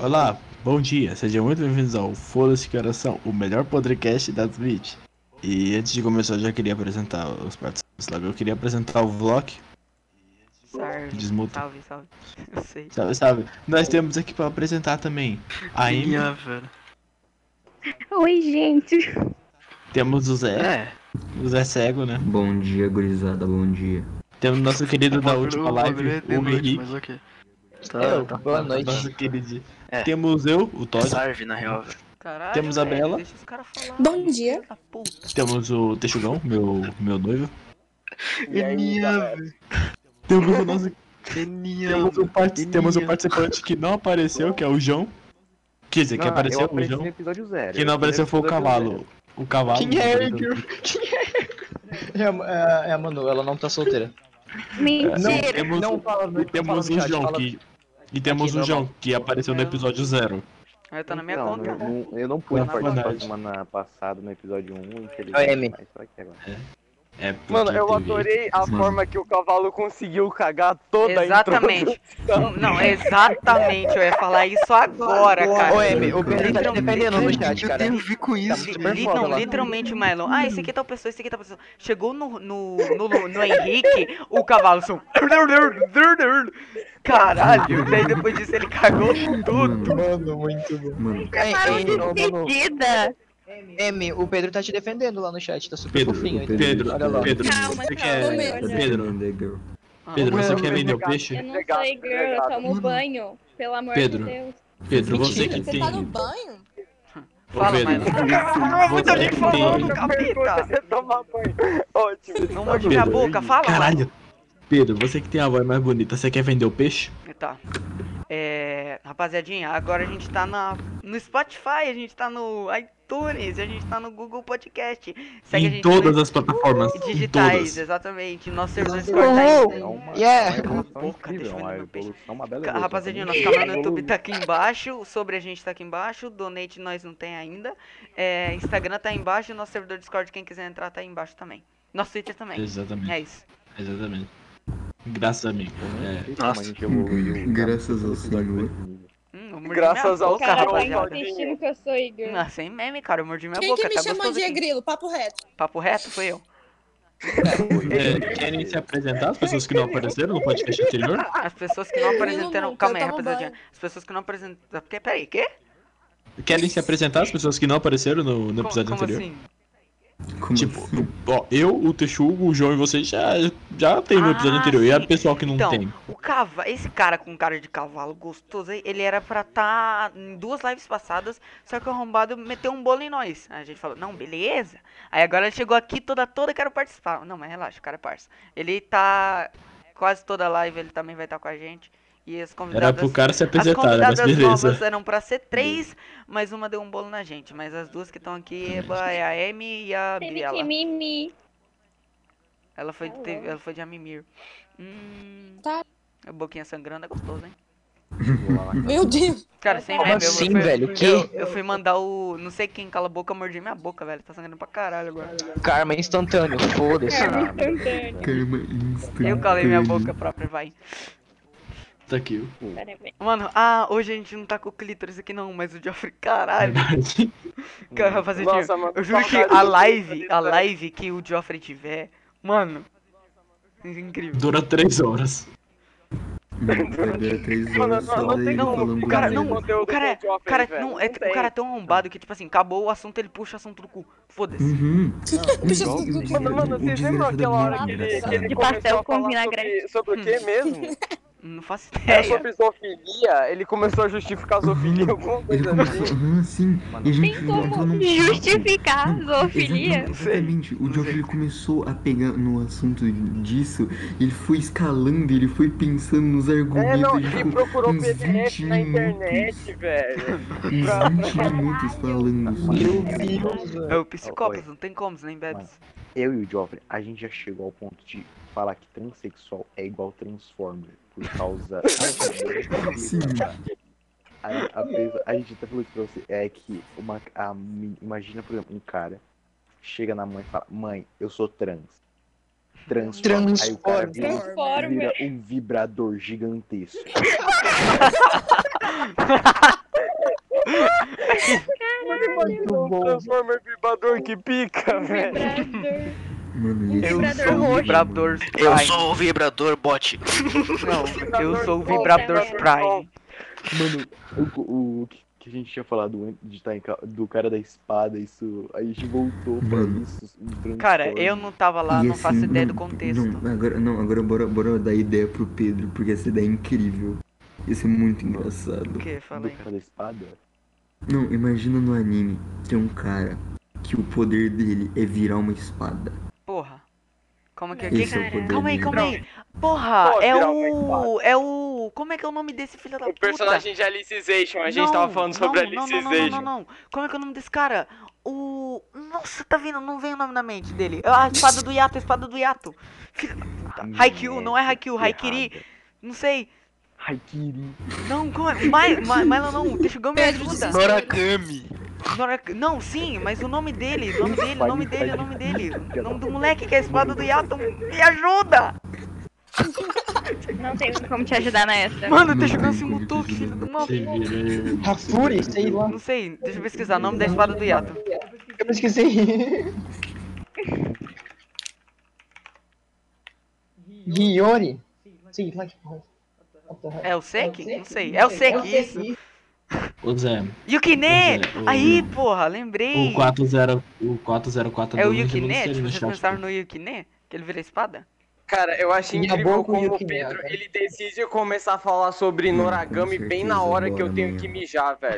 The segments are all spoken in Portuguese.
Olá, bom dia, sejam muito bem-vindos ao Foda-se que Oração, o melhor podcast da Twitch. E antes de começar, eu já queria apresentar os participantes logo. Eu queria apresentar o Vlog. Salve, Desmuta. salve, eu sei. Sabe? Nós temos aqui pra apresentar também a Amy. Velho. Oi, gente. Temos o Zé. O Zé cego, né? Bom dia, gurizada, bom dia. Temos nosso querido da última live, o Henrique. Mas ok. Boa noite. Nosso querido. É. Temos eu, o Todd. Salve, na real, velho. Caralho, Temos a velho, Bela. Deixa os caras falar. Bom dia. filho da puta. Temos o Texugão, meu noivo. velho. Temos o nosso. Genial. Temos o participante que não apareceu, que é o João. Quer dizer, que apareceu o João. no episódio 0. Quem não apareceu foi o cavalo. O cavalo. Quem é, Igor? É a Manu, ela não tá solteira. Mentira. Temos, não fala no- e temos fala no o chat, João fala- que. E temos Aqui, o João normal. que apareceu no episódio 0. Aí tá na minha Não, conta. eu não pude Não, participar verdade. semana passada no episódio 1, Oi, infelizmente. Amy. Mas tô aqui agora. É porque Mano, eu teve- adorei a Mano. forma que o cavalo conseguiu cagar toda Exatamente. Não, exatamente. Eu ia falar isso agora, cara. Ô, Amy, o Pedro tá te defendendo no chat, cara. Eu vi com isso. super foda Não, lá. literalmente o Mylon. Ah, esse aqui tá o pessoa, esse aqui tá o pessoa. Chegou no Henrique, o cavalo só. Caralho. Daí depois disso ele cagou tudo. Mano, muito bom. Mano, Despedida. Amy, o Pedro tá te defendendo lá no chat, tá super Pedro, fofinho. Pedro, Olha lá. Pedro, Calma, você calma, quer. calma. Pedro, Pedro, você quer vender o peixe? Eu não sou girl, eu tomo banho. Pelo amor Pedro. de Deus. Pedro, você que Você tem. tá no banho? Ô, Fala, Pedro, Mylon. você que tem. Capeta. Você toma banho. Ótimo. Não morde minha boca, fala. Caralho! Pedro, você que tem a voz mais bonita, você quer vender o peixe? Tá. Rapaziadinha, agora a gente tá no Spotify, a gente tá no iTunes, a gente tá no Google Podcast. Segue a Em gente todas no- as plataformas. Em digitais, todas. exatamente. Nosso servidor Discord tá aí. É uma, Yeah. é uma evolução Boca, incrível, deixa eu uma ver meu peixe. evolução, uma bela evolução. Rapaziadinha, nosso também. canal no YouTube tá aqui embaixo, o sobre a gente tá aqui embaixo, o donate nós não tem ainda. Instagram tá aí embaixo, o nosso servidor Discord, quem quiser entrar, tá aí embaixo também. Nosso Twitter também. Exatamente. É isso. Exatamente. Graças a mim. Não sei como Nossa. a gente evoluiu. Graças ao Episódio Senhor. desse nível. Eu mordi Graças minha ao boca, Cara, tá rapaziada. insistindo que eu sou Igor. Ah, sem meme, cara, eu mordi minha Quem boca. que me tá chamou gostoso de aqui. grilo? Papo reto. Papo reto, foi eu. Querem se apresentar? As pessoas que não apareceram no podcast anterior? As pessoas que não apresentaram. nunca, Calma aí, eu tomo rapaziadinha. banho. As pessoas que não apresentaram. Peraí, quê? Querem se apresentar? As pessoas que não apareceram no episódio Como anterior? assim? Como Tipo, assim? ó, eu, o Texugo, o João e vocês já tem no episódio Ah, anterior. E a sim. pessoal que não Então, tem. esse cara com cara de cavalo gostoso aí, ele era pra tá em 2 lives passadas, só que o arrombado meteu um bolo em nós. Aí a gente falou, não, beleza. Aí agora ele chegou aqui toda, quero participar. Não, mas relaxa, o cara é parça. Ele tá quase toda live, ele também vai estar com a gente. E as convidadas... Era pro cara se As apresentar, né? Mas convidadas novas beleza. eram pra ser 3, mas uma deu um bolo na gente. Mas as duas que estão aqui é a Amy e a Teve Biela. que mimi. Ela foi de Amimir. Tá. A boquinha sangrando é gostoso, hein? Vou lá na casa. Meu Deus. Cara, sem Como meme, assim, velho? Que? eu fui mandar o... Não sei quem cala a boca, eu mordi minha boca, velho. Tá sangrando pra caralho agora. Karma instantâneo, foda-se. Karma instantâneo. Karma instantâneo. Eu calei minha boca própria, vai. Tá aqui. Parabéns. Mano, hoje a gente não tá com o clítoris aqui não, mas o Geoffrey, caralho. Cara, rapaziadinha, Nossa, mano, eu juro que saudade a do live que o Geoffrey tiver, mano, incrível. Dura 3 horas. Mano, vai durar 3 horas só não daí tem ele como. falando O cara, merda. não, conteúdo o cara, do Geoffrey, o cara, velho, não, não o tem. cara é tão arrombado que, tipo assim, acabou o assunto, ele puxa o assunto do cu. Foda-se. Uhum. Mano, vocês lembram aquela hora que ele De começou pastel a com falar vinagrete. sobre o que mesmo? Não faço Era ideia. sobre zoofilia, ele começou a justificar zoofilia, alguma Ele coisa começou, assim. sim, e a gente Tem como entrou num justificar papo. zoofilia? Exatamente, o Geoffrey começou a pegar no assunto disso, ele foi escalando, ele foi pensando nos argumentos. Não, a gente ele ficou procurou uns PDF 20 na minutos, internet, velho. uns 20 minutos falando sobre. É o psicópata, não tem como, você nem bebe. Eu e o Joffrey, a gente já chegou ao ponto de falar que transexual é igual Transformer, por causa... Sim. A gente até falou isso pra você, é que imagina, por exemplo, um cara chega na mãe e fala, mãe, eu sou trans. Transforma. Aí o cara vira um vibrador gigantesco. Muito bom. Transformer vibrador que pica, velho. Vibrador. Mano, esse Eu Vibrador sou o roxo. vibrador Eu Prime. sou o vibrador bot. Não, eu sou o vibrador Prime. Mano, o que a gente tinha falado antes de estar do cara da espada, isso. A gente voltou pra Mano. isso. em Cara, Transformers. eu não tava lá, E não faço assim, ideia do não, contexto. Agora bora dar ideia pro Pedro, porque essa ideia é incrível. Isso é muito engraçado. O que? Do Falei. cara da espada? Não, imagina no anime, tem um cara que o poder dele é virar uma espada. Porra. Como que Esse é o poder Calma aí, dele. calma aí. Porra, Pô, é virar o. É o. Como é que é o nome desse filho da O puta? personagem de Alicization, a gente Não, tava falando sobre não, Alicization. não. Como é que é o nome desse cara? O. Nossa, tá vendo? Não vem o nome na mente dele. A espada do Yato, a espada do Yato. Filho da puta. Haikyuu, não é Haikyuu, Haikiri. Não sei. Haikiri. Não, como é? Mas não, Teshigami me ajuda. Noragami. Não, sim, mas o nome dele. O nome dele. O nome do moleque que é a espada do Yato. Me ajuda! Não tem como te ajudar nessa. Mano, o Não Teshigami tem se como mutou, te que filho do mal. Se vira aí. Hafuri, sei lá. Não sei, deixa eu pesquisar. Nome da espada do Yato. Eu pesquisei. Hiyori. Sei lá que porra. É o Seki? Não sei. É o Seki, isso. Ô Zé, Yukine! o- Aí, porra, lembrei. o 404 É o do Yukine? Revolução Tipo, no vocês chat. pensaram no Yukine? Que ele vira espada? Cara, eu acho Minha incrível boca, como o Yuki, Pedro, cara. ele decide começar a falar sobre Não, com Noragami bem certeza, na hora que eu bora tenho amanhã. que mijar, velho.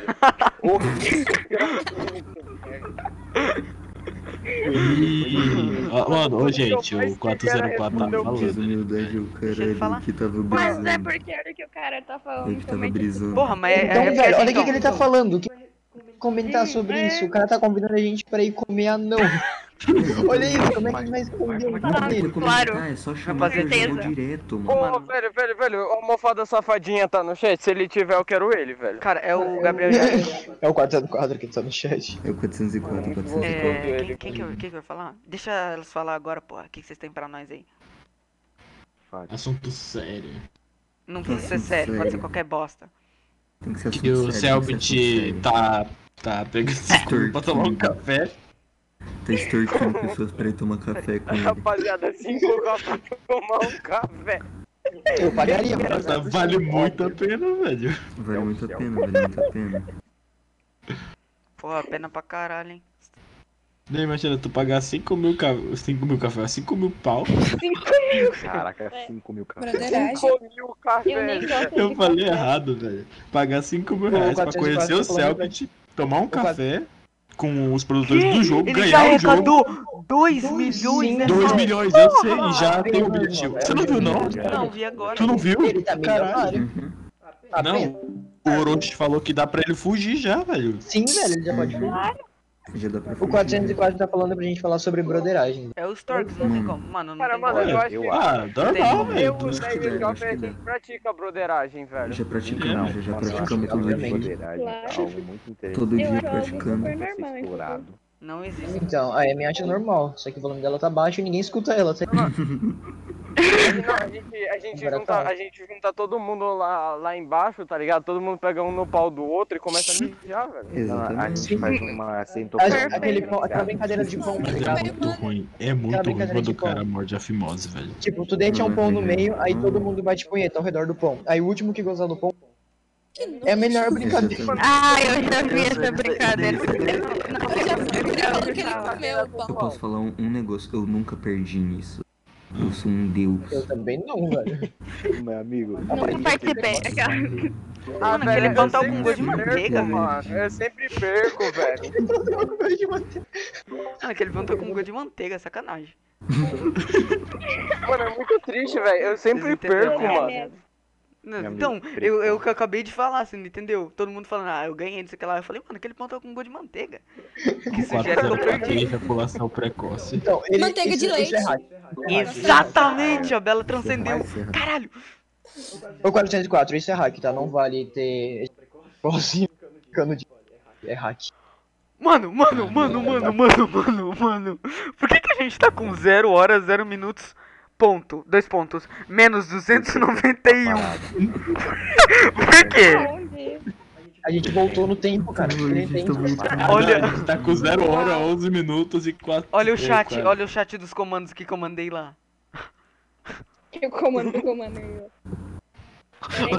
Mano, gente, o 404 tá Mano, falando. desumildade é o Deixa ele falar. caralho que tava Mas é brisando. porque a hora que o cara tá Ele falando que tava como é que... brisando. Porra, mas é. Então, é velho, olha o então, que ele tá falando. Que comentar sobre isso. O cara tá convidando a gente pra ir comer anão. Olha isso, como é que a gente vai esconder um Não tem cabelo? como Claro. comentar, é só chamar que eu já vou certeza. direto, Ô, mano. velho, a almofada safadinha tá no chat. Se ele tiver, eu quero ele, velho. Cara, é o Gabriel Jorge. É o 404 que tá no chat. É o 404, 404. Quem que vai falar? Deixa elas falar agora, porra. O que vocês têm pra nós aí? Assunto sério. Não precisa ser Assunto sério, pode ser sério. qualquer bosta. Tem que ser Que o assunto sério, tem que ser Selbit assunto sério. tá pegando escuro pra tomar um café. Tá extorquindo pessoas pra ir tomar café com ele. Rapaziada, 5 copos pra tomar um café. Eu pagaria, mano. Nossa, vale muito a pena, velho. Vale muito a pena, vale muito a pena. Porra, pena pra caralho, hein? Nem imagina tu pagar 5 mil café, 5 mil pau. Caraca, 5 mil cafés. Broderagem. 5 mil Eu nem café. gosto Eu de falei café. errado, velho. Pagar 5 mil O reais pra 404 conhecer o tá falando Selbit, tomar um quatro- café com os produtores do jogo, Ele já ganhar o jogo. arrecadou 2 milhões Sim, nessa 2 hora. milhões, eu sei, e já Porra! tem o objetivo. Você não viu, não? Não, vi agora. Tu não viu? Ele tá milionário. Uhum. Tá Não, vendo? o Orochi falou que dá pra ele fugir já, velho. Sim, velho, ele já pode ver. Já dá pra O fugir. 404 tá falando pra gente falar sobre broderagem. É o Storks, não tem como. Mano, não Cara, tem mano, como. eu acho que Ah, normal, velho. eu, Tu- o que 10 dá, café, acho que a gente dá. pratica broderagem, velho. Já praticamos, já praticamos todo dia. Broderagem é Claro. algo muito interessante. Todo Eu dia acho algo praticando. super Ser normal, explorado. Não existe. Então, a Amy acha normal, só que o volume dela tá baixo e ninguém escuta ela. Tá? A gente junta todo mundo lá embaixo, tá ligado? Todo mundo pega um no pau do outro e começa a mijar, velho. A Exatamente. gente faz uma Aquele pão, aquela brincadeira de pão, tá Mas é ligado? muito ruim. É muito ruim brincadeira quando de o cara pão. morde a fimose, velho. Tipo, tu deixa um pão no meio, aí todo mundo bate punheta ao redor do pão. Aí o último que gozar do pão é a melhor brincadeira. Exatamente. Ah, eu já vi essa brincadeira. Eu posso falar um negócio, eu nunca perdi nisso. Eu sou um deus. Eu também não, velho. Meu amigo. Nunca participei. Mano, velho, aquele pão tá eu com sempre gosto de manteiga, perco, mano. Eu sempre perco, velho. Mano, aquele pão tá com gosto de manteiga, sacanagem. Mano, é muito triste, velho. Eu sempre Vocês entenderam, perco, né? mano. Não, Meu então, amigo, eu que acabei de falar, você não entendeu? Todo mundo falando, eu ganhei, não sei o que lá. Eu falei, mano, aquele pão tá com gosto de manteiga. Que sugere que eu perdi. Ejaculação precoce. Então, Manteiga de leite. Isso é hack. Exatamente, a Bela transcendeu. Vai ser. Caralho. O 404, isso é hack, tá? Não vale ter igualzinho cano de... É hack. Mano. Por que a gente tá com 0 horas, 0 minutos, ponto, 2 pontos, menos 291? Por quê? Onde? A gente voltou no tempo, cara. Caralho, a Não gente tá entende. voltando. Olha, a gente tá com 0 hora, 11 minutos e 4. Olha o chat, olha o chat dos comandos que comandei lá. Que o comando do comando aí, ó.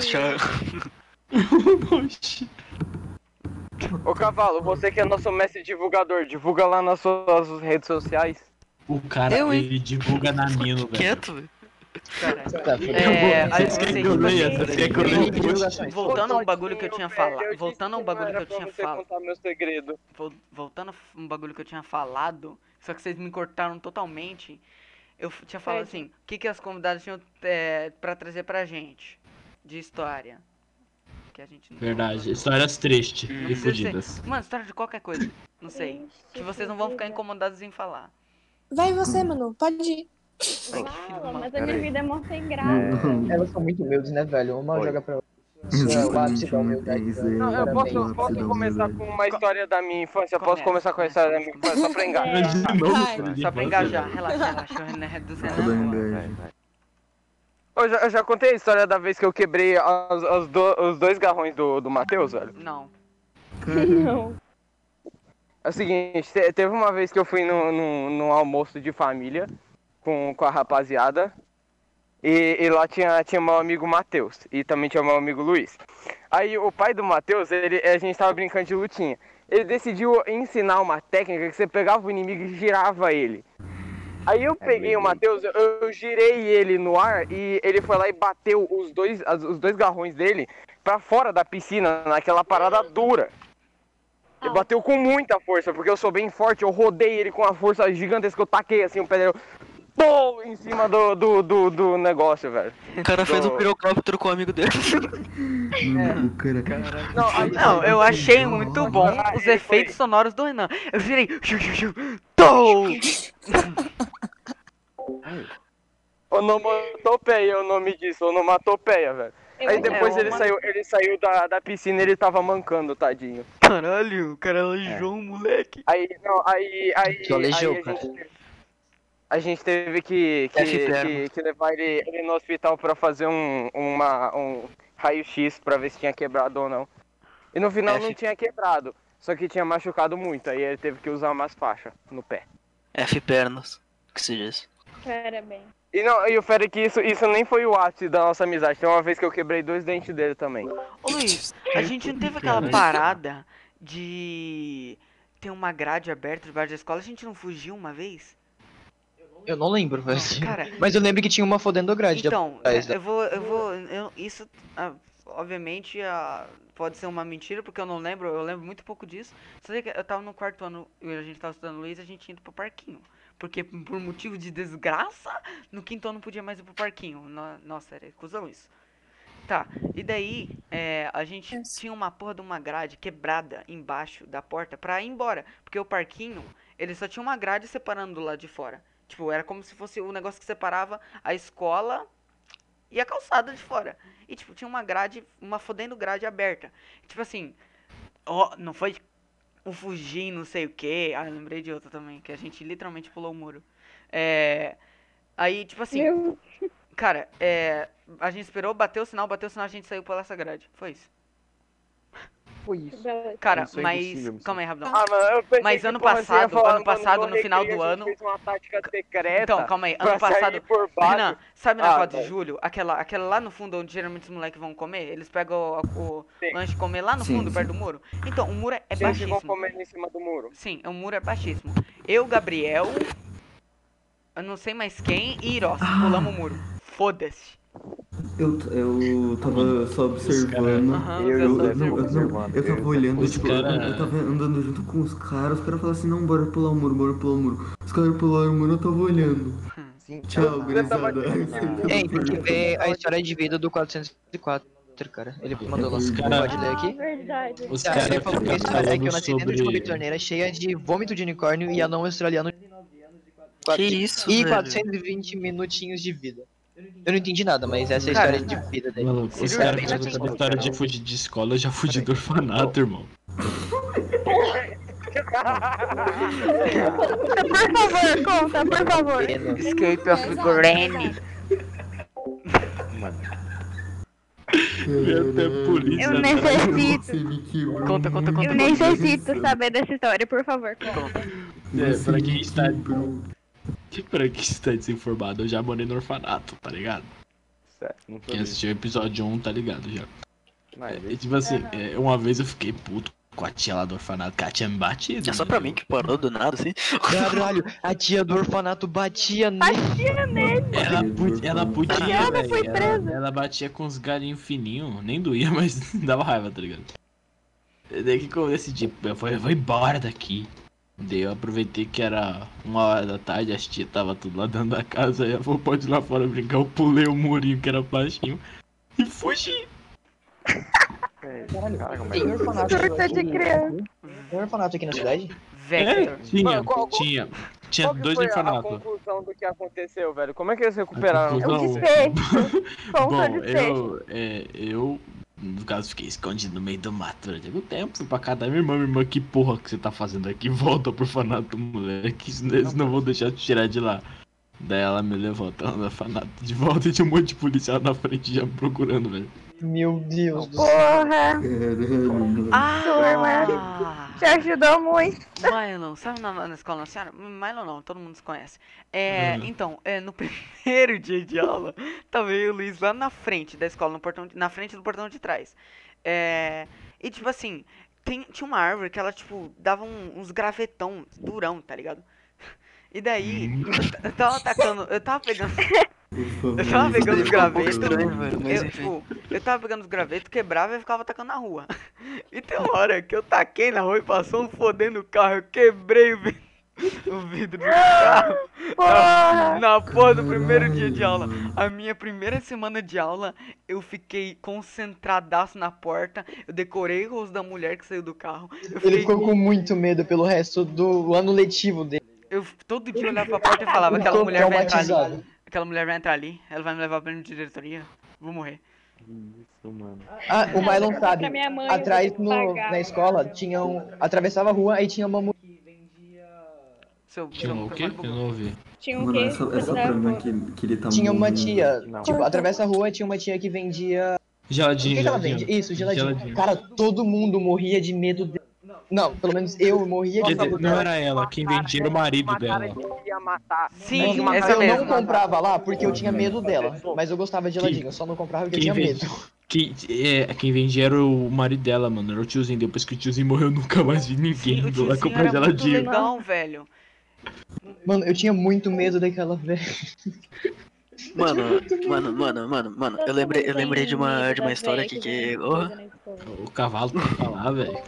Oxi. Ô Cavalo, você que é nosso mestre divulgador, divulga lá nas suas redes sociais. O cara, Eu, hein? ele divulga na Nino, velho. Quieto, velho. Cara, Tá, Vocês querem que eu leia? Vocês querem que eu leia o post? divulgações. voltando a um bagulho que eu tinha falado, voltando a um bagulho que eu tinha falado, contar meu segredo. voltando a um bagulho que eu tinha falado, só que vocês me cortaram totalmente. Eu tinha falado assim, o que as convidadas tinham pra trazer pra gente de história. Que a gente não Verdade, histórias tristes Não e precisa ser- fodidas. Mano, história de qualquer coisa, não sei. Que vocês não vão ficar incomodados em falar. Vai você, mano. Pode ir. Ai, que filho de Fala, uma- mas a minha Peraí. vida é mó sem graça. Elas são muito humildes, né, velho? Uma Oi. joga pra outra. Isso é o ápice da humildade. Isso aí. Não, eu Parabéns. posso começar com uma história da minha infância? Começa, Posso começar com a história da minha infância só pra engajar? É. De novo, Vai. filho de Só pra infância, engajar, velho. relaxa, né? Reduzir Toda não. engajada. Eu já contei a história da vez que eu quebrei os 2 garrões do Matheus, velho? Não. Não. É o seguinte, teve uma vez que eu fui num almoço de família com a rapaziada e lá tinha meu amigo Matheus e também tinha meu amigo Luiz. Aí o pai do Matheus, a gente tava brincando de lutinha. Ele decidiu ensinar uma técnica que você pegava o inimigo e girava ele. Aí eu peguei o Matheus, eu girei ele no ar e ele foi lá e bateu os dois garrões dele pra fora da piscina, naquela parada dura. Ele bateu com muita força, porque eu sou bem forte, eu rodei ele com uma força gigantesca, eu taquei assim o pé dele, pô, em cima do negócio, velho. O cara fez um pirocóptero com o amigo dele. O cara. Não, aí, Não, eu achei muito bom os efeitos sonoros do Renan. Eu girei. Tô! Onomatopeia é o nome disso, onomatopeia, velho. Aí depois ele saiu da piscina e ele tava mancando, tadinho. Caralho, o cara aleijou um moleque. Aí, não, aí Tu aleijou, aí cara. a gente teve que levar ele no hospital pra fazer um raio-x pra ver se tinha quebrado ou não. E no final não tinha quebrado, só que tinha machucado muito, aí ele teve que usar umas faixas no pé. F pernas. Que seja isso. Parabéns. E o fera é que isso nem foi o ápice da nossa amizade. Tem uma vez que eu quebrei 2 dentes dele também. Ô Luiz, a gente não teve aquela parada de ter uma grade aberta debaixo da escola? A gente não fugiu uma vez? Eu não lembro, velho. Cara, Mas eu lembro que tinha uma fodendo grade. então, atrás da- isso, obviamente, pode ser uma mentira, porque eu lembro muito pouco disso. Só sei que eu tava no 4º ano, e a gente tava estudando Luiz, a gente indo pro parquinho. Porque por motivo de desgraça, no 5º ano não podia mais ir pro parquinho. Nossa, era cuzão isso. Tá, e daí, a gente tinha uma porra de uma grade quebrada embaixo da porta pra ir embora. Porque o parquinho, ele só tinha uma grade separando do lado de fora. Tipo, era como se fosse o negócio que separava a escola e a calçada de fora. E, tipo, tinha uma grade, uma fodendo grade aberta. Tipo assim, ó, não foi um fugir, não sei o que. Ah, eu lembrei de outra também, que a gente literalmente pulou o muro. Aí, tipo assim, cara, a gente esperou, bateu o sinal, a gente saiu pela essa grade. Foi isso. Foi isso. Cara, Isso é mas. impossível, Calma aí, rapidão. Ah, mano, eu pensei Mas que, ano porra, você ia passado, falar, ano passado, mano, no final recreio, do a gente ano. fez uma tática secreta. Então, calma aí, pra ano sair passado. por baixo. Renan, sabe na Ah, 4 de tá. julho? Aquela lá no fundo onde geralmente os moleques vão comer? Eles pegam o Sim. lanche comer lá no Sim, fundo, sim. perto do muro? Então, o muro é Gente, vão baixíssimo. comer em cima do muro. Sim, o muro é baixíssimo. Eu, Gabriel, eu não sei mais quem e Iros pulamos o muro. Foda-se. Eu tava só observando. Aham, Eu você não, observou. observando. Eu tava olhando, Os tipo, cara- eu tava andando junto com os caras falaram assim, não, bora pular o muro, bora pular o muro. Os caras pularam o muro, eu tava olhando. Sim, Tchau, gurizada. Ei, tem que ver a história de vida do 404, cara. Ele mandou lá. Os cara- Pode ler aqui? Verdade. Os Ah, caras ele falou que a história é que eu nasci dentro de uma sobre... bitoneira cheia de vômito de unicórnio e anão australiano Que isso, e velho? 420 minutinhos de vida. Eu não entendi nada, mas essa é a Cara, história de vida dele. Maluco, os Cirurgia caras que já contam tem- a história de fugir de escola, eu já fugi do orfanato, irmão. Por favor, conta, por favor. Escape of Granny. Meu Deus, polícia. Eu necessito. Você me quebrou. Conta. Eu necessito saber dessa história, por favor, conta. Você pra quem me está- quebrou. Pra quem está desinformado, eu já morei no orfanato, tá ligado? Sério, não Quem sabia. assistiu o episódio 1 tá ligado já. Mas, E tipo assim, uma vez eu fiquei puto com a tia lá do orfanato, que a tia me batia. É só pra mim que parou do nada, assim. Caralho, a tia do orfanato batia nele. Ela podia, Ela foi velho. presa. Ela batia com os galinhos fininhos, nem doía, mas dava raiva, tá ligado? Daí que eu decidi, eu vou embora daqui. Daí eu aproveitei que era 1h da tarde, as tias tava tudo lá dentro da casa, aí eu falei, pode ir lá fora brincar, eu pulei o murinho que era baixinho e fugi. Caraca, mas... Tem orfanato Surta aqui. de criança. Tem orfanato aqui na cidade? Vector. Tinha, Mano, qual tinha que dois foi a orfanatos. conclusão do que aconteceu, velho? Como é que eles recuperaram? A conclusão- O desfecho. Conta Bom, o desfecho. eu, no caso, fiquei escondido no meio do mato durante algum tempo, fui pra casa da minha irmã, que porra que você tá fazendo aqui? Volta pro orfanato, moleque, eles não vão deixar te tirar de lá. Daí ela me levou até no orfanato de volta e tinha um monte de policial na frente já me procurando, velho. Meu Deus do céu. Porra, Caralho. Ah! te ajudou muito. Mylon, sabe na escola Nossa Senhora? Mylon não, todo mundo se conhece. Então, no primeiro dia de aula, tava eu e o Luiz lá na frente da escola, na frente do portão de trás. E tipo assim, tinha uma árvore que ela, tipo, dava uns gravetão durão, tá ligado? E daí, eu tava atacando, eu tava pegando os gravetos. Estranho, velho, mas Eu, enfim. tipo, eu tava pegando os gravetos, quebrava e ficava atacando na rua. E tem uma hora que eu taquei na rua e passou um fodendo carro, eu quebrei o vidro do carro na porra do primeiro dia de aula. A minha primeira semana de aula, eu fiquei concentradaço na porta, eu decorei o rosto da mulher que saiu do carro. Ele ficou com muito medo pelo resto do ano letivo dele. Eu todo dia olhava pra porta e falava, aquela Ficou mulher vai entrar ali. traumatizado. Aquela mulher vai entrar ali, ela vai me levar pra diretoria, vou morrer. Isso, mano. Ah, o Mylon Pra sabe. minha mãe, Atrás eu vou pagar. na escola tinha atravessava a rua, aí tinha uma mulher. Tinha o quê? Eu não ouvi. Tinha um Mano, quê? é só pra mim que ele tá Tinha uma morrendo. tia, Não. tipo, atravessa a rua, tinha uma tia que vendia. O Geladinho, que ela vende? geladinho. Isso, geladinho. Geladinho. Cara, todo mundo morria de medo dela. Não, pelo menos eu morria de Quer dizer, medo não dela. era ela, quem vendia era o marido dela. Ia matar. Sim, Uma essa Eu mesmo. não comprava lá porque eu tinha medo dela. Mas eu gostava de geladinho, eu só não comprava porque eu tinha medo. Quem vendia era o marido dela, mano. Era o tiozinho. Depois que o tiozinho morreu, eu nunca mais vi ninguém O indo lá tiozinho comprar era muito geladinho. legal, velho. Mano, eu tinha muito medo daquela velha. Mano, eu lembrei de uma história aqui que. O cavalo pra falar, velho.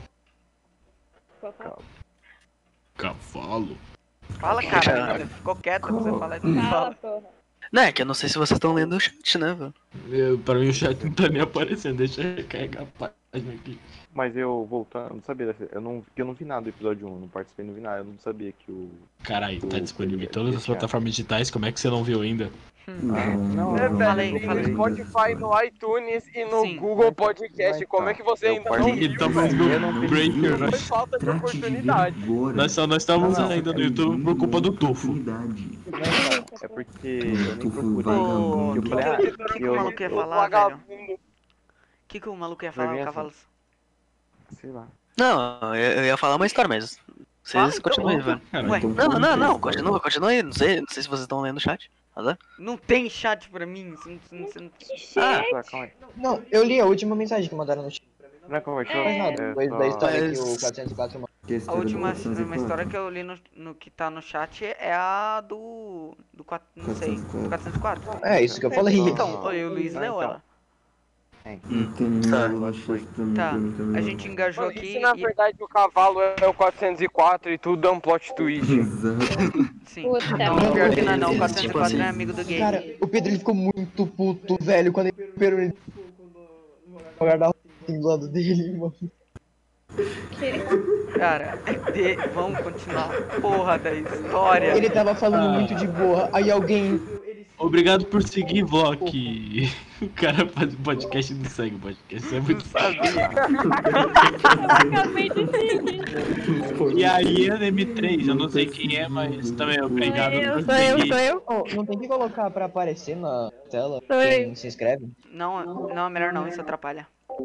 Cavalo. Fala, cara, você ficou quieto, você fala e tu Fala, fala. porra. Não, é que eu não sei se vocês estão lendo o chat, né, velho? Pra mim o chat não tá nem aparecendo, deixa eu recarregar a página aqui. Mas eu, voltando, eu não sabia dessa... Eu não vi nada do episódio 1, não participei, não vi nada. Eu não sabia que o... Caralho, tá disponível em todas as plataformas digitais, como é que você não viu ainda? Não, É, não, Falei, velho, falei. no Spotify, no iTunes e no Sim. Google Podcast. Como é que você Eu ainda não participei. viu? Estamos no Breaker, Não foi nós. falta de Trate de ver oportunidade. agora. Nós estamos Não, ainda no YouTube por culpa do Tufo. Oportunidade. É porque eu nem procurei. Vagabundo. Eu falei, O que o maluco ia falar, velho? Vagabundo. O que o maluco ia falar, o Vai vir cavalo? sei lá. Não, eu ia falar uma história, mas. Fala, Vocês então. continuem, velho. Cara, Ué, Então, Não, continua aí. Não sei se vocês estão lendo o chat. Tá? não tem chat pra mim. Você não... Ah, Calma aí. Não, eu li a última mensagem que mandaram no chat. Não é conversou? Não faz nada. É Depois da só- história que o Mas- 404 mandou. A última uma história que eu li no que tá no chat é a do 4, não sei, 404. É, isso que eu falei. Então, o Luiz leu ela. Não tem nenhuma chance pra mim, Tá, pra mim também, a não. gente engajou Mano, aqui e se na e... verdade o cavalo é o 404 e tudo é um plot twist? Exato. Sim. Puta Não, merda. pior que não, não. O Tipo 404 assim. é amigo do game. Cara, o Pedro ele ficou muito puto, velho, quando ele esperou ele no lugar da do lado dele, mano. Cara, vamos continuar a porra da história. Ele tava falando muito de boa, aí alguém Obrigado por seguir, Vlog. O cara faz podcast e não segue o podcast. Isso é muito Acabei de seguir. E aí, M3, eu não sei quem é, mas também obrigado por Sou eu, seguir. sou eu. Oh, não tem que colocar pra aparecer na tela Sou eu. quem se inscreve? Não, é melhor não, isso atrapalha.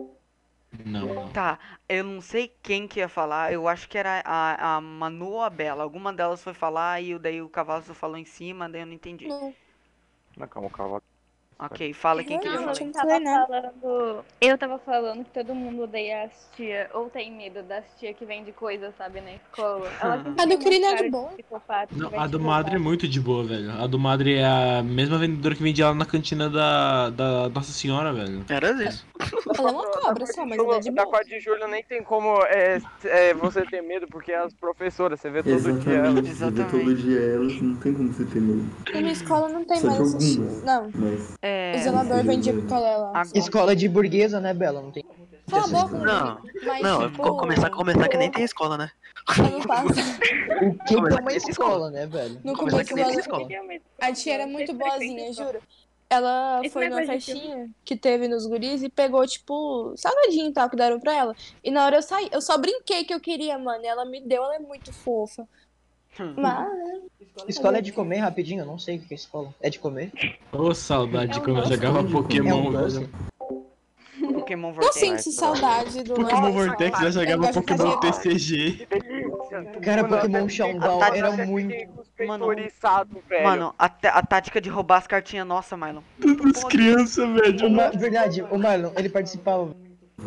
Não. Tá, eu não sei quem que ia falar, eu acho que era a Manu ou a Bela. Alguma delas foi falar e daí o Cavalo falou em cima, daí eu não entendi. Não, calma, calma. Ok, fala quem queria Não, falar. eu tava falando que todo mundo odeia as tia, ou tem medo das tia que vende coisa, sabe, na escola. Ela A do Kirina é de boa. Não, a do Madre é muito de boa, velho. A do Madre é a mesma vendedora que vendia lá na cantina da Nossa Senhora, velho. Era isso. Ela é uma cobra só, mas ela é de Da boa. 4 de julho nem tem como você ter medo, porque as professoras, você vê todo dia elas. Exatamente, você vê todo dia elas, não tem como você ter medo. Na minha escola não tem Só mais de essas... algumas. Não, Mas É. o zelador vendia picolé lá. Escola de burguesa, né, Bela? Não tem. Cala a boca, Não, mas não, tipo... começar que nem tem escola, né? Ano passado, O que é uma escola, né, velho? no Começar começo que do nem tem ano, escola. a tia era muito boazinha, juro. Ela Esse foi numa negócio de festinha que teve nos guris e pegou, tipo, salgadinho e tal, que deram pra ela. E na hora eu saí, eu só brinquei que eu queria, mano, e ela me deu, ela é muito fofa. Mas, Escola é de comer rapidinho? Eu não sei o que é escola. É de comer? Ô, saudade É um quando eu doce. jogava É Pokémon, um doce? velho. Pokémon eu Vortex. sinto saudade do Pokémon lanche da Vortex escola. já jogava Eu gosto de Pokémon fazer- TCG. Cara, Mano, Pokémon até Showdown Tati- era até muito. fiquei com os peitoriçados, velho. Mano, a tática de roubar as cartinhas nossa, Mylon. As crianças, velho. Verdade, o Marlon, ele participava.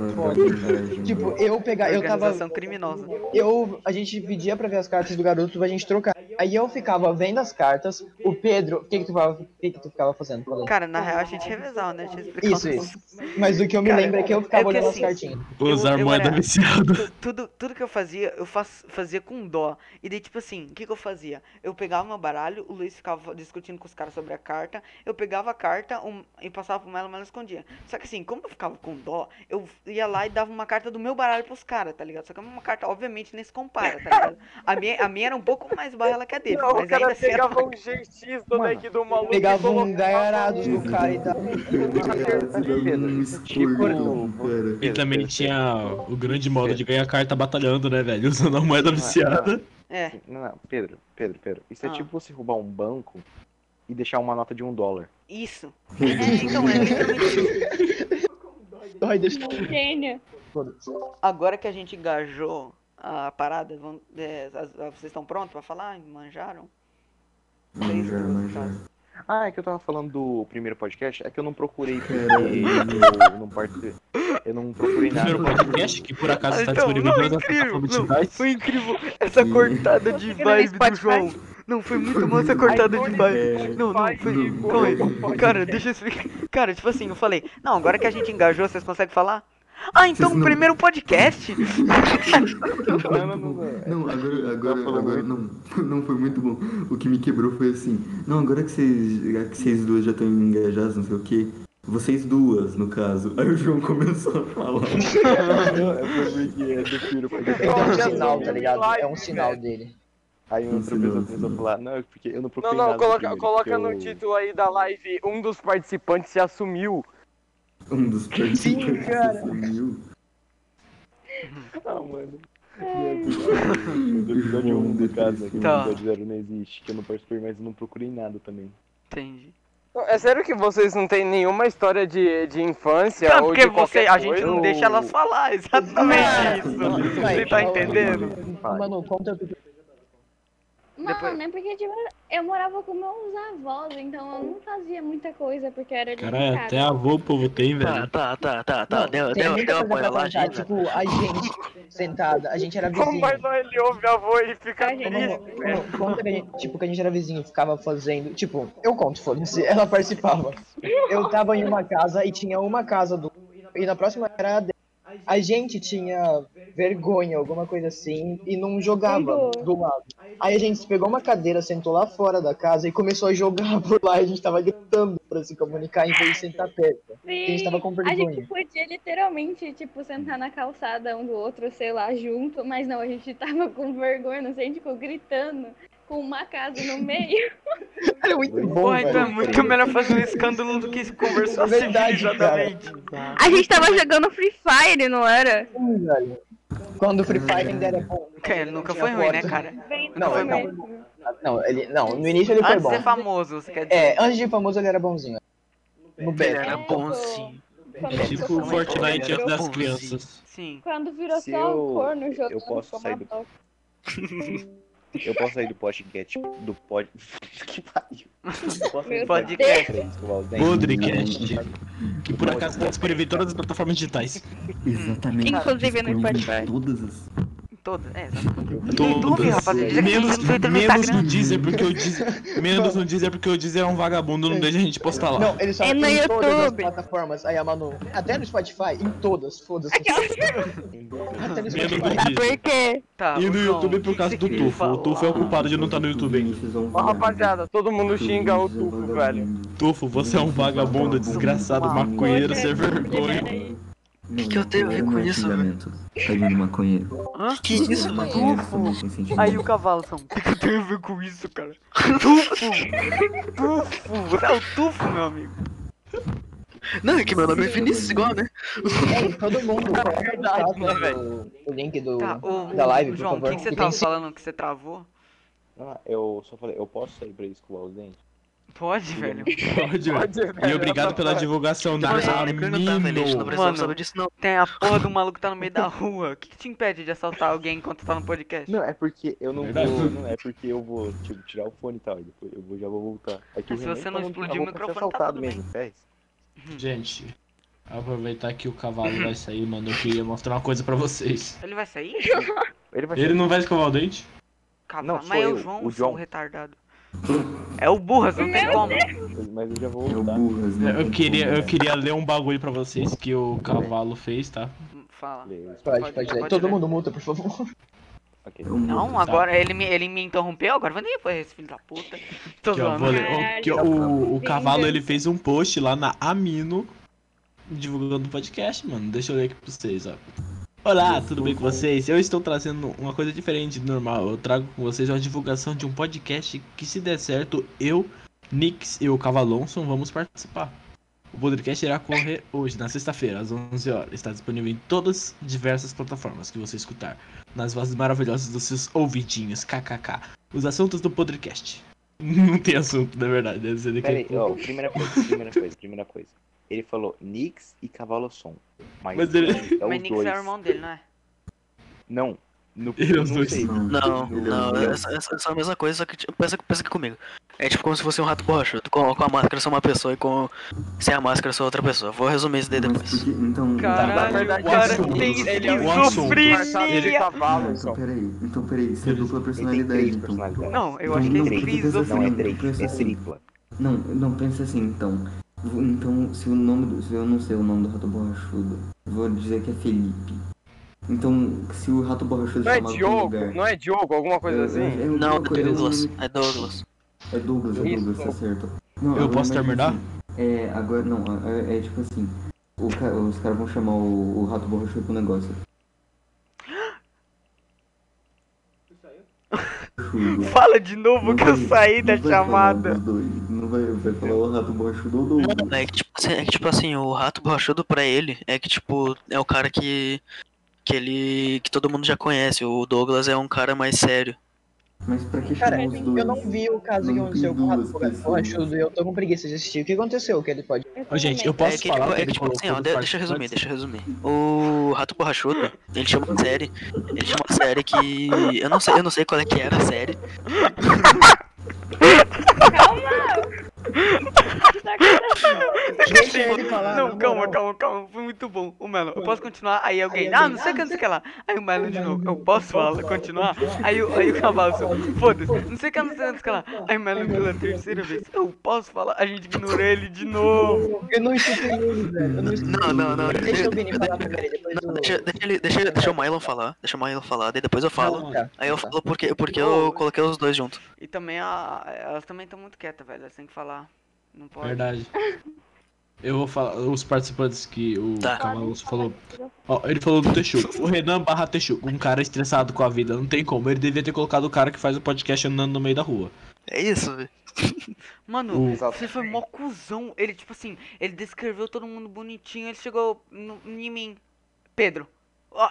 Tipo, eu tava. Organização criminosa. A gente pedia pra ver as cartas do garoto pra gente trocar. Aí eu ficava vendo as cartas. O Pedro, o que tu ficava fazendo? Fala aí. Cara, na real a gente revezava, né? Deixa eu explicar Isso. Mas o que eu me Cara, lembro é que eu ficava é que olhando assim, as cartinhas. Usar eu moeda era- viciada. Tudo que eu fazia, fazia com dó. E daí, tipo assim, o que eu fazia? Eu pegava meu baralho, o Luiz ficava discutindo com os caras sobre a carta. Eu pegava a carta e passava pro Melo, o Melo escondia. Só que assim, como eu ficava com dó, eu ia lá e dava uma carta do meu baralho pros caras, tá ligado? Só que é uma carta, obviamente, nem se compara, tá ligado? A minha era um pouco mais barrela que a dele, Não, o mas ainda cara assim era pegava um GX do deck do maluco Pegava e um colocava gaiarados no cara e tal. um escorpião, cara. E também tinha o grande modo de ganhar carta batalhando, né, velho? Usando a moeda viciada. É. Não, Pedro. Isso é Ah. tipo você roubar um banco e deixar uma nota de $1. Isso. Então, é literalmente isso. Ai, deixa Gênio. Agora que a gente engajou a parada, vocês estão prontos pra falar? Manjaram? Manjar. Ah, é que eu tava falando do primeiro podcast, é que eu não procurei porque eu não procurei nada. Primeiro podcast, que por acaso está Então, disponível não, nas incrível, plataformas não, digitais. foi incrível essa cortada de vibe do João. Não, foi muito bom essa cortada de vibe. Não, foi. Calma aí. Cara, deixa eu explicar. Cara, tipo assim, eu falei, não, agora que a gente engajou, vocês conseguem falar? Ah, então Vocês o não- primeiro podcast? Não, agora não foi muito bom. O que me quebrou foi assim, não, agora que vocês duas já estão engajadas, não sei o que, vocês duas, no caso. Aí o João começou a falar. É um sinal, tá ligado? É um sinal dele. Aí outra pessoa começou a falar, não, é porque eu não procurei Não, nada. coloca, primeiro, coloca porque no eu- título aí da live, um dos participantes se assumiu. Um dos participantes cara. sumiu. Ah, mano. Do episódio 1 do caso, que o Tá. episódio 0 não existe, que eu não participei, mas eu não procurei nada também. Entendi. É sério que vocês não têm nenhuma história de infância Não, ou porque de qualquer a gente coisa? não deixa elas falar, exatamente isso. Vai, Você tá entendendo? Mano, conta o que Mano, é porque tipo, eu morava com meus avós, então eu não fazia muita coisa, porque eu era de Cara, casa. até avô o povo tem, velho. Tá. Não, Deu tem muita uma coisa pra boioladinha. contar, tipo, a gente sentada, a gente era Como vizinho. mais não ele ouve a avó e fica A gente- triste, velho. Conta que a gente, tipo, que a gente era vizinho, ficava fazendo, tipo, eu conto, foda-se, ela participava. Eu tava em uma casa e tinha uma casa do e na próxima era a dele. A gente tinha vergonha, alguma coisa assim, e não jogava do lado. Aí a gente pegou uma cadeira, sentou lá fora da casa e começou a jogar por lá. E a gente tava gritando pra se comunicar em vez de sentar perto. A gente tava com A gente vergonha. podia literalmente, tipo, sentar na calçada um do outro, sei lá, junto, mas não, a gente tava com vergonha, não sei, a gente ficou gritando com uma casa no meio. É muito bom, Porra, então é velho. muito melhor fazer um escândalo do que conversar Verdade, civilizadamente. A gente tava jogando Free Fire, não era? Sim, velho. Quando o Free Fire ainda era bom. Cara, ele nunca Tinha foi ruim, né, porta. cara? Não, foi não, no início ele foi Antes bom. de ser famoso, você quer dizer? É, antes de famoso ele era bonzinho. No Ele beta. era bonzinho. É tipo o Fortnite antes das crianças. Sim. Quando virou Se só eu- um corno jogando eu posso com sair uma do- toca. Eu posso sair do podcast do pod. Que pariu. Eu posso sair do Podcast. pra escovar os dentes? Podrecast. Que por acaso tá disponível em todas as plataformas digitais. Exatamente. Inclusive no Spotify. Todas as. Todas, exatamente. Todas. YouTube, rapaziada. Diz aqui Menos, no Twitter, no menos Instagram. no Deezer, porque o Deezer. Menos no Deezer, porque o Deezer é um vagabundo, não deixa a gente postar lá. Não, ele só É no tem em todas as YouTube. plataformas. Aí a Manu, até no Spotify, em todas, foda-se. Até no Menos Spotify. no Ah, Deezer. por quê? Tá, E no João, YouTube o por que causa você do queria Tufo. O falar? Tufo é o culpado de não estar no YouTube. Vinícius é um Ó, rapaziada, todo mundo xinga o Tufo, velho. Tufo, você é um vagabundo, desgraçado, maconheiro, sem vergonha. Que eu tenho a ver com isso, xingamento. Tadinho do maconheiro. Hã? Que isso, mano? Maconheiro também tem sentimento. Aí o cavalo, são. O que que eu tenho a ver com isso, cara? Tufo! Tufo! Você é o Tufo, meu amigo. Não, é que meu nome é Vinícius igual, né? É, todo mundo. É verdade, né, velho? O link do, Tá, da live, por João, o favor. que você E tava tem falando que você travou? Ah, eu só falei, eu posso sair pra escovar os dentes? Pode, velho. Pode, velho. E obrigado pela divulgação da Mas eu nem perguntar, velho. A gente não precisava Mano, saber disso, não. tem a porra do maluco que tá no meio da rua. O que te impede de assaltar alguém enquanto tá no podcast? Não, é porque eu não Verdade. vou. Não é porque eu vou, tipo, tirar o fone e tal. E depois já vou voltar. É que Mas se realmente você não tá explodir o pra ser microfone, tá assaltado tudo mesmo, fez. Gente, aproveitar que o cavalo vai sair, mano, eu queria mostrar uma coisa pra vocês. Ele vai sair? Ele vai Ele não vai escovar o dente? Cavalo. Não, Mas é sou o eu, João, o o seu John. retardado. É o Burras, não tem como. Mas eu já vou É o voltar. Burras, né? Eu queria ler um bagulho pra vocês que o cavalo fez, tá? Fala. Pode ler. Todo mundo multa, por favor. Ok. Não, agora ele me interrompeu, agora vai nem foi esse filho da puta. Tô Que, ó, zoando. vou ler. Que o cavalo ele fez um post lá na Amino divulgando o podcast, mano. Deixa eu ler aqui pra vocês, ó. Olá, tudo bem com vocês? Eu estou trazendo uma coisa diferente do normal. Eu trago com vocês uma divulgação de um podcast que, se der certo, eu, Nix e o Cavalonson vamos participar. O podcast irá correr hoje, na sexta-feira, às 11 horas. Está disponível em todas as diversas plataformas que você escutar. Nas vozes maravilhosas dos seus ouvidinhos, kkk. Os assuntos do podcast. Não tem assunto, na verdade. Deve ser Pera aí, daqui. ó, primeira coisa. Ele falou Nix e Cavalo Som. Mas ele- é Mas os Nix dois. é o irmão dele, não é? Não. No, Ele é os não dois. sei. Não, essa é a mesma coisa, só que tipo, pensa aqui comigo. É tipo como se fosse um rato borrachudo. Com a máscara sou uma pessoa e sem a máscara sou outra pessoa. Vou resumir isso daí Mas depois. porque, então, Caralho, verdade, o cara assunto. tem Ele é um esquizofrenia. cavalo, então peraí, isso é dupla Ele tem personalidade, 3 então. personalidades. Não, eu Então, acho que é não, porque pensa esquizofrenia. Não, é assim, 3, pensa é assim. tripla. Não, pensa assim, então. Então, se eu não sei o nome do rato borrachudo, vou dizer que é Felipe. Então, se o rato borrachudo Não é chamado Diogo, lugar, não é Diogo, alguma coisa assim? Não, alguma coisa- Douglas. É Douglas. É Douglas, tá certo. Não, Eu agora posso imagina terminar? assim, agora não, é tipo assim, os caras vão chamar o rato borrachudo pro negócio. Fala de novo que eu saí da Não vai falar chamada. dos dois, não vai falar o rato borrachudo ou Douglas. Não, é que tipo assim, o rato borrachudo pra ele é que tipo, é o cara que todo mundo já conhece. O Douglas é um cara mais sério. Mas pra que Cara, chamar os dois? eu não vi o caso que Não aconteceu tem com o duas rato pessoas. borrachudo e eu tô com preguiça de assistir. O que aconteceu? Que ele pode. Ô, gente, eu posso falar que ele tipo assim, ó, colocou dos deixa eu resumir, participantes? deixa eu resumir. O Rato Borrachudo, ele tinha uma série que. Eu não sei qual é que era a série. Deixa ele falar. Não, na calma, moral. calma. Foi muito bom. O Melo, eu posso continuar? Aí alguém, não sei o que, não sei o que lá. Aí o Melo de novo, eu posso falar, continuar? Aí o cavalo, foda-se, não sei o que, não sei o que lá. Aí o Melo pela terceira vez, eu posso falar? A gente ignorou ele de novo. Eu não escutei ele, velho. Eu não escutei. Não. Deixa o Vini falar primeiro e depois Não, o. deixa o Mylon falar. Deixa o Mylon falar, daí depois eu falo. Não, tá. Aí eu falo porque eu coloquei os dois juntos. E também elas também estão muito quietas, velho, elas têm que falar. Não pode. Verdade. Eu vou falar os participantes que o Tá. Camaluço falou. Ó, ele falou do Texugo. O Renan barra Texugo, um cara estressado com a vida, não tem como. Ele devia ter colocado o cara que faz o podcast andando no meio da rua. É isso, velho. Mano, O- você foi mó cuzão. Ele, tipo assim, ele descreveu todo mundo bonitinho. Ele chegou em mim. Pedro. Ó.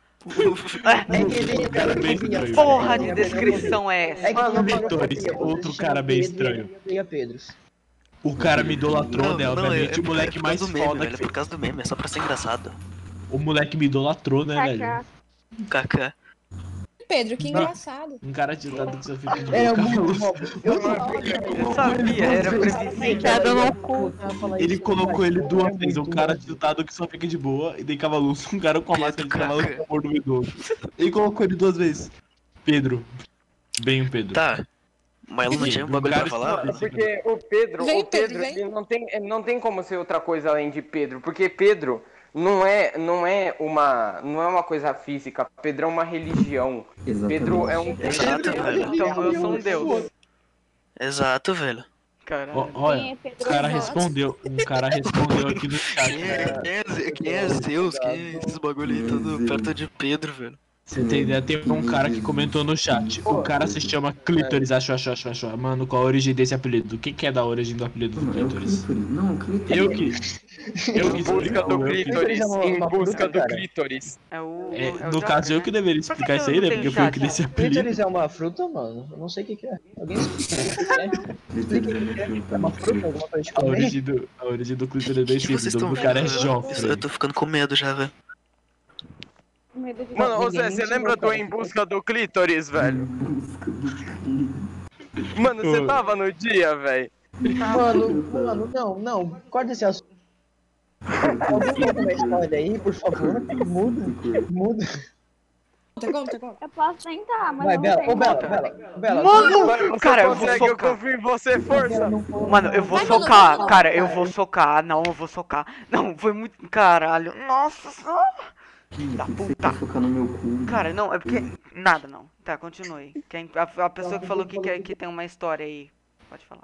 ele cara bem estranho. Porra de descrição é essa? É que Mano, Vitores, outro cara bem estranho. Pedros. O cara me idolatrou, né? Obviamente, o moleque por mais causa do meme, foda velho. É que... por causa do meme, é só pra ser engraçado. O moleque me idolatrou, né, velho? KK. Pedro, que engraçado. Um cara ditado que só fica de Era boca. muito bom. Eu sabia, era previsível. no cu. Ele colocou ele duas vezes, um cara tiltado que só fica de boa, e daí Cavaluço, um cara com a máscara de cavalo com cor do idoso. Ele colocou ele duas vezes. Pedro. Bem o Pedro. Tá. Mas ela não tinha um bagulho pra falar? Porque o Pedro, Vem, o Pedro, Pedro, vem. ele não tem como ser outra coisa além de Pedro, porque Pedro não é uma coisa física, Pedro é uma religião. Pedro é um Exato, velho. Então eu sou um deus. Exato, velho. Caralho. Olha, o cara respondeu. Um cara respondeu aqui no chat. Quem é Zeus? Quem é esses bagulho aí tudo perto de Pedro, velho? Você tem ideia? Tem um cara que comentou no chat. O cara se chama Clítoris. Achou. Mano, qual a origem desse apelido? Quem que é da origem do apelido do Clítoris? Não, Clítoris. Eu que. Em busca do clítoris, em busca do clítoris. No caso, eu que deveria explicar isso aí, né? Porque foi eu que dei esse apelido. Clítoris é uma fruta, mano? Eu não sei o que é. Alguém explica o que é? É uma fruta, alguma coisa de comer? A origem do clítoris é bem O que vocês simples. O estão nome do cara é vendo? Joffrey. Eu tô ficando com medo já, velho. Mano, ô Zé, você lembra do Em Busca do Clítoris, velho? Mano, você tava no dia, velho? Mano, não, corta esse assunto. Alguém conta uma história aí, por favor? Muda. Conta. Eu posso tentar, mas Vai, não Bela. tem. Ô, Bela. Mano, cara, eu vou Consegue, eu socar. confio em você, força! Mano, eu vou Vai, mano, socar. vai, Cara, cara. eu vou socar. Não, eu vou socar. Não, foi muito. Caralho. Nossa senhora. Da Você puta. quer focar no meu cu? Cara, não, é porque. Nada, não. Tá, continue. A pessoa que falou que tem uma história aí. Pode falar.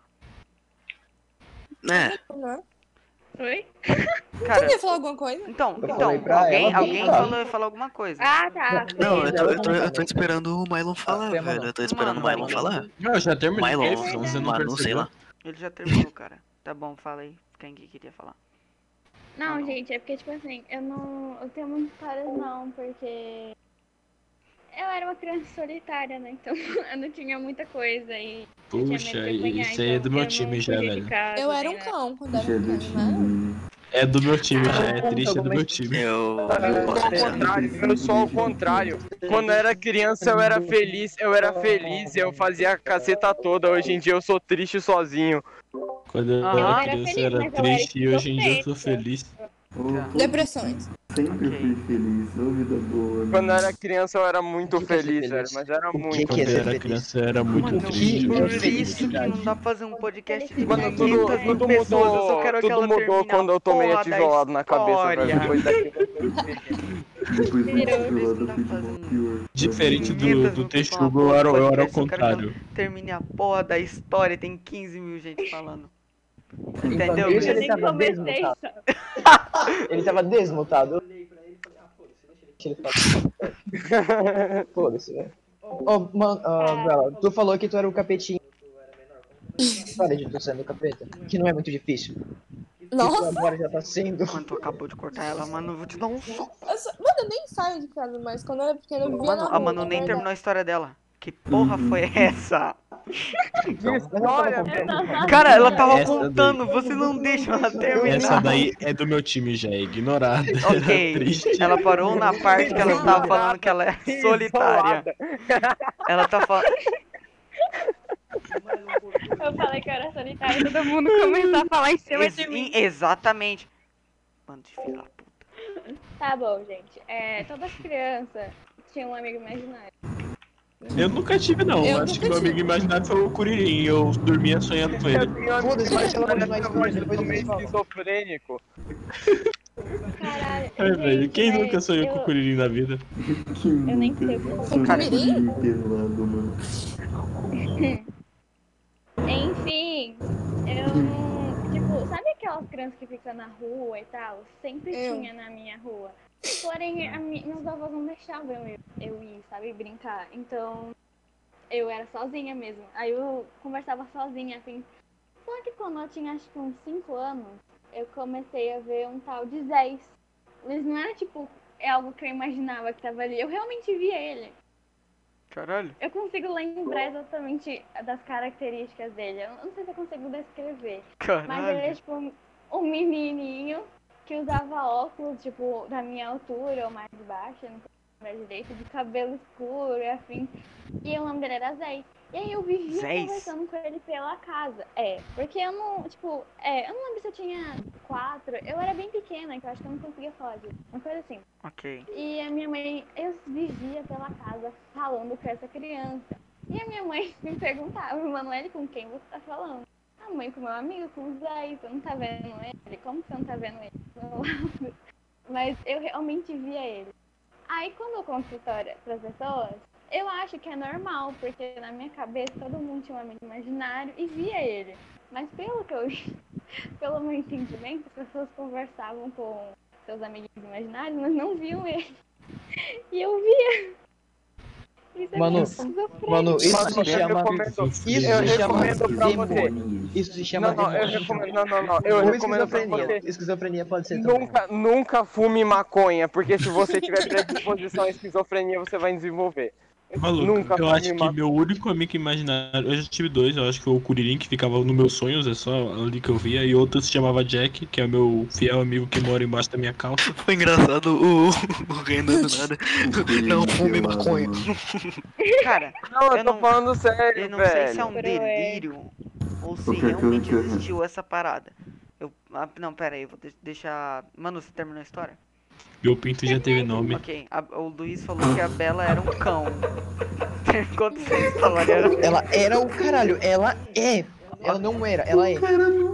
É, Oi? Cara, Você ia falar alguma coisa? então, falei pra alguém ela, falou ia falar alguma coisa. Ah, tá. não, eu tô esperando o Mylon falar, velho. Eu tô esperando o Mano, Mylon falar. Não, eu já terminei. Mylon, Você não mano, não sei percebeu? lá. Ele já terminou, cara. Tá bom, fala aí. Quem que queria falar? Não, gente, é porque, tipo assim, eu tenho muitas histórias não, porque eu era uma criança solitária, né? Então eu não tinha muita coisa e eu tinha Puxa, medo de apanhar, isso aí é então do meu eu time não já, fugia de velho. casa, Eu era nem um nada. cão quando era Já é do pequena, mas... time. É do meu time já, é triste, é do meu time. Eu posso Ao pensar. contrário, eu sou ao contrário. Quando eu era criança eu era feliz e eu fazia a caceta toda. Hoje em dia eu sou triste sozinho. Quando eu Aham. era criança, eu Era era feliz, mas eu triste e era hoje em dia eu sou feliz. Depressões. Sempre Ok. fui feliz, ô vida boa. Quando eu era criança eu era muito O que é ser feliz, feliz? velho. Mas era O muito. que é Quando eu ser era feliz? criança, eu era muito Mano, triste. por eu isso sei que não dá pra fazer um podcast de Mano, 500 mil tudo pessoas. Eu só quero que tudo ela mudou termine quando a eu tomei a porra da tijolada na cabeça, velho. história. Depois daquilo. Depois do Virou. tijolada eu fiz pior. Diferente 500 do mil pessoas Texugo, na eu era porra do ao podcast, eu quero que ela contrário. Termine a porra da história e tem 15 mil gente falando. Enquanto Entendeu? isso, Eu ele nem tava comecei desmutado. só. Ele tava desmutado. Eu olhei pra ele e falei, deixa ele falar. Foda-se, velho. Ô, mano, Bela, tu falou que tu era o capetinho. História de tu sendo o capeta, que não é muito difícil. E tu Nossa, agora já tá sendo. Mano, tu acabou de cortar ela, mano. Eu vou te dar um soco. mano, eu nem saio de casa, mas quando eu era pequena eu via Mano, na a rua, Manu de nem verdade. terminou a história dela. Que porra foi essa? História, Cara, ela tava Essa contando, você não deixa ela terminar. Essa daí é do meu time já, é ignorada. Ok, Era triste. ela parou na parte que ela tava falando que ela é solitária. Ela tá falando. Eu falei que eu era solitária e todo mundo começou a falar em cima de mim. Exatamente. Mano de filha da puta. Tá bom, gente. Todas crianças tinham um amigo imaginário. Eu nunca tive, não. Eu Acho que nunca meu amigo tive. imaginário foi o Curirim. Eu dormia sonhando com ele. Foda-se, vai pela coisa mais forte, depois meio vocês falam. esquizofrênico. Caralho. É, velho. gente, Quem mas nunca sonhou com o Curirim na vida? Que Eu nem nunca sei o que eu sonhou Cara, com ele pelado, mano. Enfim, eu. Tipo, sabe aquela aquelas crianças que ficam na rua e tal, sempre Eu. tinha na minha rua. Porém, meus avós não deixavam eu ir, sabe, brincar. Então, eu era sozinha mesmo. Aí eu conversava sozinha, assim. Só que quando eu tinha, acho que uns 5 anos, eu comecei a ver um tal de Zéis. Mas não era, tipo, algo que eu imaginava que tava ali. Eu realmente via ele. Caralho. Eu consigo lembrar exatamente das características dele. Eu não sei se eu consigo descrever. Mas ele é, Caralho. tipo, um menininho que usava óculos, tipo, da minha altura ou mais baixa, não sei direito, de cabelo escuro e afim. E o nome dele era Zé. E aí eu vivia Zéis? conversando com ele pela casa. Porque eu não, tipo, eu não lembro se eu tinha 4. Eu era bem pequena, então acho que eu não conseguia falar disso. Uma coisa assim. Ok. E a minha mãe, eu vivia pela casa falando com essa criança. E a minha mãe me perguntava, Manoel, com quem você tá falando? A mãe, com meu amigo, com o Zé, você não tá vendo ele? Como você não tá vendo ele? Do meu lado? Mas eu realmente via ele. Aí quando eu conto essa história pras pessoas, eu acho que é normal, porque na minha cabeça todo mundo tinha um amigo imaginário e via ele. Mas pelo meu entendimento, as pessoas conversavam com seus amigos imaginários, mas não viam ele. E eu via. Isso é Mano, muito esquizofrênico. Mano, isso Mano, se eu chama. recomendo- Isso eu se chama recomendo pra você. demônio. Isso se chama Não, eu demônio. recomendo. Não, eu Ou recomendo pra esquizofrenia. você. Esquizofrenia pode ser também. Nunca fume maconha, porque se você tiver predisposição à esquizofrenia, você vai desenvolver. Maluco, Nunca eu fume acho que maconha. meu único amigo imaginário, eu já tive dois, eu acho que foi o Curirim, que ficava nos meus sonhos, é só ali que eu via, e outro se chamava Jack, que é o meu fiel amigo que mora embaixo da minha calça. Foi engraçado o Renan do nada. Não fume maconha. Cara, Não, eu eu tô não- falando sério, eu não sei se é velho. um delírio ou se Ok, realmente ok. existiu essa parada. Não, pera aí, eu vou deixar... Mano, você terminou a história? Meu pinto já teve nome. Ok, o Luiz falou que a Bela era um cão. Conta essa história. Ela era o caralho. Ela é. Ela não era, ela é.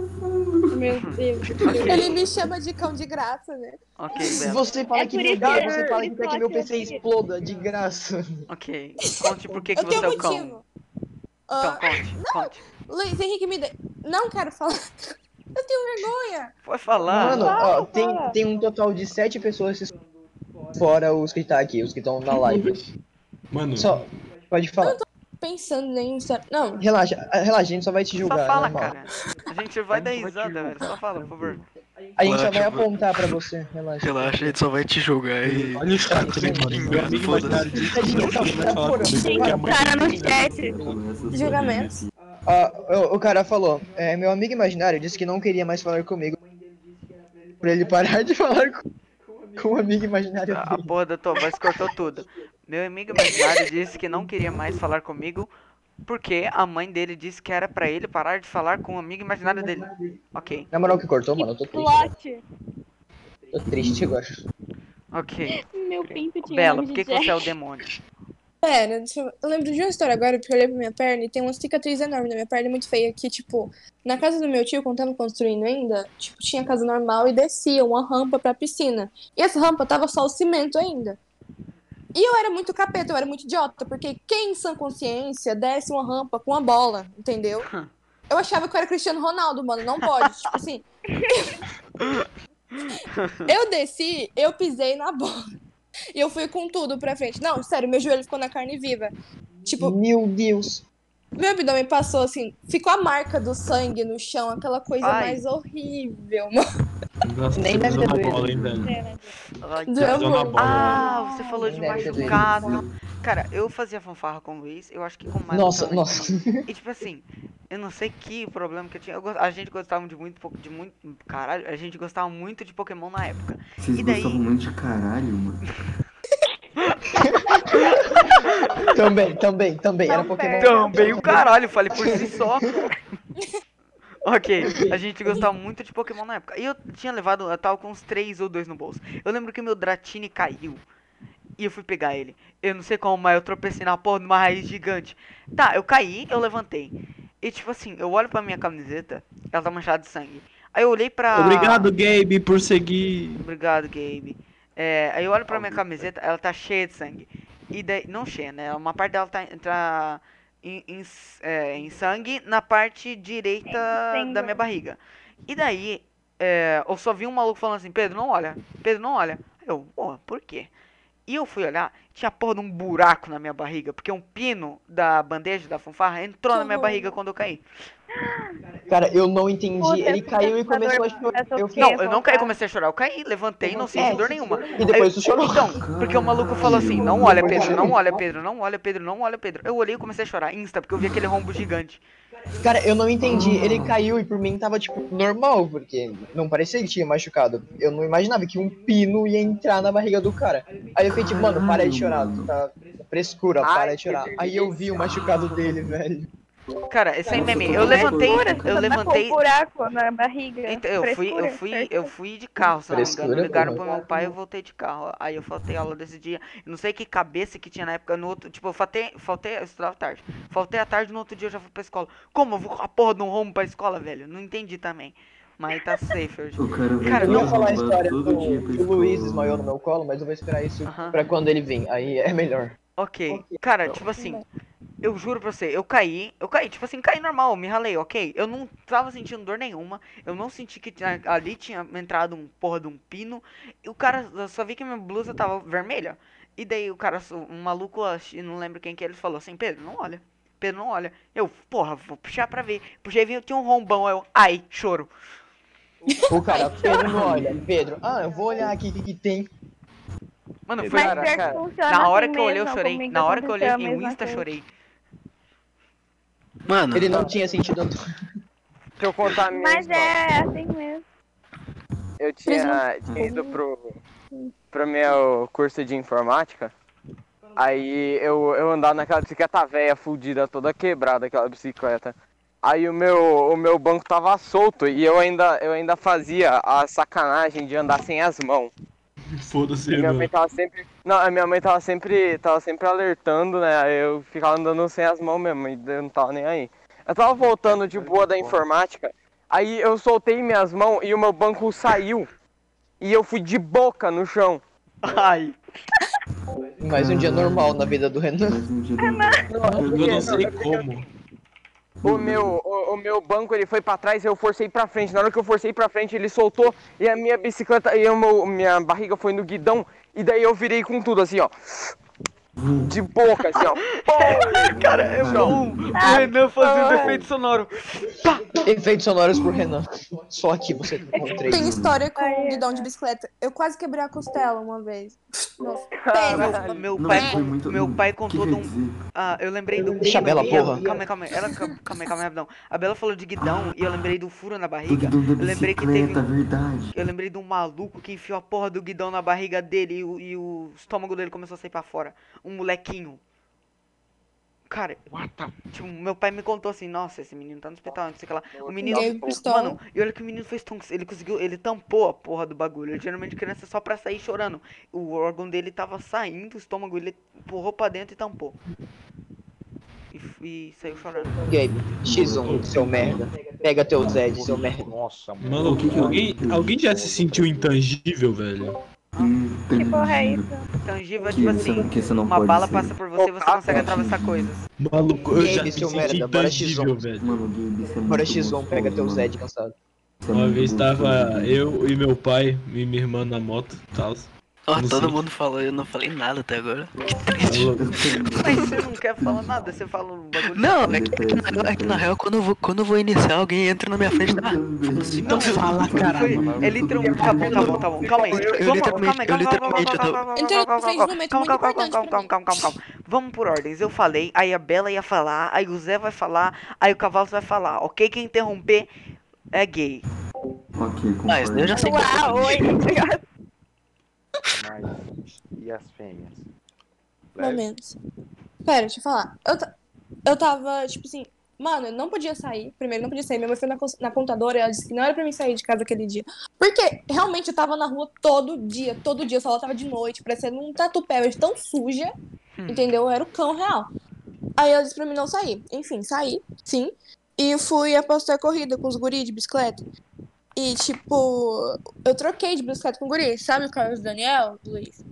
Meu Deus. Ok. Ele me chama de cão de graça, né? Ok, Se Bela. você fala É que por meu isso gato, que você fala que ele quer que meu gosta PC de- exploda de graça. Ok, conte por que Eu você tenho é o cão. motivo. Então, Ah, conte. Luiz Henrique me dê. Não quero falar. Eu tenho vergonha. Pode falar. Mano, ó, tem um total de 7 pessoas fora os que tá aqui, os que estão na live. Mano, Só, pode falar. Pensando em nenhuma história. Não, Relaxa, a gente só vai te Só julgar, é fala, normal. cara. A gente vai dar risada, velho. Só fala, por favor. A gente só vai Relaxa, apontar pra você, relaxa. Relaxa, a gente só vai te julgar e. olha o chato, né, mano? Meu amigo imaginário disse que não queria mais falar comigo, porque a mãe cara no dele- chat. Julgamentos. O cara falou, meu amigo imaginário disse que não queria mais falar comigo. Pra ele parar de falar com o amigo imaginário A dele. porra da tua voz cortou tudo. Meu amigo imaginário disse que não queria mais falar comigo porque a mãe dele disse que era pra ele parar de falar com o amigo imaginário dele. Ok, Na moral que cortou, mano, eu tô triste. Plot. Tô triste agora. ok. Meu pinto tinha Bela, nome por de que você é o Jack. demônio? Pera, eu lembro de uma história agora, porque eu olhei pra minha perna e tem uma cicatriz enorme na minha perna, muito feia, que, tipo, na casa do meu tio, quando tava construindo ainda, tipo, tinha casa normal e descia uma rampa pra piscina. E essa rampa tava só o cimento ainda. E eu era muito capeta, eu era muito idiota, porque quem em sã consciência desce uma rampa com uma bola, entendeu? Eu achava que eu era Cristiano Ronaldo, mano, não pode, tipo assim. Eu desci, eu pisei na bola. E eu fui com tudo pra frente. Não, sério, meu joelho ficou na carne viva. Tipo, Meu Deus. meu abdômen passou assim, ficou a marca do sangue no chão, aquela coisa Ai. mais horrível, mano. Nossa, Nem você deve pisou ter na doído. bola, hein, velho? Ai, Doeu Você pisou na muito. bola, Ah, você falou de Nem deve ter doído. machucado. Cara, eu fazia fanfarra com o Luiz, eu acho que com o Manu Nossa, também. nossa. E tipo assim, eu não sei que problema que eu tinha. A gente gostava de muito. Caralho, a gente gostava muito de Pokémon na época. Vocês E daí- gostavam muito de caralho, mano. Também. Era Pokémon. Também o caralho, falei por si só. Ok, a gente gostava muito de Pokémon na época. E eu tinha levado, eu tava com uns 3 ou 2 no bolso. Eu lembro que meu Dratini caiu. E eu fui pegar ele. Eu não sei como, mas eu tropecei na porra de uma raiz gigante. Tá, eu caí, eu levantei. E tipo assim, eu olho pra minha camiseta, ela tá manchada de sangue. Aí eu olhei pra... Obrigado, Gabe, por seguir. Obrigado, Gabe. Aí eu olho pra minha camiseta, ela tá cheia de sangue. E daí, não cheia, né? Uma parte dela tá em sangue na parte direita da minha barriga. E daí, eu só vi um maluco falando assim, Pedro, não olha. Pedro, não olha. Eu, porra, por quê? E eu fui olhar, tinha porra de um buraco na minha barriga, porque um pino da bandeja da fanfarra entrou na minha barriga quando eu caí. Cara, eu não entendi. Puta, Ele caiu e começou a chorar. Eu fiquei... Não, eu não caí, comecei a chorar. Eu caí, levantei, não senti dor nenhuma. E depois tu chorou. Então, porque o maluco falou assim, não olha, Pedro, não olha, Pedro, não olha, Pedro, não olha, Pedro. Eu olhei e comecei a chorar, insta, porque eu vi aquele rombo gigante. Cara, eu não entendi. Ele caiu e por mim tava, tipo, normal, porque não parecia que tinha machucado. Eu não imaginava que um pino ia entrar na barriga do cara. Aí eu fiquei tipo, mano, para de chorar, tu tá frescura, para de chorar. Aí eu vi o machucado dele, velho. Cara, esse aí meme, eu levantei, Um buraco na barriga. Então, eu fui de carro, se não me engano. Frescura, Ligaram porra. pro meu pai, eu voltei de carro. Aí eu faltei aula desse dia. Eu não sei que cabeça que tinha na época no outro. Tipo, eu estudava tarde. Faltei à tarde, no outro dia eu já fui pra escola. Como eu vou com a porra de um rumo pra escola, velho? Não entendi também. Mas tá safe hoje. O cara vai Cara, Eu não ia falar a história todo dia pra do escola. Luiz desmaiou no meu colo, mas eu vou esperar isso Aham. pra quando ele vir. Aí é melhor. Ok. Cara, tipo assim, eu juro pra você, eu caí, tipo assim, caí normal, me ralei, ok? Eu não tava sentindo dor nenhuma, eu não senti que ali tinha entrado um porra de um pino, e o cara, eu só vi que minha blusa tava vermelha, e daí o cara, um maluco, não lembro quem que é, ele falou assim, Pedro, não olha, Pedro, não olha. Eu, porra, vou puxar pra ver. Puxei, tinha um rombão, aí eu, ai, choro. O cara, Pedro não olha. Pedro, eu vou olhar aqui o que tem. Mano, foi... Mas pior que funciona Na hora assim que eu olhei, eu mesmo, chorei. comigo Na hora que eu olhei aconteceu a em mesma Insta, coisa. chorei. Mano, Ele não tinha sentido. Deixa eu contar a minha Mas história. é assim mesmo. Eu tinha ido pro meu curso de informática. Aí eu andava naquela bicicleta velha, fudida, toda quebrada, aquela bicicleta. Aí o meu banco tava solto e eu ainda fazia a sacanagem de andar sem as mãos. Foda-se, E minha mano. mãe tava sempre. Não, a minha mãe tava sempre alertando, né? Aí eu ficava andando sem as mãos mesmo, e eu não tava nem aí. Eu tava voltando de boa da informática, aí eu soltei minhas mãos e o meu banco saiu. E eu fui de boca no chão. Ai. Mais um dia normal na vida do Renan. Mais um dia do- Eu não sei como. O meu banco ele foi pra trás e eu forcei pra frente. Na hora que eu forcei pra frente, ele soltou e a minha bicicleta e minha barriga foi no guidão. E daí eu virei com tudo assim, ó. De boca, assim, ó. Cara, é bom o Renan fazendo efeito sonoro. Efeitos sonoros pro Renan. Só aqui você encontrei. Tem história com o guidão de bicicleta. Eu quase quebrei a costela uma vez. Nossa, pensa. Meu Não, pai, foi muito- meu pai que contou quer de um. dizer? Eu lembrei do. Deixa a Bela, porra. Calma aí, rapidão. A Bela falou de guidão e eu lembrei do furo na Do barriga. guidão da Eu lembrei que bicicleta, teve. verdade. Eu lembrei de um maluco que enfiou a porra do guidão na barriga dele e o estômago dele começou a sair pra fora. Um molequinho. Cara, tipo, meu pai me contou assim, nossa, esse menino tá no hospital, não sei o que lá. O menino. Ninguém pistola. Mano, e olha que o menino fez tonks. Ele conseguiu. Ele tampou a porra do bagulho. Ele, geralmente criança é só pra sair chorando. O órgão dele tava saindo, o estômago, ele empurrou pra dentro e tampou. E saiu chorando. Gabe, X1, seu merda. Pega teu Zed, seu merda. Nossa, mano. Mano, alguém já se sentiu intangível, velho? Que porra é isso? Tangível é tipo assim, Que você não uma pode bala ser. passa por você e você consegue atravessar coisas. Maluco, eu já Gabe, me seu senti merda, bora intangível, X1. velho. Mano, Gabe, isso é muito Bora X1, pega teu gostoso, Zed mano. cansado. Isso é Uma muito vez gostoso, tava velho. eu e meu pai e minha irmã na moto e tal. ó, Não todo sei. mundo falou, eu não falei nada até agora. Mas você não quer falar nada, você fala um bagulho. Não, é que na real, quando eu vou iniciar, alguém entra na minha frente e dá. Então fala, caralho. É literalmente. Tá bom. Calma aí. Entrei na frente de um momento muito importante pra mim. Calma. Vamos por ordens. Eu falei, aí a Bela ia falar, aí o Zé vai falar, aí o Cavalo vai falar, ok? Quem interromper é gay. Ok, Mas eu já sei que Uau, oi. Mas e as fêmeas? Pelo menos. Pera, deixa eu falar. Eu tava, tipo assim, mano, eu não podia sair. Primeiro, não podia sair. Minha mãe foi na contadora e ela disse que não era pra mim sair de casa aquele dia. Porque realmente eu tava na rua todo dia. Eu só tava de noite, parecendo um tatuapé, de tão suja. Entendeu? Eu era o cão real. Aí ela disse pra mim não sair. Enfim, saí, sim. E fui apostar corrida com os guris de bicicleta. E, tipo, eu troquei de bicicleta com o guri. Sabe o Carlos Daniel, Luiz?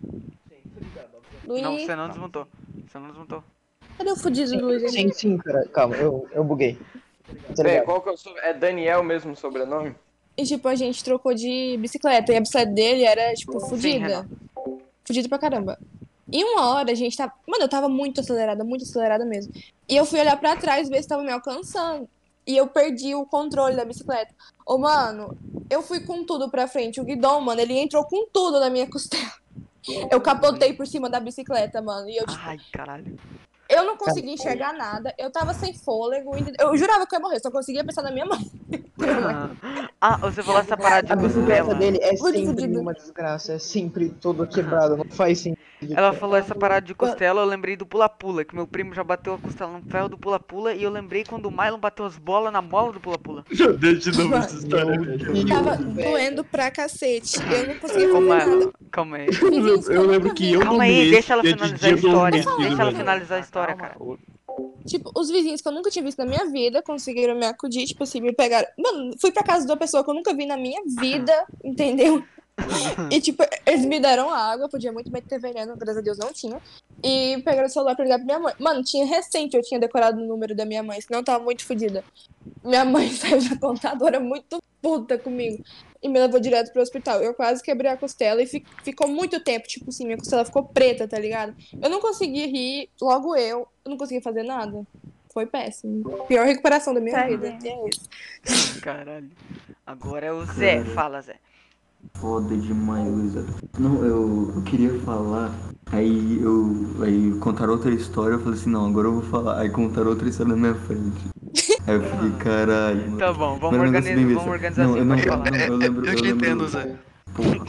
Luiz? Não, você não desmontou. Cadê o fudido do Luiz? Sim, cara. Calma, eu buguei. Tá Peraí, ligado? qual que é o É Daniel mesmo o sobrenome? E, tipo, a gente trocou de bicicleta. E a bicicleta dele era, tipo, Sim, fodida. Renan. Fodida pra caramba. E uma hora a gente tava. Mano, eu tava muito acelerada mesmo. E eu fui olhar pra trás ver se tava me alcançando. E eu perdi o controle da bicicleta. Ô, mano, eu fui com tudo pra frente. O guidão, mano, ele entrou com tudo na minha costela. Eu capotei por cima da bicicleta, mano. E eu, tipo, Ai, caralho. eu não conseguia enxergar nada. Eu tava sem fôlego. Eu jurava que eu ia morrer. Só conseguia pensar na minha mãe. Ah, você falou essa parada A de bicicleta costela. dele é Muito sempre fodido. uma desgraça, é sempre toda quebrada, não faz sentido. Ela falou essa parada de costela, eu lembrei do pula-pula, que meu primo já bateu a costela no ferro do pula-pula, e eu lembrei quando o Mylon bateu as bolas na mola do pula-pula. Meu Deus, de novo essa história, velho. Tava doendo pra cacete. Eu não conseguia Ô, fazer nada. Mylon, calma aí. Vizinhos que Eu nunca lembro que vi. eu Calma aí, dormi deixa ela esse finalizar a dia do história. homicídio, Deixa ela velho. finalizar a história, cara. Tipo, os vizinhos que eu nunca tinha visto na minha vida conseguiram me acudir, tipo assim, me pegaram. Mano, fui pra casa de uma pessoa que eu nunca vi na minha vida, entendeu? E, tipo, eles me deram água, podia muito bem ter veneno, graças a Deus não tinha. E pegaram o celular pra ligar pra minha mãe. Mano, tinha recente, eu tinha decorado o número da minha mãe, senão eu tava muito fodida. Minha mãe saiu da contadora muito puta comigo e me levou direto pro hospital. Eu quase quebrei a costela e ficou muito tempo, tipo assim, minha costela ficou preta, tá ligado? Eu não consegui rir, logo eu não consegui fazer nada. Foi péssimo. Pior recuperação da minha Tadinha. vida. E é isso. Caralho. Agora é o Zé. Fala, Zé. Foda demais, Luísa. Não, eu queria falar, aí contaram outra história, eu falei assim, não, agora eu vou falar. Aí contaram outra história na minha frente. Aí eu fiquei, caralho, mano. Tá bom, Mas é um negócio bem besta. organizar Não, assim, eu não, pode falar. não, eu lembro. Eu te entendo, Zé. Porra,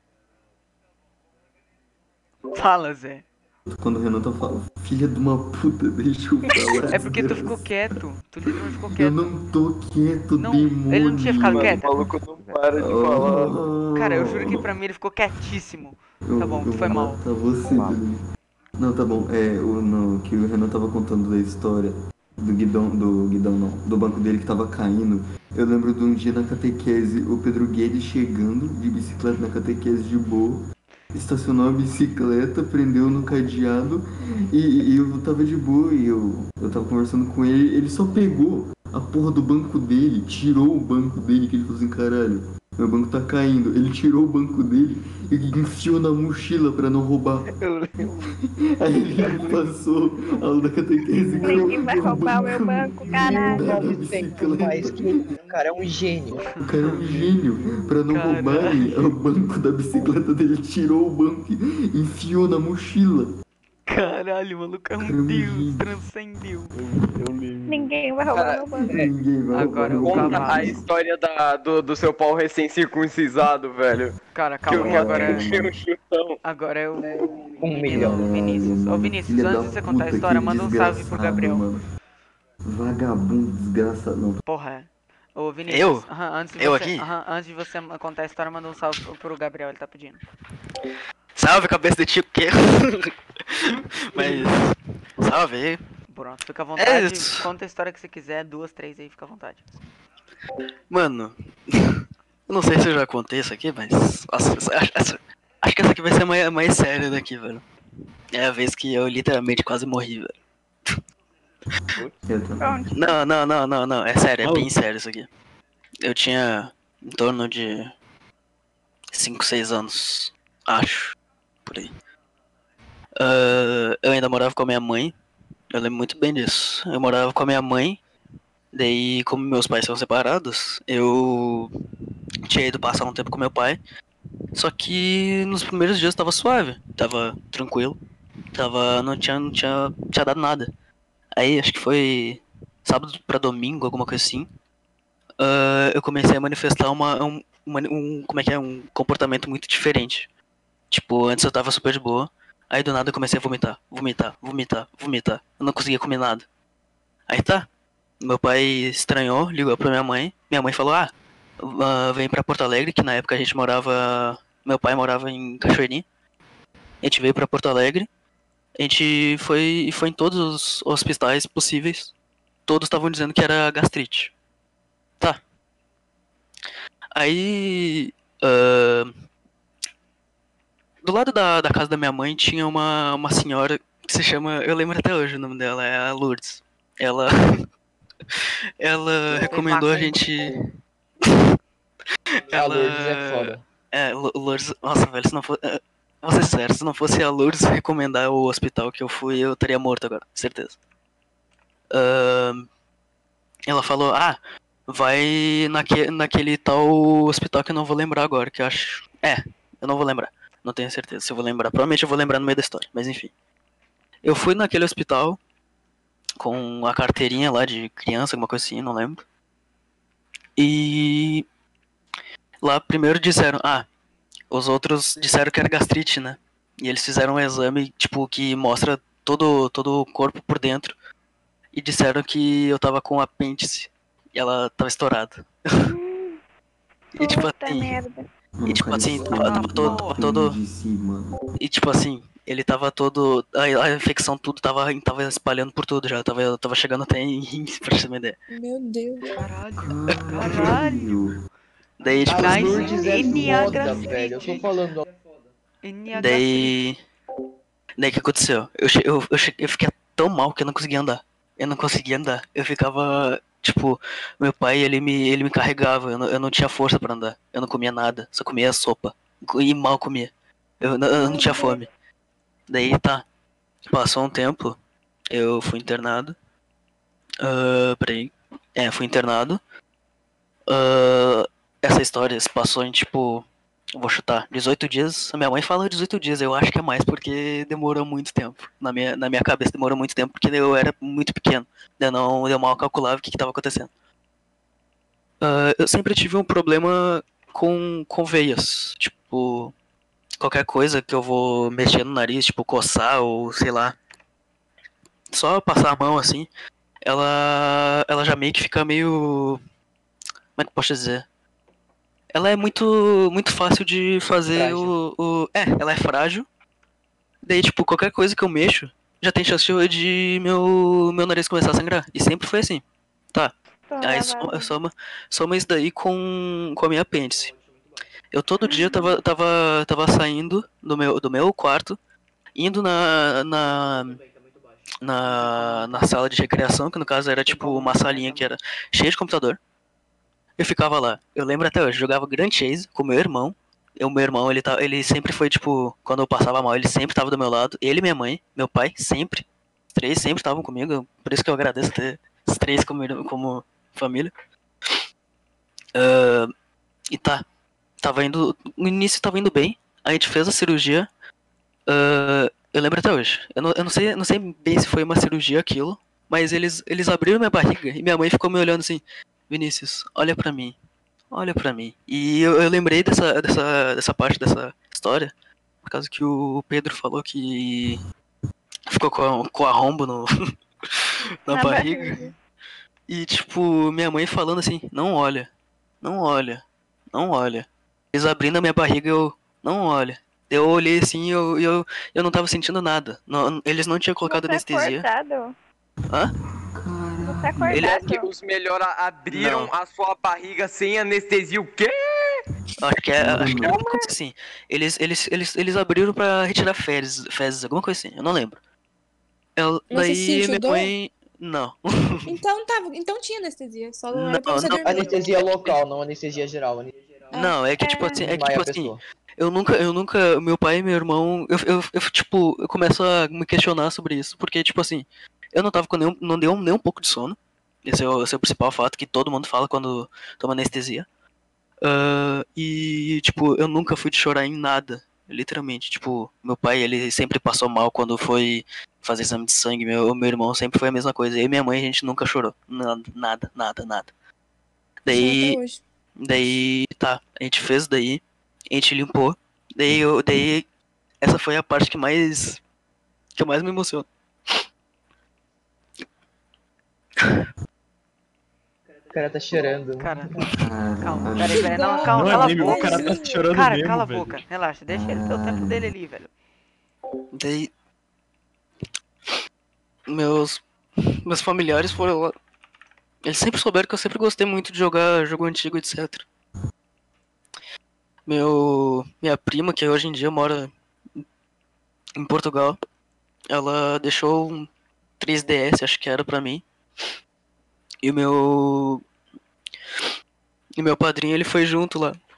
Fala, Zé. quando o Renan tá falando, filha de uma puta, deixa eu falar. É porque tu desgraça. ficou quieto. Tu literalmente ficou Eu quieto. não tô quieto, Não, demônio. ele não tinha ficado quieto. O maluco não para de falar. Cara, eu juro que pra mim ele ficou quietíssimo. Tá bom, Eu foi vou mal. matar você, Bruno. Não, tá bom. Que o Renan tava contando da história do guidão não, do banco dele que tava caindo. Eu lembro de um dia na catequese, o Pedro Guedes chegando de bicicleta na catequese de boa, estacionou a bicicleta, prendeu no cadeado e eu tava de boa e eu tava conversando com ele só pegou a porra do banco dele, tirou o banco dele, que ele falou assim, caralho, meu banco tá caindo. Ele tirou o banco dele e enfiou na mochila pra não roubar. Aí ele passou a aula da catequese com Ninguém vai roubar o meu banco, caralho. da Mas bicicleta. que o cara é um gênio. O cara é um gênio. Pra não Caralho. roubarem o banco da bicicleta dele, tirou o banco e enfiou na mochila. Caralho, o maluco é um deus, transcendeu. Ninguém vai roubar meu banco. Ninguém vai Agora roubar o meu Conta cavalo. a história do seu pau recém-circuncisado, velho. Cara, Que eu calma aí, agora é... um chutão. Agora é o Um menino milhão. Vinícius. Ô Vinícius, Filha antes da de você contar a puta, história, que manda um salve pro desgraçado, Gabriel. mano. Vagabundo, desgraçado. Não, Porra, é. Ô Vinícius, Eu? Antes de Eu você, aqui? antes de você contar a história, manda um salve pro Gabriel, ele tá pedindo. Salve, cabeça de tipo, que? Mas. Salve aí. Pronto, fica à vontade, isso. conta a história que você quiser, 2, 3 aí, fica à vontade. Mano. Eu não sei se eu já contei isso aqui, mas. Nossa, acho que essa aqui vai ser a mais séria daqui, velho. É a vez que eu literalmente quase morri, velho. eu também. Pronto. Não. É sério, é bem sério isso aqui. Eu tinha em torno de 5, 6 anos, acho, por aí. Eu ainda morava com a minha mãe, eu lembro muito bem disso. Eu morava com a minha mãe, daí como meus pais são separados, eu tinha ido passar um tempo com meu pai. Só que nos primeiros dias tava suave, tava tranquilo, não tinha dado nada. Aí acho que foi sábado pra domingo, alguma coisa assim. Eu comecei a manifestar um comportamento muito diferente. Tipo, antes eu tava super de boa, aí do nada eu comecei a vomitar. Eu não conseguia comer nada. Aí tá, meu pai estranhou, ligou pra minha mãe falou, vem pra Porto Alegre, que na época meu pai morava em Cachoeirinha. A gente veio pra Porto Alegre, a gente foi em todos os hospitais possíveis, todos estavam dizendo que era gastrite. Tá. Aí, do lado da casa da minha mãe tinha uma senhora que se chama, eu lembro até hoje o nome dela, é a Lourdes. Ela recomendou a gente A Lourdes é foda. Lourdes. Nossa, velho, se não fosse. Vou ser sério, se não fosse a Lourdes recomendar o hospital que eu fui, eu teria morto agora, certeza. Ela falou, vai naquele tal hospital que eu não vou lembrar agora, que eu acho. Eu não vou lembrar. Não tenho certeza se eu vou lembrar. Provavelmente eu vou lembrar no meio da história, mas enfim. Eu fui naquele hospital com a carteirinha lá de criança, alguma coisa assim, não lembro. E lá primeiro disseram, os outros disseram que era gastrite, né? E eles fizeram um exame, tipo, que mostra todo o corpo por dentro. E disseram que eu tava com apêndice. E ela tava estourada. E tipo Puta assim. merda. E tipo Cara, assim, isso tava é todo. apêndice, mano. E tipo assim, ele tava todo. A infecção tudo tava espalhando por tudo já. Tava chegando até em rins, pra você ter uma ideia. Meu Deus. Caralho. Caralho. Daí, tipo A assim. Lourdes é NA foda, gastrite. velho. Eu tô falando. NA gastrite. Daí o que aconteceu? Eu fiquei tão mal que eu não conseguia andar. Eu ficava, tipo, meu pai, ele me carregava, eu não tinha força pra andar. Eu não comia nada, só comia sopa. E mal comia. Eu não tinha fome. Daí tá. Passou um tempo, eu fui internado. Peraí. Fui internado. Essa história se passou em, tipo, eu vou chutar, 18 dias. A minha mãe fala 18 dias, eu acho que é mais porque demorou muito tempo. Na minha cabeça demorou muito tempo porque eu era muito pequeno. Eu mal calculava o que estava acontecendo. Eu sempre tive um problema com veias. Tipo, qualquer coisa que eu vou mexer no nariz, tipo coçar ou sei lá. Só passar a mão assim, ela já meio que fica meio. Como é que eu posso dizer? Ela é muito fácil de fazer Frágil. ela é frágil. Daí, tipo, qualquer coisa que eu mexo, já tem chance de meu nariz começar a sangrar. E sempre foi assim. Tá. Aí soma isso daí com a minha apêndice. Eu todo dia tava saindo do meu quarto, indo na sala de recreação, que no caso era tipo uma salinha que era cheia de computador. Eu ficava lá. Eu lembro até hoje, jogava Grand Chase com meu irmão. Meu irmão, ele sempre foi, tipo, quando eu passava mal, ele sempre tava do meu lado. Ele e minha mãe, meu pai, sempre. Os três sempre estavam comigo. Por isso que eu agradeço ter os três como família. E tá. No início tava indo bem. A gente fez a cirurgia. Eu lembro até hoje. Eu não sei bem se foi uma cirurgia aquilo. Mas eles abriram minha barriga e minha mãe ficou me olhando assim. Vinícius, olha pra mim. Olha pra mim. E eu lembrei dessa parte dessa história. Por causa que o Pedro falou que ficou com arrombo na barriga. E tipo, minha mãe falando assim, não olha. Não olha. Não olha. Eles abrindo a minha barriga, eu. Não olha. Eu olhei assim e eu não tava sentindo nada. Eles não tinham colocado anestesia. Acordado? Hã? Você acordado? Que os melhores abriram a sua barriga sem anestesia, o quê? Acho que é alguma coisa assim. Eles abriram pra retirar fezes, alguma coisa assim, eu não lembro. Daí minha mãe. Não. Então tinha anestesia, só não era pra você dormir. Anestesia local, não anestesia geral. Não, é que tipo assim, eu nunca, meu pai e meu irmão, eu começo a me questionar sobre isso, porque tipo assim, eu não tava com não deu nem um pouco de sono. Esse é o principal fato que todo mundo fala quando toma anestesia. E tipo, eu nunca fui de chorar em nada, literalmente. Tipo, meu pai, ele sempre passou mal quando foi fazer exame de sangue. Meu irmão sempre foi a mesma coisa. Eu e minha mãe, a gente nunca chorou. Nada. Daí, tá, a gente fez daí, a gente limpou. Daí essa foi a parte que mais me emociona. O cara tá chorando. Cara, calma, peraí, não, calma, cala a boca. O cara tá chorando cara, mesmo, cala a velho. boca, relaxa, deixa ele ter o tempo dele ali, velho. Daí meus familiares foram lá. Eles sempre souberam que eu sempre gostei muito de jogar jogo antigo, etc. Minha prima, que hoje em dia mora em Portugal, ela deixou um 3DS, acho que era pra mim. E o meu padrinho, ele foi junto lá.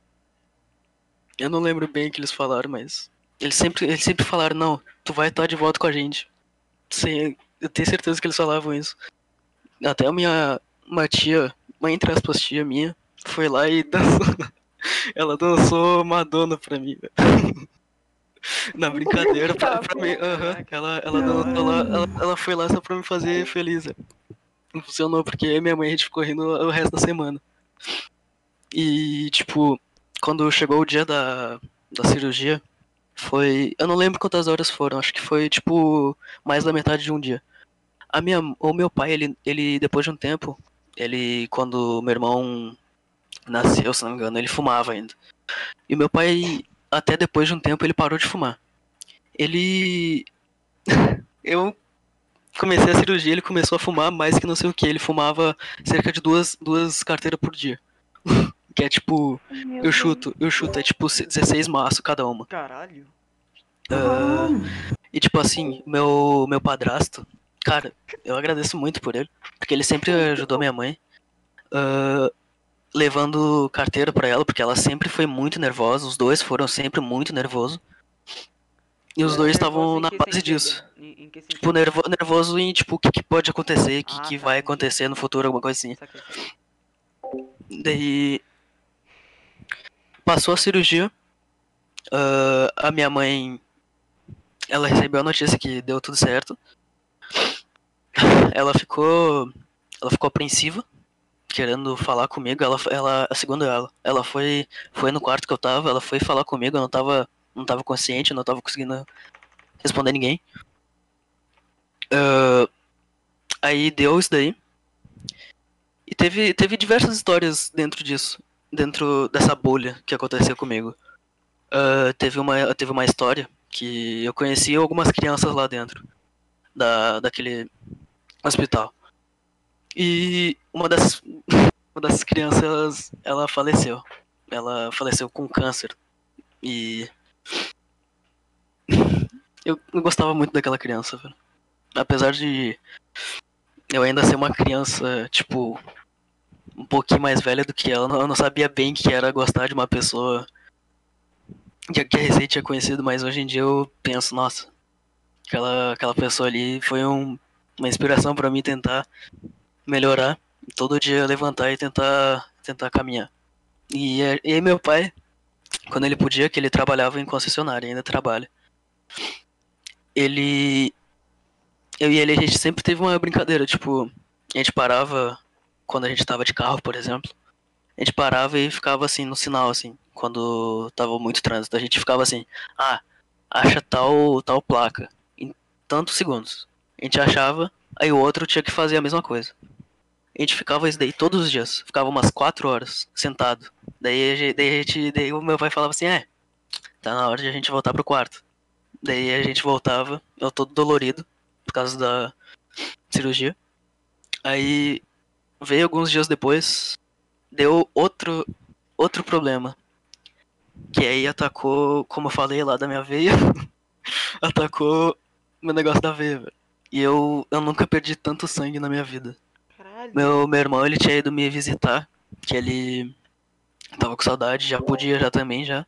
Eu não lembro bem o que eles falaram, mas. Eles sempre falaram, não, tu vai estar de volta com a gente. Sim, eu tenho certeza que eles falavam isso. Até uma tia, uma entre aspas tia minha, foi lá e dançou. Ela dançou Madonna pra mim, velho. Na brincadeira, pra mim. Aham. Ela dançou lá, ela foi lá só pra me fazer feliz, velho. Não funcionou, porque minha mãe a gente ficou rindo o resto da semana. E, tipo, quando chegou o dia da cirurgia, foi. Eu não lembro quantas horas foram, acho que foi, tipo, mais da metade de um dia. O meu pai, ele, depois de um tempo, quando meu irmão nasceu, se não me engano, ele fumava ainda. E o meu pai, até depois de um tempo, ele parou de fumar. Ele. Eu comecei a cirurgia, ele começou a fumar mais que não sei o que. Ele fumava cerca de duas carteiras por dia. Que é tipo. Meu Eu chuto, é tipo 16 maços cada uma. Caralho. E tipo assim, meu padrasto, cara, eu agradeço muito por ele, porque ele sempre ajudou minha mãe, levando carteira pra ela, porque ela sempre foi muito nervosa, os dois foram sempre muito nervosos. E os dois estavam na base disso. Em que Tipo, sentido? nervoso em tipo, o que pode acontecer, o que tá, vai entendi. acontecer no futuro, alguma coisa assim. Saquei. Daí passou a cirurgia, a minha mãe, ela recebeu a notícia que deu tudo certo. Ela ficou apreensiva, querendo falar comigo. Segundo ela foi no quarto que eu tava, ela foi falar comigo, eu não tava consciente, eu não tava conseguindo responder ninguém. Aí deu isso daí. E teve diversas histórias dentro disso, dentro dessa bolha que aconteceu comigo. Teve uma história que eu conheci algumas crianças lá dentro daquele hospital. E uma dessas crianças, ela faleceu. Ela faleceu com câncer. E eu gostava muito daquela criança, velho. Apesar de eu ainda ser uma criança, tipo, um pouquinho mais velha do que ela, eu não sabia bem que era gostar de uma pessoa que a recém tinha conhecido, mas hoje em dia eu penso, nossa, aquela pessoa ali foi uma inspiração pra mim tentar melhorar, todo dia levantar e tentar caminhar. E aí meu pai, quando ele podia, que ele trabalhava em concessionária, ainda trabalha. Eu e ele, a gente sempre teve uma brincadeira, tipo, a gente parava, quando a gente tava de carro, por exemplo, a gente parava e ficava assim, no sinal, assim, quando tava muito trânsito, a gente ficava assim, acha tal placa, em tantos segundos. A gente achava, aí o outro tinha que fazer a mesma coisa. A gente ficava isso daí todos os dias, ficava umas 4 horas, sentado. Daí o meu pai falava assim, tá na hora de a gente voltar pro quarto. Daí a gente voltava, eu todo dolorido, por causa da cirurgia. Aí veio alguns dias depois, deu outro problema. Que aí atacou, como eu falei lá da minha veia, atacou meu negócio da veia, velho. E eu nunca perdi tanto sangue na minha vida. Caralho. Meu irmão, ele tinha ido me visitar, que ele tava com saudade, já podia já também, já.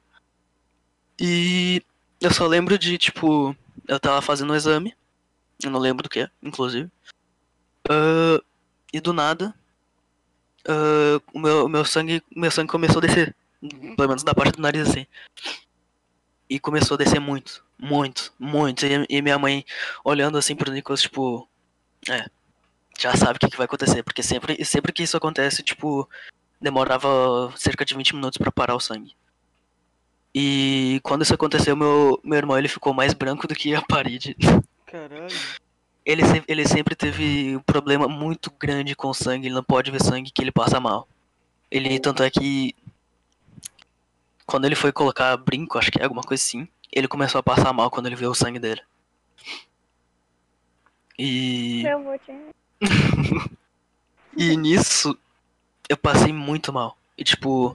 E eu só lembro de, tipo, eu tava fazendo um exame, eu não lembro do que, inclusive. E do nada, o meu sangue começou a descer, pelo menos da parte do nariz, assim. E começou a descer muito, muito, muito. E minha mãe olhando assim pro Nicolas, tipo, já sabe o que vai acontecer, porque sempre que isso acontece, tipo, demorava cerca de 20 minutos pra parar o sangue. E quando isso aconteceu, meu irmão, ele ficou mais branco do que a parede. Caralho. Ele sempre teve um problema muito grande com sangue, ele não pode ver sangue que ele passa mal. Tanto é que quando ele foi colocar brinco, acho que é alguma coisa assim, ele começou a passar mal quando ele viu o sangue dele. E Eu vou te... e nisso eu passei muito mal. E tipo,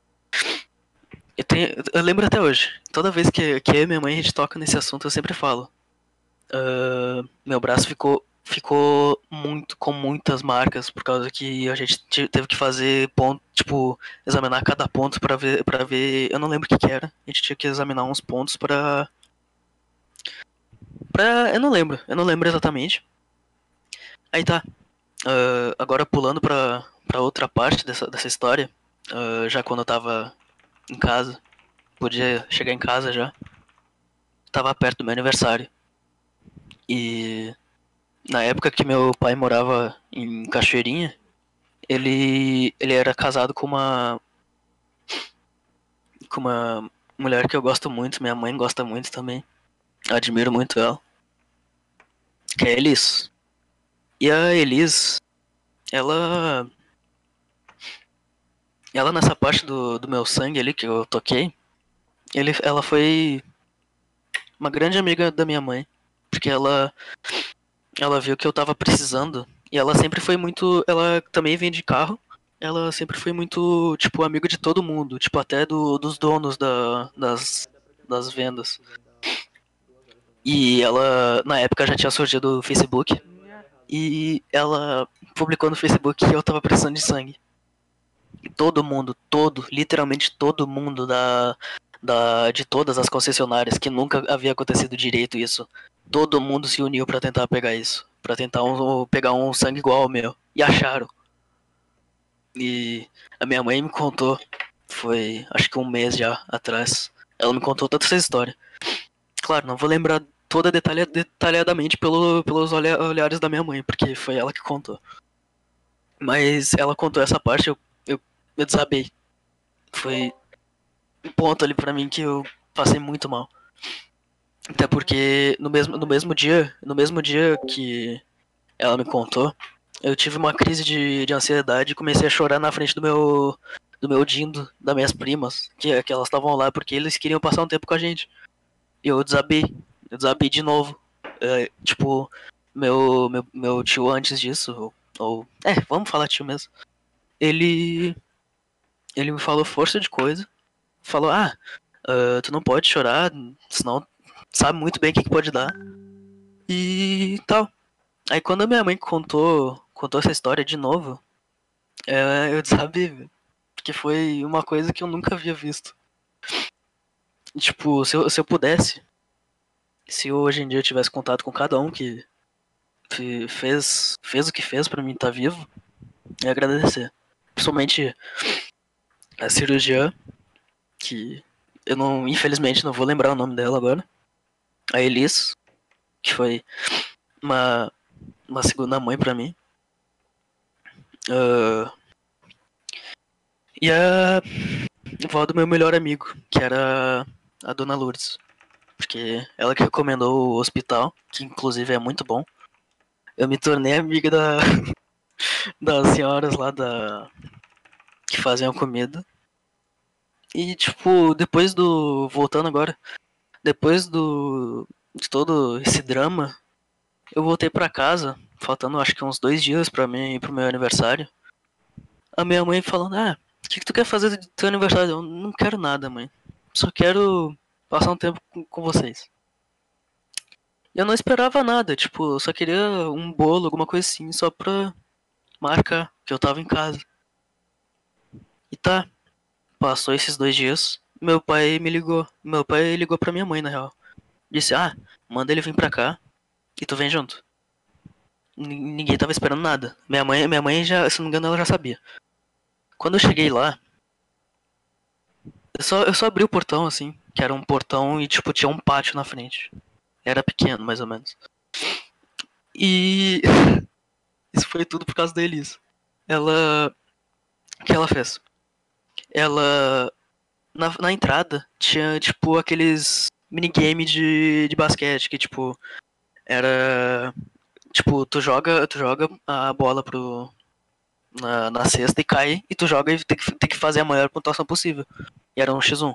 eu lembro até hoje. Toda vez que eu e minha mãe a gente toca nesse assunto, eu sempre falo. Meu braço ficou ficou com muitas marcas, por causa que a gente teve que fazer ponto, tipo, examinar cada ponto pra ver, eu não lembro o que era. A gente tinha que examinar uns pontos eu não lembro exatamente. Aí tá, agora pulando pra outra parte dessa história, já quando eu tava em casa, podia chegar em casa já, tava perto do meu aniversário. E na época que meu pai morava em Cachoeirinha, ele era casado com uma mulher que eu gosto muito, minha mãe gosta muito também. Admiro muito ela. Que é a Elis. E a Elis, ela nessa parte do meu sangue ali que eu toquei, ela foi uma grande amiga da minha mãe. Porque ela viu que eu tava precisando. E ela sempre foi muito. Ela também vende carro. Ela sempre foi muito, tipo, amiga de todo mundo. Tipo, até dos donos das vendas. E ela, na época, já tinha surgido o Facebook. E ela publicou no Facebook que eu tava precisando de sangue. E todo mundo, literalmente todo mundo de todas as concessionárias, que nunca havia acontecido direito isso, todo mundo se uniu pra tentar pegar isso. Pra tentar pegar um sangue igual ao meu. E acharam. E a minha mãe me contou, foi acho que um mês já atrás. Ela me contou toda essa história. Claro, não vou lembrar toda detalhadamente pelos olhares da minha mãe, porque foi ela que contou. Mas ela contou essa parte, eu desabei. Foi um ponto ali pra mim que eu passei muito mal. Até porque no mesmo dia que ela me contou, eu tive uma crise de ansiedade e comecei a chorar na frente do meu dindo, das minhas primas, que elas estavam lá porque eles queriam passar um tempo com a gente. E eu desabei de novo. Tipo, meu tio antes disso, vamos falar tio mesmo. Ele me falou força de coisa. Falou, tu não pode chorar, senão sabe muito bem o que pode dar. E tal. Aí quando a minha mãe contou essa história de novo, eu desabei, velho. Porque foi uma coisa que eu nunca havia visto. E, tipo, se eu pudesse, se hoje em dia eu tivesse contato com cada um que fez o que fez pra mim estar vivo, eu ia agradecer. Principalmente a cirurgiã, que eu não, infelizmente não vou lembrar o nome dela agora. A Elis, que foi uma segunda mãe pra mim. E a avó do meu melhor amigo, que era a Dona Lourdes. Porque ela que recomendou o hospital, que inclusive é muito bom. Eu me tornei amiga das senhoras lá que faziam comida. E tipo, voltando agora, depois de todo esse drama, eu voltei pra casa, faltando acho que uns 2 dias pro meu aniversário. A minha mãe falando, o que tu quer fazer do teu aniversário? Eu não quero nada, mãe. Só quero passar um tempo com vocês. Eu não esperava nada, tipo, eu só queria um bolo, alguma coisa assim, só pra marcar que eu tava em casa. E tá, passou esses 2 dias, meu pai me ligou. Meu pai ligou pra minha mãe, na real. Disse, manda ele vir pra cá e tu vem junto. Ninguém tava esperando nada. Minha mãe já, se não me engano, ela já sabia. Quando eu cheguei lá, eu só abri o portão, assim, que era um portão e, tipo, tinha um pátio na frente. Era pequeno, mais ou menos. E isso foi tudo por causa da Elisa. O que ela fez? Ela, na entrada, tinha, tipo, aqueles minigame de basquete, que, tipo, era... Tipo, tu joga a bola na cesta e cai, e tu joga e tem que fazer a maior pontuação possível. E era um X1.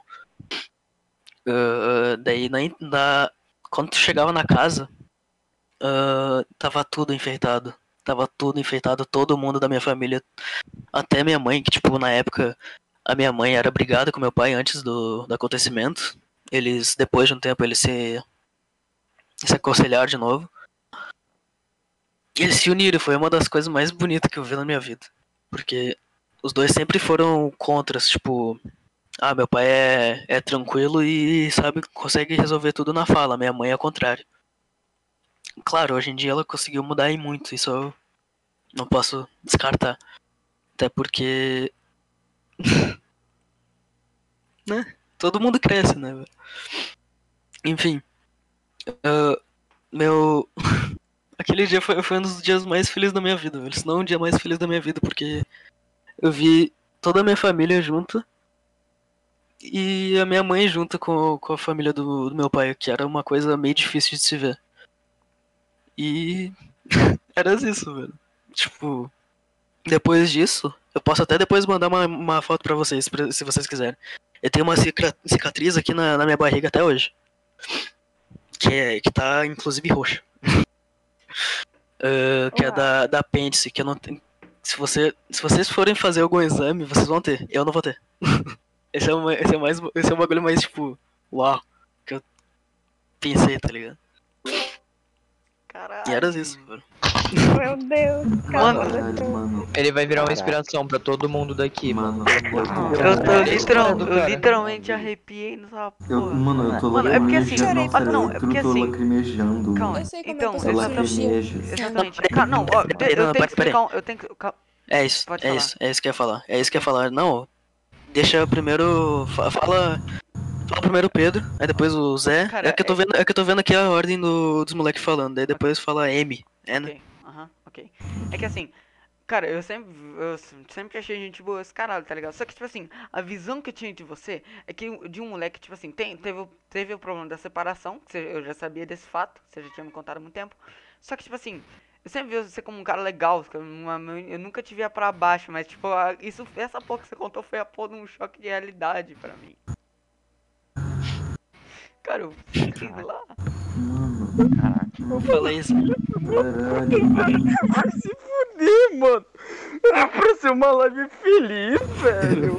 Daí, quando tu chegava na casa, tava tudo enfeitado. Tava tudo enfeitado, todo mundo da minha família. Até minha mãe, que, tipo, na época, a minha mãe era brigada com meu pai antes do acontecimento. Depois de um tempo, eles se aconselharam de novo. Eles se uniram, foi uma das coisas mais bonitas que eu vi na minha vida. Porque os dois sempre foram contras, tipo, meu pai é tranquilo e sabe, consegue resolver tudo na fala, minha mãe é o contrário. Claro, hoje em dia ela conseguiu mudar em muito, isso eu não posso descartar. Até porque. Né? Todo mundo cresce, né, velho? Enfim. Meu. Aquele dia foi um dos dias mais felizes da minha vida, velho. Se não um dia mais feliz da minha vida, porque eu vi toda a minha família junto e a minha mãe junto com a família do meu pai, que era uma coisa meio difícil de se ver. E era isso, velho. Tipo, depois disso, eu posso até depois mandar uma foto pra vocês, se vocês quiserem. Eu tenho uma cicatriz aqui na minha barriga até hoje. Que tá inclusive roxa. Que é da apêndice, que eu não tenho. Se vocês forem fazer algum exame, vocês vão ter. Eu não vou ter. Esse é o bagulho mais, tipo, uau, que eu pensei, tá ligado? Caralho. E era isso, velho. Meu Deus. Mano. Ele vai virar uma inspiração pra todo mundo daqui, mano. Eu literalmente arrepiei nessa porra. Mano, eu tô Mano, é porque assim, lacrimejando. Nossa, não, é porque eu tô assim. lacrimejando. Calma, Eu sei como então, é que eu lacrimejo. exatamente. Não, ó, eu tenho que explicar. Eu tenho que. É isso, Pode é falar. isso, é isso que eu ia falar. É isso que eu ia falar. Não, deixa primeiro. Fala primeiro o Pedro, aí depois o Zé. Cara, é que eu tô vendo aqui a ordem dos moleques falando. Daí depois fala M. É, né? Ok, ok. É que assim, cara, eu sempre achei gente boa esse caralho, tá ligado? Só que, tipo assim, a visão que eu tinha de você é que de um moleque, tipo assim, teve o problema da separação, que eu já sabia desse fato, você já tinha me contado há muito tempo. Só que, tipo assim, eu sempre vi você como um cara legal, eu nunca te via pra baixo, mas, tipo, essa porra que você contou foi a porra de um choque de realidade pra mim. Cara, eu fiquei lá. Eu falei isso. Vai se fuder, mano. Era pra ser uma live feliz, velho.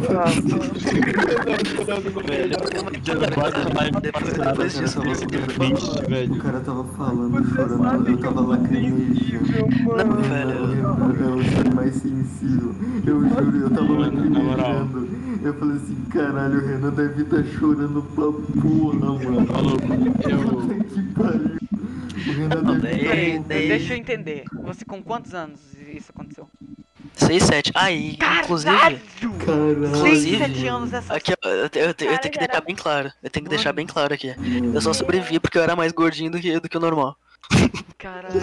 Depois disso, eu vou ser triste, velho. O cara tava falando, chorando, eu tava lacrimejando. Não, O velho. Renan é o ser mais sensível. Eu juro, eu tava Mano, na moral. lacrimejando. Eu falei assim, caralho, o Renan deve estar chorando pra porra, mano. Puta que pariu. O Renan deve estar. Deixa eu entender. Você com quantos anos isso aconteceu? 6, 7. Aí, inclusive. Caralho. 6, 7 anos essa. Aqui, eu tenho que deixar bem claro. Eu tenho que deixar bem claro aqui. Eu só sobrevivi porque eu era mais gordinho do que o normal. Caralho.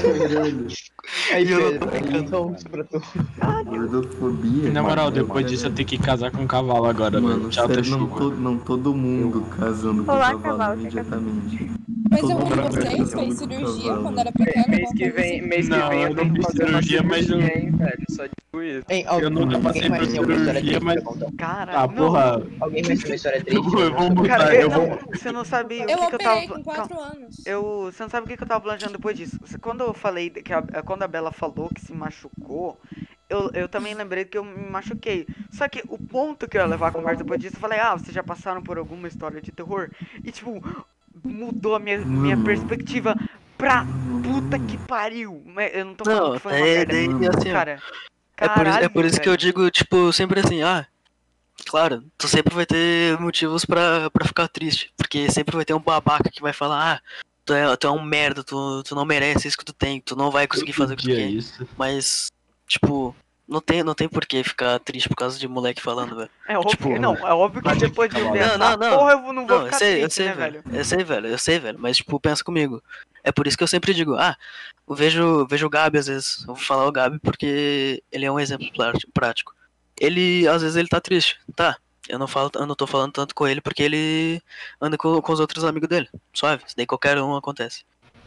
Aí, E eu não Pedro, tô brincando. pra tu. Gordofobia. Na moral, depois disso eu tenho que casar com um cavalo agora, Mano, mano. Tchau, sério, Teshuva. não todo mundo casando com Olá, cavalo cavalo, imediatamente. Mas Todo algum de mundo vocês casando fez com cirurgia cavalo. quando era pequeno? Mês que alguma coisa vem, assim? mês que Não, vem eu eu não tenho que fiz fazer uma cirurgia, mas cirurgia, hein, velho. Só digo isso. Hein, Eu nunca alguém passei mais por tem alguma história cirurgia, triste mas. pra contar? Caralho. Ah, porra. Alguém mais tem uma história triste? Eu vou mudar, Cara, eu vou. você não sabe o Eu que eu tava. operei com 4 anos. Você não sabe o que eu tava planejando depois disso. Quando eu falei quando a Bela falou que se machucou, eu também lembrei que eu me machuquei. Só que o ponto que eu ia levar a conversa depois disso, eu falei, vocês já passaram por alguma história de terror? E tipo, mudou a minha perspectiva pra puta que pariu. Mas eu não tô falando que foi uma merda. Assim, Cara, é por isso que eu velho. digo, tipo, sempre assim, claro, tu sempre vai ter motivos pra ficar triste. Porque sempre vai ter um babaca que vai falar, tu é um merda, tu não merece isso que tu tem, tu não vai conseguir fazer o que tu quer. Isso. Mas, tipo, não tem por que ficar triste por causa de moleque falando, velho. É óbvio, tipo, é óbvio que depois de eu ver não, essa porra eu não vou ficar eu triste, sei, né, velho. velho? Eu sei, velho. Mas, tipo, pensa comigo. É por isso que eu sempre digo, eu vejo o Gabi às vezes. Eu vou falar o Gabi porque ele é um exemplo prático. Ele, às vezes, ele tá triste. Tá. Eu não tô falando tanto com ele porque ele anda com os outros amigos dele. Suave. Isso daí qualquer um acontece.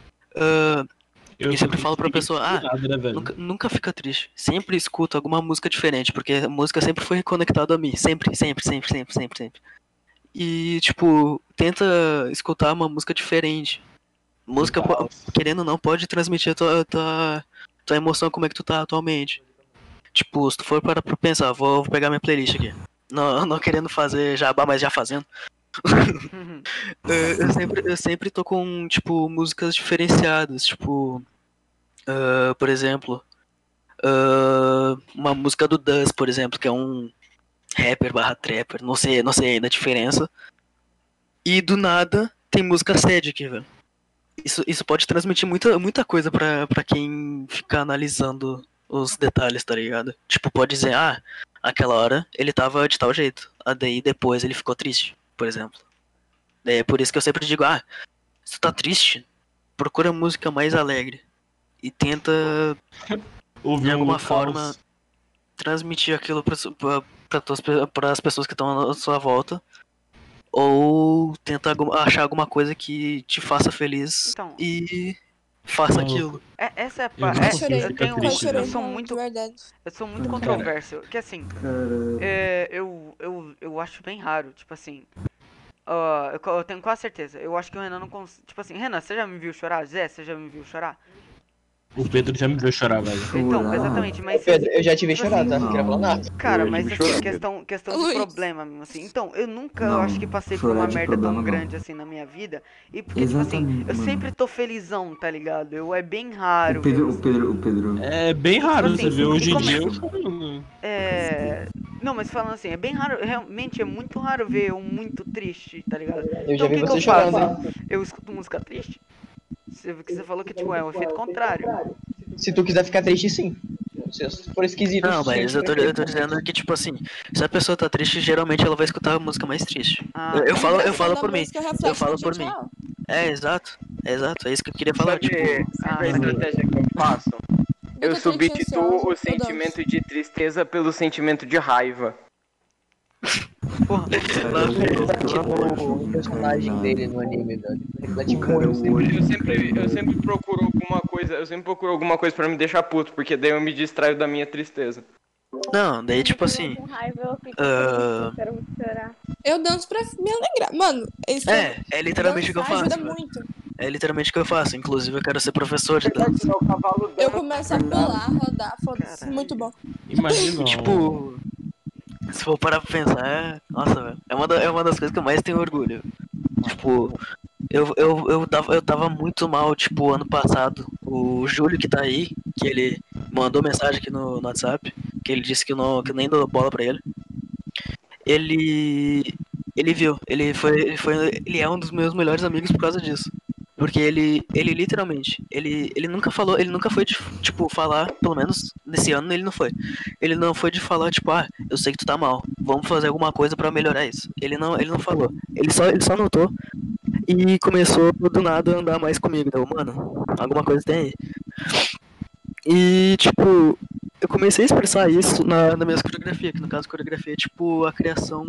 Eu sempre falo pra pessoa, nunca fica triste. Sempre escuta alguma música diferente, porque a música sempre foi reconectada a mim. Sempre. E, tipo, tenta escutar uma música diferente. Música, querendo ou não, pode transmitir a tua emoção, como é que tu tá atualmente. Tipo, se tu for para pra pensar, vou pegar minha playlist aqui. Não querendo fazer jabá, mas já fazendo. Eu sempre tô com, tipo, músicas diferenciadas, tipo... Por exemplo, uma música do Duz, por exemplo, que é um rapper barra trapper, não sei ainda a diferença. E do nada tem música sad aqui, velho. Isso pode transmitir muita coisa pra quem ficar analisando os detalhes, tá ligado? Tipo, pode dizer, aquela hora ele tava de tal jeito. Daí depois ele ficou triste, por exemplo. Daí é por isso que eu sempre digo, se tu tá triste, procura música mais alegre. E tenta, de alguma forma, transmitir aquilo para as pessoas que estão à sua volta. Ou tenta achar alguma coisa que te faça feliz Então, e faça aquilo. Essa é a Eu não parte. consigo ficar triste, Eu velho. sou muito. De verdade. Eu sou muito controverso. Que assim, eu acho bem raro. Tipo assim. Eu tenho quase certeza. Eu acho que o Renan não consegue. Tipo assim, Renan, você já me viu chorar? Zé, você já me viu chorar? O Pedro já me viu chorar, velho. Então, Chorar? exatamente, mas. Pedro, eu já te vi tipo chorar, assim, tá? Não queria falar nada. Cara, Eu mas tive assim, chorar, questão de Luiz. problema mesmo, assim. Então, eu nunca Não, acho que passei por chorar uma de merda problema, tão não. grande assim na minha vida. E porque, tipo assim, Exatamente, eu mano. sempre tô felizão, tá ligado? É bem raro. O Pedro. É bem raro Tipo assim, você ver hoje em como é- dia. Não, mas falando assim, é bem raro, realmente é muito raro ver eu muito triste, tá ligado? Eu já Então, o vi que você eu chorando, faço? hein? Eu escuto música triste? Você falou que, tipo, é o efeito contrário. Se tu quiser ficar triste, sim. Se for esquisito, Não, sim. mas eu tô dizendo que, tipo assim, se a pessoa tá triste, geralmente ela vai escutar a música mais triste. Ah, Eu falo Vibração da por mim. música Eu reflete falo na por gente mim. real. Exato, é isso que eu queria falar, Sabe, tipo. sabe a estratégia que eu faço? Eu tô triste, substituo ansiosa, o eu sentimento de tristeza pelo sentimento de raiva. porra. O personagem dele no anime, velho. Reflete O cara é muito. o ódio. Eu sempre procuro alguma coisa pra me deixar puto, porque daí eu me distraio da minha tristeza. Não, daí tipo Eu assim. com raiva, eu fico triste, eu quero muito chorar. Eu danço pra me alegrar. Mano, isso É literalmente o que eu dançar faço. ajuda velho. muito. É literalmente o que eu faço. Inclusive eu quero ser professor de dança. Meu cavalo Eu começo a pular, rodar, foda-se. Caralho. Muito bom. Imagina. Tipo, se for parar pra pensar, nossa, velho. É uma das coisas que eu mais tenho orgulho. Tipo, eu tava muito mal, tipo, ano passado. O Júlio que tá aí, que ele mandou mensagem aqui no WhatsApp, que ele disse que eu nem dou bola pra ele. Ele viu, ele é um dos meus melhores amigos por causa disso. Porque ele literalmente, ele nunca falou, ele nunca foi de, tipo, falar, pelo menos nesse ano ele não foi. Ele não foi de falar, tipo, eu sei que tu tá mal, vamos fazer alguma coisa pra melhorar isso. Ele não falou. Ele só notou e começou do nada a andar mais comigo. Então, mano, alguma coisa tem aí. E, tipo, eu comecei a expressar isso na minha coreografia, que no caso coreografia é tipo a criação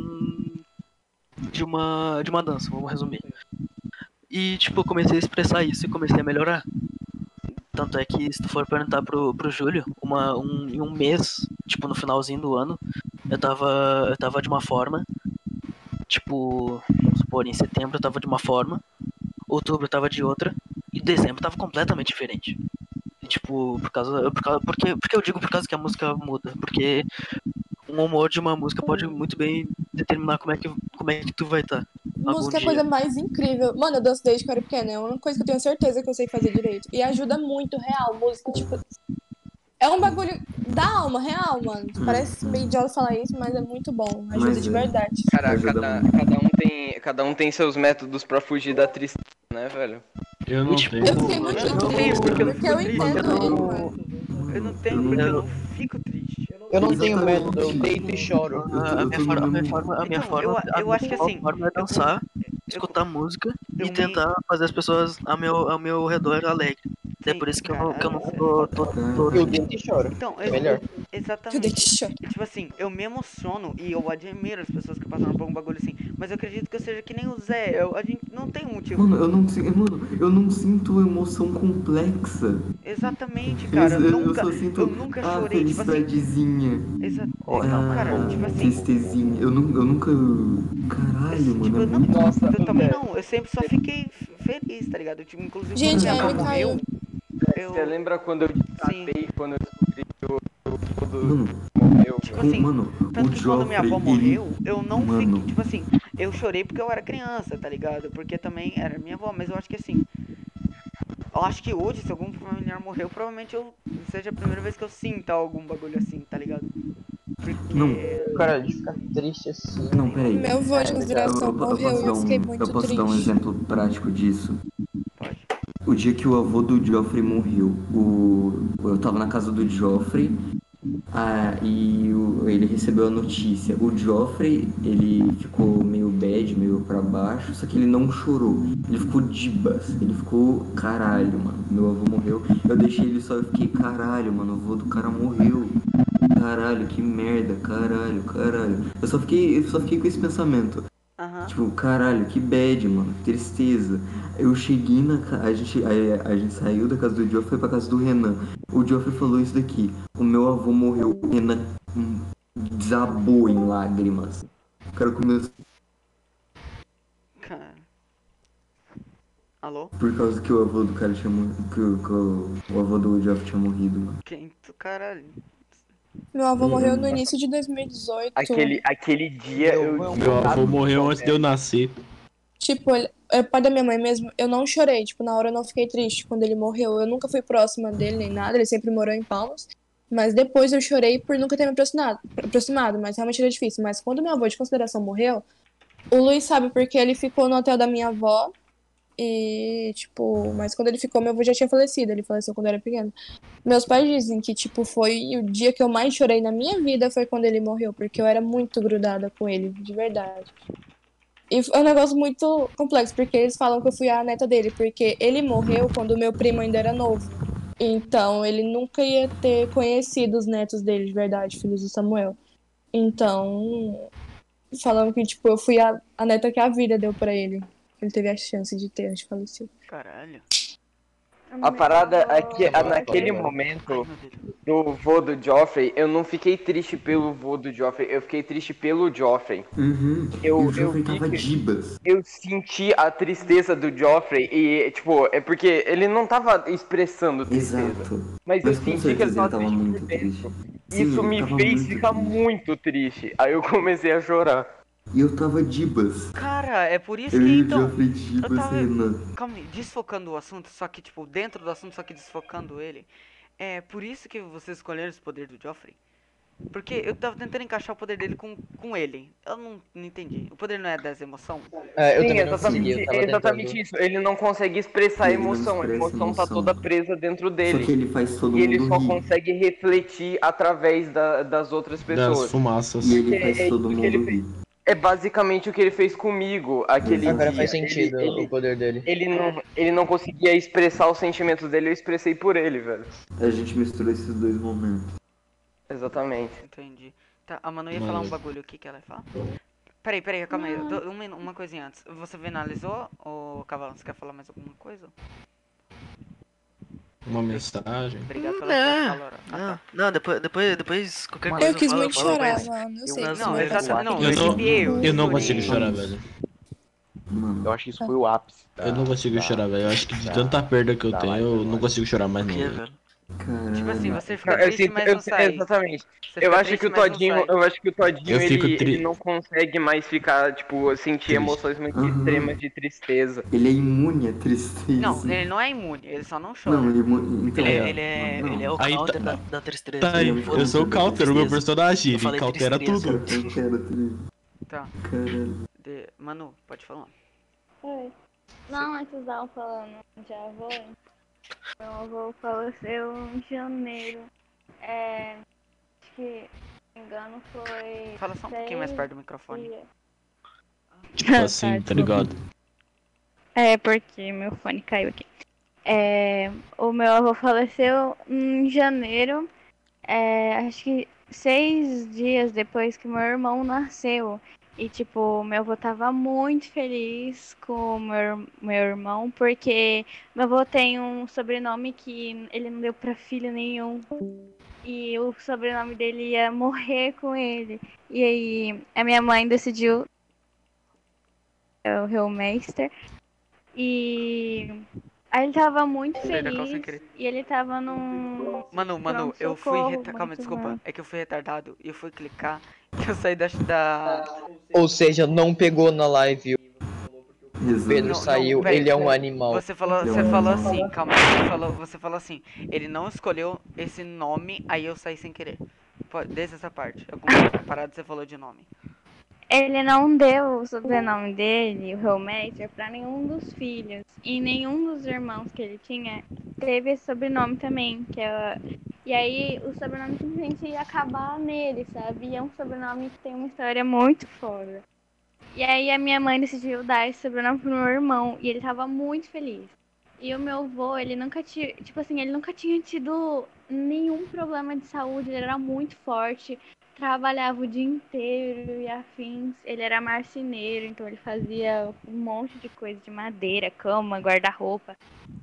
de uma dança, vamos resumir. E, tipo, eu comecei a expressar isso e comecei a melhorar. Tanto é que, se tu for perguntar pro Júlio, em um mês, tipo, no finalzinho do ano, eu tava de uma forma. Tipo, vamos supor, em setembro eu tava de uma forma, outubro eu tava de outra, e dezembro tava completamente diferente. E, tipo, porque eu digo por causa que a música muda, porque um humor de uma música pode muito bem determinar como é que tu vai estar. Música é a coisa mais incrível. Mano, eu danço desde que eu era pequena. É uma coisa que eu tenho certeza que eu sei fazer direito. E ajuda muito, real. Música, tipo. É um bagulho da alma, real, mano. Parece meio idiota falar isso, mas é muito bom. Ajuda Mas de é. verdade. Cara, Ajuda cada um tem seus métodos pra fugir da tristeza, né, velho? Eu não tenho. Eu fiquei muito Eu não triste, tenho, porque eu não porque eu fico triste. entendo ele, mano. Eu não tenho, porque eu não fico triste. Eu não tenho método, eu deito e choro. A minha forma Eu acho que assim. é dançar, escutar música eu e me- tentar fazer as pessoas ao meu redor alegre. É Sim, por isso que eu cara, não isso é tô Eu deito e choro. Então, É melhor. Eu exatamente. deito e choro. Tipo assim, eu me emociono e eu admiro as pessoas que passaram por um bagulho assim. Mas eu acredito que eu seja que nem o Zé. A gente não tem um motivo. Mano, eu não sinto emoção complexa. Exatamente, cara. Eu só sinto nunca chorei, tipo assim. felicidadezinha. Cara, tipo assim. Tristezinha. Eu nunca. Caralho, Tipo, eu mano. não, Nossa, eu também Zé. não. Eu sempre só fiquei feliz, tá ligado? Tipo, inclusive Gente, quando a minha Amy avó caiu. morreu. Eu... Você lembra quando eu Sim. desabei, quando eu descobri que o Mano, morreu? Tipo assim, mano, tanto o que quando minha avó Joffrey, morreu, eu não Mano. fiquei, tipo assim, eu chorei porque eu era criança, tá ligado? Porque também era minha avó, mas eu acho que assim, Eu acho que hoje, se algum familiar morreu, provavelmente seja a primeira vez que eu sinta algum bagulho assim, tá ligado? Porque... Não. Cara, de ficar triste assim. Não, peraí. Meu avô de consideração morreu e eu fiquei muito eu posso dar um triste. exemplo prático disso. Pode. O dia que o avô do Joffrey morreu, eu tava na casa do Joffrey, ele recebeu a notícia. O Joffrey, ele ficou meio bad, meio pra baixo, só que ele não chorou. Ele ficou dibas, ele ficou, caralho, mano, meu avô morreu. Eu deixei ele só, eu fiquei, caralho, mano, o avô do cara morreu. Caralho, que merda, caralho. Eu só fiquei com esse pensamento. Aham. Tipo, caralho, que bad, mano, que tristeza. Eu cheguei a gente saiu da casa do Joffrey e foi pra casa do Renan. O Joffrey falou isso daqui. O meu avô morreu, o Renan desabou em lágrimas. O cara começou Cara. Alô? por causa que o avô do cara tinha morrido. Que o avô do Joffrey tinha morrido, mano. Quem? Caralho. Meu avô morreu no início de 2018. Aquele dia eu Meu avô morreu antes de eu nascer. Tipo, ele é pai da minha mãe mesmo. Eu não chorei, tipo, na hora eu não fiquei triste quando ele morreu. Eu nunca fui próxima dele nem nada, ele sempre morou em Palmas. Mas depois eu chorei por nunca ter me aproximado, mas realmente era difícil. Mas quando meu avô de consideração morreu, o Luiz sabe porque ele ficou no hotel da minha avó. E, tipo, mas quando ele ficou, meu avô já tinha falecido. Ele faleceu quando eu era pequena. Meus pais dizem que, tipo, foi o dia que eu mais chorei na minha vida foi quando ele morreu, porque eu era muito grudada com ele, de verdade. E é um negócio muito complexo, porque eles falam que eu fui a neta dele, porque ele morreu quando o meu primo ainda era novo. Então, ele nunca ia ter conhecido os netos dele, de verdade, filhos do Samuel. Então, falam que, tipo, eu fui a neta que a vida deu pra ele. Ele teve a chance de ter antes de falecer. Caralho. A parada é que naquele Ai, momento meu Deus. do vô do Joffrey, eu não fiquei triste pelo vô do Joffrey, eu fiquei triste pelo Joffrey. Uhum. E o Joffrey tava dibas. Eu senti a tristeza do Joffrey e, tipo, é porque ele não tava expressando tristeza. Exato. Mas eu Mas com senti que ele certeza ele tava tava triste por muito dentro. triste. Sim, Isso ele me tava fez muito ficar triste. muito triste. Aí eu comecei a chorar. E eu tava dibas. Cara, é por isso Eu que e o então. Joffrey Eu dibas, tava. Renan. Calma aí, desfocando o assunto, só que, tipo, dentro do assunto, só que desfocando ele. É por isso que vocês escolheram esse poder do Joffrey? Porque eu tava tentando encaixar o poder dele com ele. Eu não entendi. O poder não é das emoções? É, eu Sim, também não consegui, eu tava exatamente tentando. isso. Ele não consegue expressar a Ele não emoção. A expressa emoção tá emoção. toda presa dentro Só dele. que ele faz todo E ele mundo só rir. consegue refletir através das outras Das pessoas. fumaças. E ele faz É todo isso que ele mundo fez. rir. É basicamente o que ele fez comigo aquele Agora dia. faz sentido o poder dele. Ele não conseguia expressar os sentimentos dele, eu expressei por ele, velho. A gente misturou esses dois momentos. Exatamente. Entendi. Tá, a Manu ia falar um bagulho aqui que ela ia falar? Peraí, calma aí. Uma coisinha antes. Você finalizou, ô Cavalo? Você quer falar mais alguma coisa? Uma mensagem. Obrigado pela sua fala. Não, depois qualquer coisa Eu quis fala, muito fala, chorar, mas mano. Eu sei. eu que Não, você vai exatamente. passar. Não, Eu eu não- arrepiei, Eu não chorei. consigo chorar, velho. Mano, Eu acho que isso foi o ápice. Eu não consigo chorar, velho. Eu acho que de tanta perda que eu tenho, eu não consigo chorar mais não. que, velho. velho? caralho. Tipo assim, você Não, fica triste, mas não sai. exatamente. Você Eu fica acho que triste, o mas não Todinho, sai. eu acho que o Todinho Eu fico ele não consegue mais ficar, tipo, sentir Triste. emoções muito Aham. extremas de tristeza. Ele é imune à tristeza. Não, ele não é imune, ele só não chora. Não, ele é imune. Então, Ele é o Aí counter tá- da tristeza. Tá aí, Ele eu sou o counter, o meu personagem, Eu ele falei cautera tristeza. tudo. eu quero triste. Tá. Caralho. Manu, pode falar. Oi. Não, antes estavam falando de avô. Meu avô faleceu em janeiro. Acho que, se não me engano, foi. Fala só um pouquinho mais perto do microfone. dias. Tipo assim, tá ligado? É, porque meu fone caiu aqui. O meu avô faleceu em janeiro. Acho que 6 dias depois que meu irmão nasceu. E, tipo, meu avô tava muito feliz com o meu irmão, porque meu avô tem um sobrenome que ele não deu pra filho nenhum. E o sobrenome dele ia morrer com ele. E aí, a minha mãe decidiu o Hellmeister. E aí ele tava muito Sei, da calça sem feliz. querer. E ele tava num. Manu, eu fui pronto-socorro, calma, muito desculpa. mal. É que eu fui retardado e eu fui clicar e eu saí da. Ou seja, não pegou na live. Pedro Não, saiu, peraí, ele é um animal. Você falou assim, calma, você falou assim, ele não escolheu esse nome, aí eu saí sem querer. Desde essa parte, alguma parada que você falou de nome. Ele não deu o sobrenome dele, o Hellmaster, pra nenhum dos filhos. E nenhum dos irmãos que ele tinha teve esse sobrenome também. E aí o sobrenome simplesmente ia acabar nele, sabe? E é um sobrenome que tem uma história muito foda. E aí a minha mãe decidiu dar esse sobrenome pro meu irmão. E ele tava muito feliz. E o meu avô, ele nunca tinha, tipo assim, ele nunca tinha tido nenhum problema de saúde, ele era muito forte, trabalhava o dia inteiro e afins. Ele era marceneiro, então ele fazia um monte de coisa de madeira, cama, guarda-roupa.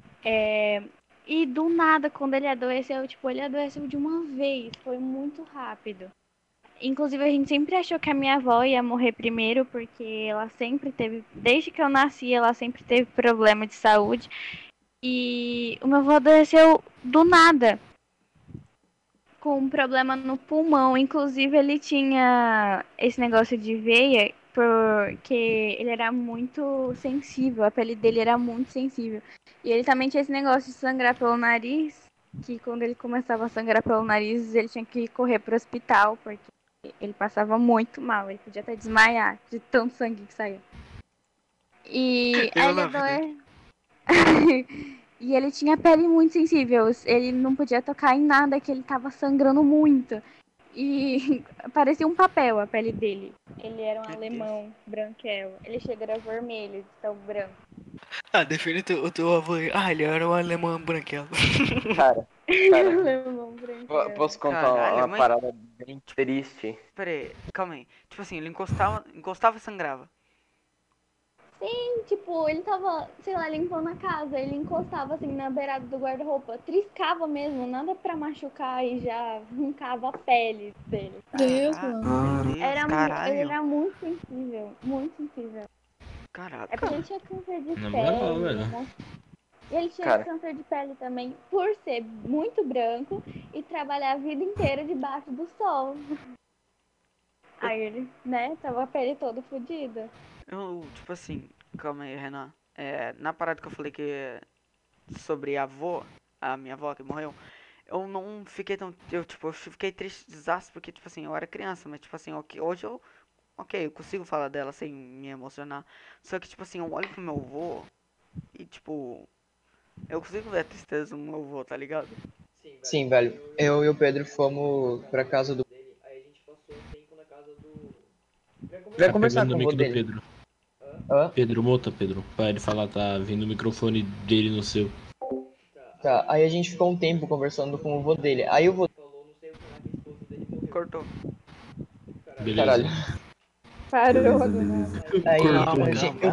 E do nada, quando ele adoeceu, tipo, ele adoeceu de uma vez, foi muito rápido. Inclusive, a gente sempre achou que a minha avó ia morrer primeiro, porque ela sempre teve, desde que eu nasci, ela sempre teve problema de saúde. E o meu avô adoeceu do nada, com um problema no pulmão. Inclusive, ele tinha esse negócio de veia, porque ele era muito sensível, a pele dele era muito sensível. E ele também tinha esse negócio de sangrar pelo nariz, que quando ele começava a sangrar pelo nariz, ele tinha que correr pro hospital, porque ele passava muito mal, ele podia até desmaiar de tanto sangue que saía. E aí ele adoeceu. E ele tinha a pele muito sensível, ele não podia tocar em nada que ele tava sangrando muito. E parecia um papel a pele dele. Ele era um alemão branquelo. Ele chega era vermelho, de tão branco. Ah, define o teu avô aí. Ah, ele era um alemão branquelo. Cara, Alemão branquelo. posso contar Caralho, uma parada bem triste? Pera aí, calma aí. Tipo assim, ele encostava e sangrava. Sim, tipo, ele tava, sei lá, limpando a casa, ele encostava assim na beirada do guarda-roupa, triscava mesmo, nada pra machucar e já arrancava a pele dele. Deus, Caraca, mano. meu Deus, caralho. Ele era muito sensível, muito sensível. Caraca. É porque ele tinha câncer de Na pele. moral, velho. E ele tinha Cara. câncer de pele também, por ser muito branco e trabalhar a vida inteira debaixo do sol. Aí ele, né, tava a pele toda fodida. Eu, tipo assim, calma aí, Renan. Na parada que eu falei que sobre a minha avó que morreu, eu não fiquei tão. Eu fiquei triste, desastre, porque, tipo assim, eu era criança, mas, tipo assim, hoje eu. Ok, eu consigo falar dela sem me emocionar. Só que, tipo assim, eu olho pro meu avô e, tipo. Eu consigo ver a tristeza do meu avô, tá ligado? Sim, velho. Eu e o Pedro fomos pra casa do. Aí a gente passou um tempo na casa do. Vai Tá conversar pegando com o o vô mic do dele. Pedro. Hã? Pedro, muta, Pedro. Pra ele falar, tá vindo o microfone dele no seu. Tá, aí a gente ficou um tempo conversando com o vô dele. Aí o vô falou, não sei o que lá, que a esposa dele morreu. Cortou. Beleza. Caralho. Parou Beleza, do nada. beleza. Aí Calma,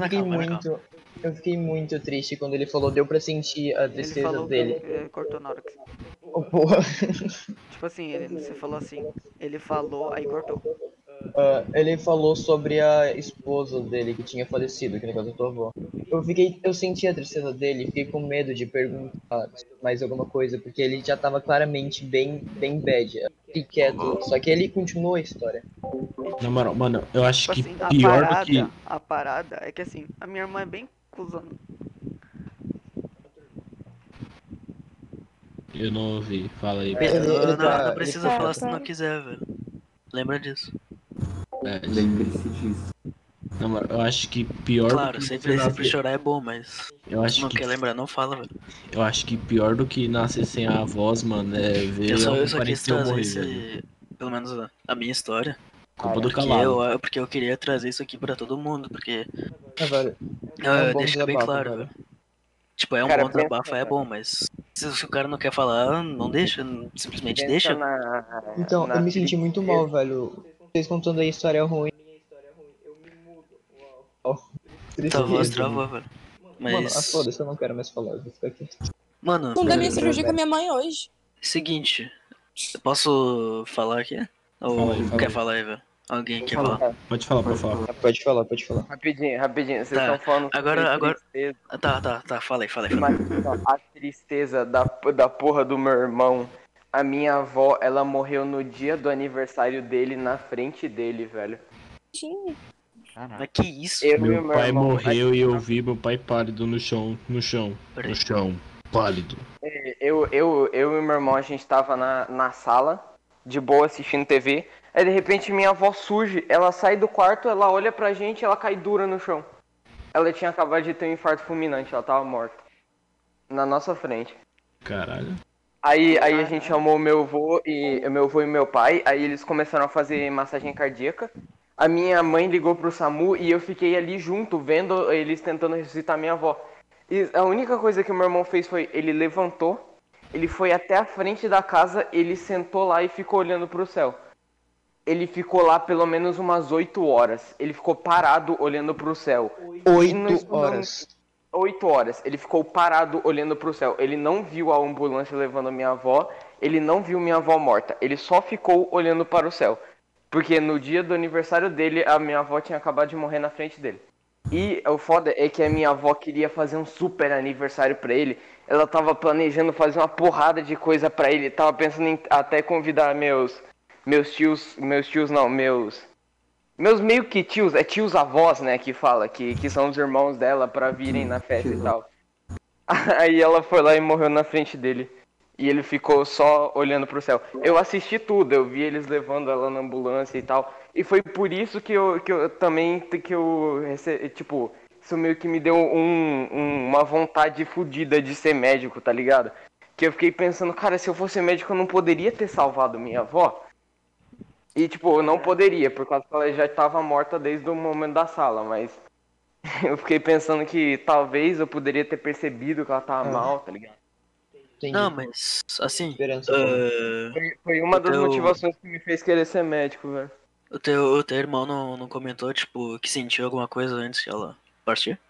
eu fiquei muito triste quando ele falou, deu pra sentir a Ele tristeza falou dele. que cortou na hora que. Oh, porra. Tipo assim, você falou assim. Ele falou, aí cortou. Ele falou sobre a esposa dele que tinha falecido, que no caso da tua avó. Eu senti a tristeza dele, fiquei com medo de perguntar mais alguma coisa, porque ele já tava claramente bem bad. Fiquei quieto, só que ele continuou a história. Na moral, mano, eu acho Tipo que assim, pior do que. a parada é que assim, a minha irmã é bem cuzona. Eu não ouvi. Fala aí. Pedro, Ele não precisa falar se tu não quiser, velho. Lembra disso. Lembre-se disso. Na moral, eu acho que pior Claro, do que sempre você nascer... chorar é bom, mas Eu se acho tu não que quer lembrar, não fala, velho. Eu acho que pior do que nascer sem a voz, mano, é ver Eu algum só quis parente seu trazer morrer, velho. pelo menos a minha história. Culpa do Porque cavalo. porque eu queria trazer isso aqui pra todo mundo, porque Velho, é um bom deixa bem desabafo, claro, velho. Tipo, é um Cara, bom desabafo, é bom, mas se o cara não quer falar, não deixa, simplesmente deixa. Então, eu me senti muito mal, velho. Vocês contando aí história ruim. Tua voz Tristeza. travou, velho. Mano, Mas, foda-se, eu não quero mais falar, eu vou ficar aqui. mano, Não da minha cirurgia com a minha mãe hoje. seguinte, eu posso falar aqui? Ou Fala aí, fala quer aí. falar aí, velho? Alguém quer falar? Pode falar, pode falar. Pode falar. Rapidinho, vocês Tá, estão falando sobre agora. tristeza. Tá, fala aí. Imagina a tristeza da porra do meu irmão. A minha avó, ela morreu no dia do aniversário dele, na frente dele, velho. Sim. Mas que isso? Eu e Meu o meu pai irmão, morreu e eu vi meu pai pálido no chão, pálido. eu e meu irmão, a gente tava na sala, de boa, assistindo TV. Aí de repente minha avó surge, ela sai do quarto, ela olha pra gente e ela cai dura no chão. Ela tinha acabado de ter um infarto fulminante, ela tava morta. Na nossa frente. Caralho. Aí a gente chamou meu avô e meu pai, aí eles começaram a fazer massagem cardíaca. A minha mãe ligou pro SAMU e eu fiquei ali junto, vendo eles tentando ressuscitar minha avó. E a única coisa que o meu irmão fez foi, ele levantou, ele foi até a frente da casa, ele sentou lá e ficou olhando pro céu. Ele ficou lá pelo menos umas 8 horas. Ele ficou parado olhando pro céu. 8 horas. 8 horas. Ele ficou parado olhando pro céu. Ele não viu a ambulância levando a minha avó. Ele não viu minha avó morta. Ele só ficou olhando para o céu. Porque no dia do aniversário dele, a minha avó tinha acabado de morrer na frente dele. E o foda é que a minha avó queria fazer um super aniversário pra ele. Ela tava planejando fazer uma porrada de coisa pra ele. Tava pensando em até convidar meus meio que tios, é tios avós, né, que fala, que são os irmãos dela pra virem na festa e tal. Aí ela foi lá e morreu na frente dele. E ele ficou só olhando pro céu. Eu assisti tudo, eu vi eles levando ela na ambulância e tal. E foi por isso que eu também, tipo, isso meio que me deu uma vontade fodida de ser médico, tá ligado? Que eu fiquei pensando, cara, se eu fosse médico eu não poderia ter salvado minha avó? E, tipo, eu não poderia, por causa que ela já estava morta desde o momento da sala, mas eu fiquei pensando que talvez eu poderia ter percebido que ela tava mal, tá ligado? Entendi. Não, mas, assim, Esperança. Foi uma das teu- motivações que me fez querer ser médico, velho. o teu irmão não comentou, tipo, que sentiu alguma coisa antes de ela partir?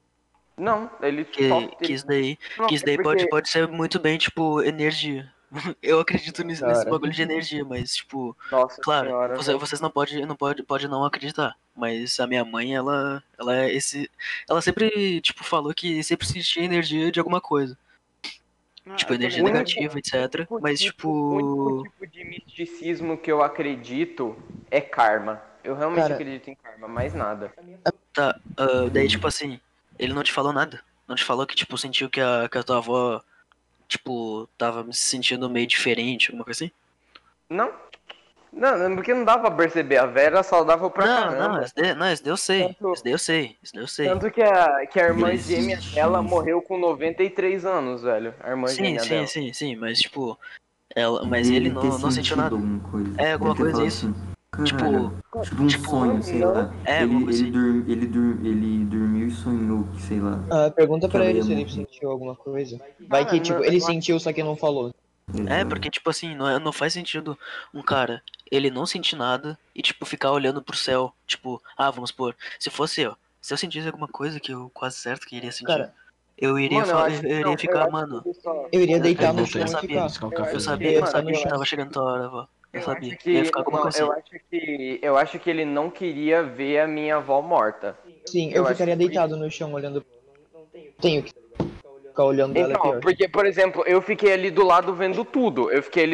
Não, ele Que, só... que isso daí, Não, que isso daí é porque- pode ser muito bem, tipo, energia. Eu acredito nesse Cara. bagulho de energia, mas, tipo, Nossa claro, senhora, velho. vocês pode não acreditar. Mas a minha mãe, ela é esse. Ela sempre, tipo, falou que sempre sentia energia de alguma coisa. Tipo, energia único- negativa, etc. Mas, O único tipo. tipo de misticismo que eu acredito é karma. Eu realmente Cara. acredito em karma, mais nada. Tá, daí, tipo assim, ele não te falou nada. Não te falou que, tipo, sentiu que a tua avó, tipo, tava se sentindo meio diferente, alguma coisa assim? Não, porque não dá pra perceber. A Vera é saudável pra caramba. Isso daí eu sei. Tanto- Isso daí eu sei. Isso daí eu sei. Tanto que a irmã Ele gêmea existe. dela morreu com 93 anos, velho. A irmã Sim, gêmea dela. sim, mas, tipo, mas ele não sentiu nada. Alguma coisa. É, alguma Deve ter coisa falado isso. assim, Tipo, tipo um sonho, sei lá. É, alguma coisa assim. Ele dormiu e sonhou que, sei lá. Pergunta pra Ela ele ia se ele morrer. sentiu alguma coisa. Vai que, tipo, ele sentiu, só que não falou. É, porque, tipo assim, não faz sentido um cara, ele não sentir nada e, tipo, ficar olhando pro céu. Tipo, vamos supor, se fosse eu, se eu sentisse alguma coisa que eu quase certo que iria sentir, Cara, eu iria, Mano, eu acho que eu não, iria eu ficar, acho mano. que ele só- eu iria deitar eu no não chão e tenho ficar. certeza qual que é a Eu fita. Eu Eu sabia no que chão. tava chegando a hora, vó. Eu sabia. acho que, Ia ficar alguma não, coisa assim. eu acho que ele não queria ver a minha avó morta. Sim, Eu eu acho ficaria que foi deitado no chão olhando. Tenho que ficar olhando ela é Então, pior. porque, por exemplo, eu fiquei ali do lado vendo tudo.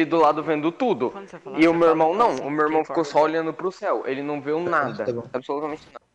Quando você falar, E o você meu fala irmão não. assim, O meu irmão que ficou corta. só olhando pro céu. Ele não viu nada. tá bom. Absolutamente nada.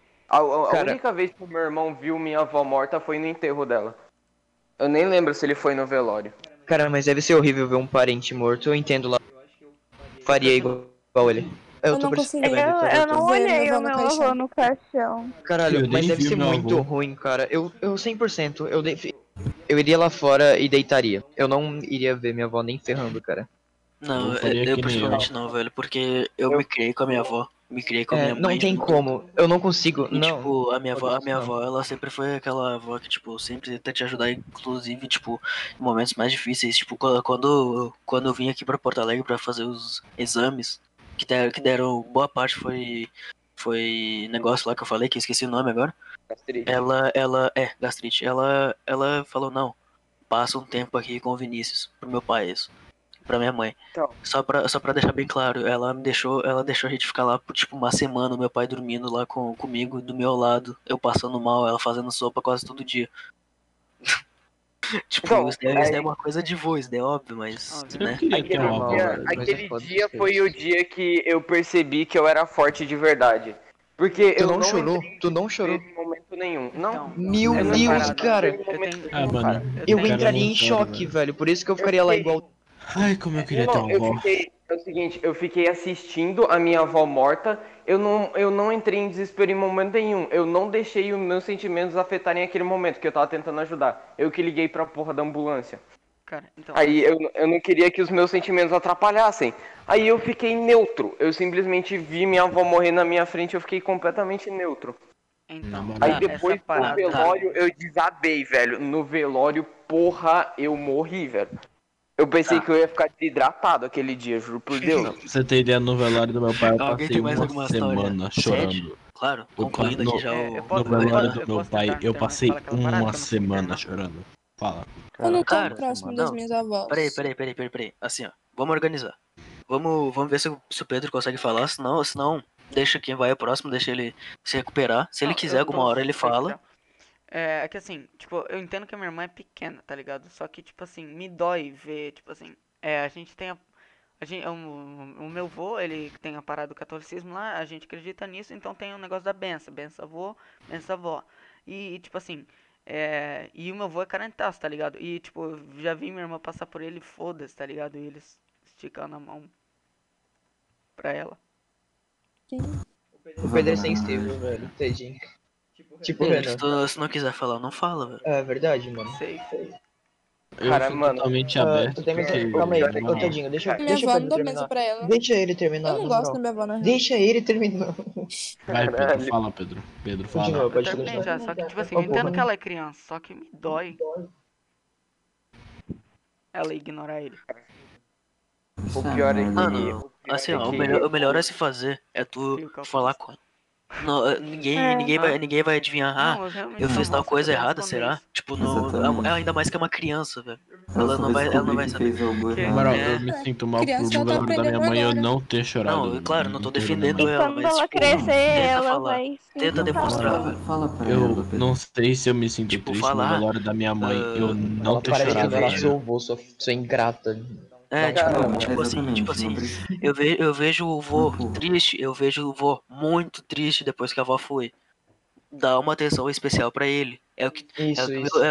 A Cara. única vez que o meu irmão viu minha avó morta foi no enterro dela. Eu nem lembro se ele foi no velório. Cara, mas deve ser horrível ver um parente morto. Eu entendo lá. Faria igual ele. Eu tô não consigo. percebendo que Eu não Ver olhei meu avô o no meu caixão. avô no caixão. Caralho, Eu mas nem deve vi ser meu muito avô. ruim, cara. Eu 100%. Eu iria lá fora e deitaria. Eu não iria ver minha avó nem ferrando, cara. Não, Eu faria eu que nem pessoalmente não, velho, porque eu me criei com a minha avó, me criei com a minha mãe. Não tem junto. como. Eu não consigo. E, Não. tipo, a minha Não. avó, ela sempre foi aquela avó que, tipo, sempre tenta te ajudar, inclusive, tipo, em momentos mais difíceis. Tipo, quando eu vim aqui pra Porto Alegre pra fazer os exames, que deram boa parte foi negócio lá que eu falei, que eu esqueci o nome agora. Gastrite. Gastrite. Ela falou, não, passa um tempo aqui com o Vinícius, pro meu pai, isso. Pra minha mãe. Então. Só pra deixar bem claro, ela deixou a gente ficar lá por tipo uma semana, meu pai dormindo lá comigo, do meu lado, eu passando mal, ela fazendo sopa quase todo dia. Tipo, Então, isso daí é uma coisa de voz, é óbvio, mas, Eu né? queria ter uma avó, velho. Mas é Aquele foda dia isso. foi o dia que eu percebi que eu era forte de verdade. Porque Tu eu não não chorou? entrei em Tu não desespero chorou? em momento nenhum. Não. Então, Meu essa Deus, parada, cara. Em momento tenho- nenhum, Ah, cara. mano. Eu tenho- entraria em não chora, choque, velho. Por isso que eu ficaria Eu lá fiquei- igual. Ai, como eu queria ter Não, uma eu avó. fiquei. É o seguinte, eu fiquei assistindo a minha avó morta. Eu não entrei em desespero em momento nenhum. Eu não deixei os meus sentimentos afetarem aquele momento que eu tava tentando ajudar. Eu que liguei pra porra da ambulância. Cara, então. Aí eu não queria que os meus sentimentos atrapalhassem. Aí eu fiquei neutro. Eu simplesmente vi minha avó morrer na minha frente. Eu fiquei completamente neutro. Então, Aí Aí essa depois no parada. velório eu desabei, velho. No velório, porra, eu morri, velho. Eu pensei que eu ia ficar desidratado aquele dia, juro por Deus. Pra você ter ideia, no velório do meu pai, eu Alguém passei tem mais uma alguma semana história? chorando. Claro, Eu concluindo no- aqui já eu o. posso- No velório do eu meu posso pai, tentar eu terminar de passei falar aquela parada uma pra você semana terminar? chorando. Fala. Eu não tô Cara, próximo não. das minhas avós. Peraí. Assim, ó. Vamos organizar. Vamos ver se o Pedro consegue falar. Senão, deixa quem vai o próximo, deixa ele se recuperar. Se ele Não, quiser eu alguma tô hora, ele se fala. quiser. É que assim, tipo, eu entendo que a minha irmã é pequena, tá ligado? Só que, tipo assim, me dói ver, tipo assim, a gente tem o meu vô, ele tem a parada do catolicismo lá, a gente acredita nisso, então tem o negócio da benção, benção avô, benção avó. E, tipo assim, e o meu vô é carentaço, tá ligado? E, tipo, eu já vi minha irmã passar por ele, foda-se, tá ligado? E eles esticando a mão pra ela. O Pedro é sensível, velho. Tadinho. Tipo o Pedro, Renan. se não quiser falar, não fala, velho. É verdade, mano. Sei. Eu Cara, fui mano, totalmente Ah, aberto. tu tem mais... porque, Calma aí, pior é na ô moral, tadinho, deixa Minha o avó não Pedro dá terminar. benção pra ela. Deixa ele terminar, Eu não na gosto moral. da minha avó, na real. Deixa ele terminar. Vai, Pedro, Caralho. fala, Pedro. Pedro, fala. Continua, Eu pode terminei continuar. já, só que, tipo assim, eu entendo que ela é criança, só que me dói ela ignorar ele. O pior é que. Mano, assim, ó, o melhor a se fazer é tu Fio calculista. falar com. Não, ninguém vai adivinhar. Ah, Não, realmente eu sou fiz tal mal, só coisa que eu tenho que errada, esconder será? isso. Tipo, Exatamente. ainda mais que é uma criança, velho. Ela Ela só não vai vai descobrir que saber. fez algo Que- Na errado. moral, É. eu me sinto mal por Criança, no ela tá velório da minha aprendendo mãe eu agora. não ter chorado. Não, claro, não tô inteiro, defendendo não. E ela, quando mas ela tipo, crescer, tenta ela falar. vai se Tenta encantar demonstrar, com velho. Fala pra Eu ela, Pedro. não sei se eu me sinto Tipo, triste no falar, velório da minha mãe. Eu não Ela ter para de chorado, ignorar velho. seu avô, sua ingrata. É, Cara, tipo exatamente, assim, não precisa. eu vejo o vô Não, pô. triste, eu vejo o vô muito triste depois que a avó foi. Dá uma atenção especial pra ele. É o que Isso.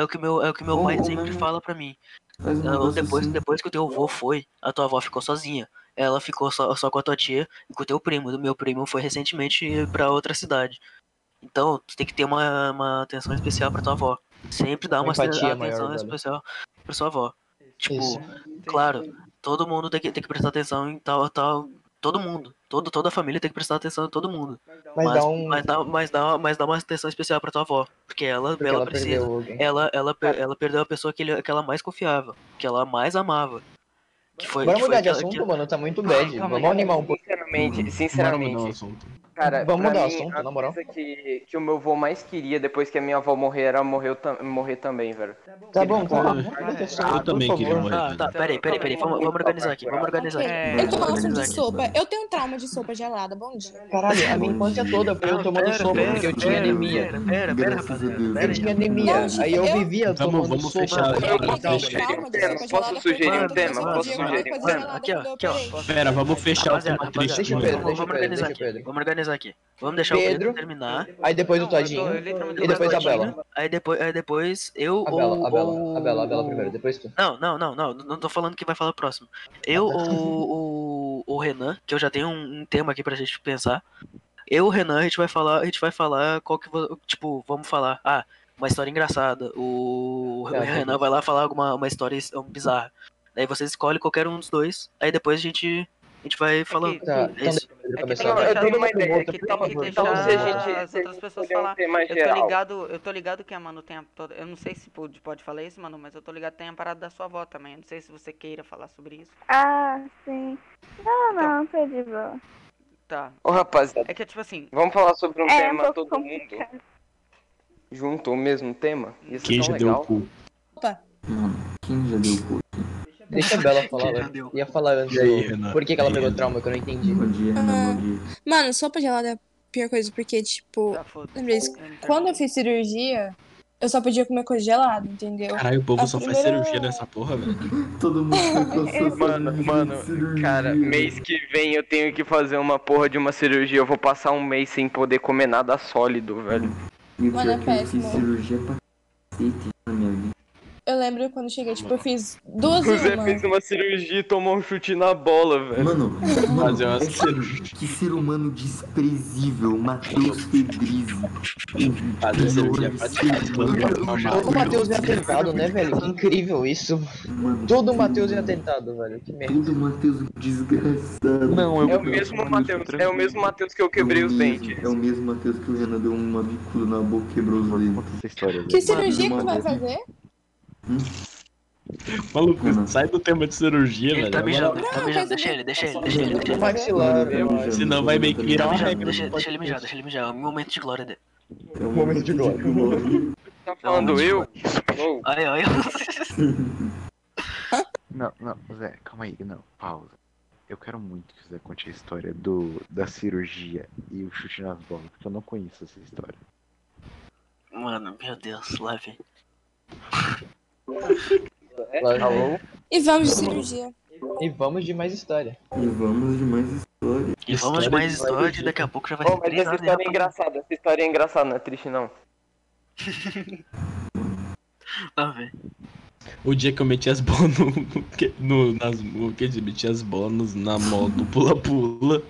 é o que meu pai Ou sempre mesmo fala pra mim. faz um negócio assim. Depois que o teu avô foi, a tua avó ficou sozinha. Ela ficou só com a tua tia e com o teu primo. O meu primo foi recentemente pra outra cidade. Então, tu tem que ter uma atenção especial pra tua avó. Sempre dá Uma uma empatia atenção maior, velho. especial pra sua avó. Tipo, Isso. claro, todo mundo tem que prestar atenção em tal. Todo mundo. Toda a família tem que prestar atenção em todo mundo. Mas dá um... Mas dá uma atenção especial pra tua avó. Porque ela Porque precisa. perdeu alguém. Ela perdeu a pessoa que ela mais confiava, que ela mais amava. Que foi, Bora que foi mudar de aquela- assunto, mano. Tá muito bad. calma aí, Vamos animar um pouco. Sinceramente, Bora mudar o assunto. cara, Vamos pra mudar o mim, assunto, a na moral. coisa que o meu avô mais queria depois que a minha avó morrer era morrer também, velho. Tá bom, tá bom. Eu também queria morrer. Tá, peraí. Vamos organizar aqui. Ok. É, Então, assunto organizar de aqui. sopa. Eu tenho trauma de sopa gelada. Bom dia. Caralho, a minha infância toda foi eu tomando sopa porque eu tinha anemia. Pera, Graças a rapaziada. Deus. pera Eu aí. tinha anemia. Não, gente, Aí eu eu- vivia tomando Vamos sopa. fechar. velho. Eu Vamos tenho fechar. trauma de Tema, sopa posso gelada sugerir porque um eu tema? só Posso podia comer sugerir um coisa tema? gelada Aqui, ó, quando eu aqui, ó. operei. Pera, vamos fechar o tema Rapaziada, triste deixa eu primeiro. ver. Vamos organizar deixa o Pedro. aqui. Vamos organizar aqui. Vamos deixar o Pedro. Pedro terminar. Aí depois o Não, eu tô- Todinho. eu literalmente E depois tô a falando. Bela. Aí depois eu A ou. Bela primeiro, depois tu. Não tô falando que vai falar próximo. Eu ou o Renan, que eu já tenho um tema aqui pra gente pensar. Eu, o Renan, a gente vai falar qual que. Tipo, vamos falar. Ah, uma história engraçada. O Tá, Renan vai lá falar uma história bizarra. Daí vocês escolhem qualquer um dos dois. Aí depois a gente vai falando. Tá, É então isso. deixa eu É que começar. tem que eu deixar, tenho uma ideia, é que tem que deixar Então, se a gente as outras pessoas escolher um falar. tema geral. Eu tô ligado que a Manu tem eu não sei se pode falar isso, Manu, mas eu tô ligado que tem a parada da sua avó também. Eu não sei se você queira falar sobre isso. Ah, sim. Não, tô de boa. Tá. Ô, rapaziada, É que tipo assim, vamos falar sobre um É um tema pouco todo mundo complicado. junto, o mesmo tema? Isso Quem é já tão deu o legal. cu? Mano, quem já deu o cu? Deixa a Bela falar, Já né? deu. Ia falar antes. E aí, Renan? Por que ela E aí, pegou Renan? trauma que eu não entendi. Bom dia, Renan, bom dia. Mano, sopa gelada é a pior coisa, porque, tipo, tá foda. lembrei disso. Quando eu fiz cirurgia, eu só podia comer coisa gelada, entendeu? Caralho, o povo A só faz primeira- cirurgia nessa porra, velho. Todo mundo Mano, cara, mês que vem eu tenho que fazer uma porra de uma cirurgia. Eu vou passar um mês sem poder comer nada sólido, velho. E o Mano, pior é que eu fiz péssimo. cirurgia pra cacete na minha vida. Eu lembro quando eu cheguei, tipo, eu fiz 2 O em Zé uma. fez uma cirurgia e tomou um chute na bola, velho. Mano, Fazer uma é que ser humano desprezível, Matheus Fedrizzi. Fazer cirurgia pra O Matheus é atentado, né, velho? Que incrível isso. Mano, Todo Matheus é atentado, velho. Que merda. todo Matheus desgraçado. Não, É o mesmo Matheus, é o mesmo Matheus que eu quebrei os dentes. É o mesmo Matheus que o Renan deu uma bicuda na boca e quebrou os dentes. Conta essa história. Que velho. cirurgia que tu vai Mano, fazer? Maluco, sai do tema de cirurgia, Ele velho. tá mijando, Agora- ele tá Não, mijando. mas Deixa eu- ele, deixa ele, eu- deixa ele, deixa ele. Maxilar, Senão vai meio que virar uma regra. Deixa ele mijar, deixa ele mijar. É um momento de glória dele. É um momento de glória. Tá falando eu? Oh, Ai, ai. Não, Zé, calma aí, não, pausa. Eu quero muito que o Zé conte a história da cirurgia e o chute nas bolas, porque eu não conheço essa história. Mano, meu Deus, lá vem. alô? E vamos de cirurgia. E vamos de mais história. E vamos de mais história. E vamos de mais história e daqui a pouco já vai Oh, ser mas 3 essa horas de história é rapaz. engraçada, essa história é engraçada, não é triste não. Lá vem. O dia que eu meti as bolas meti as bolas na moto, pula-pula.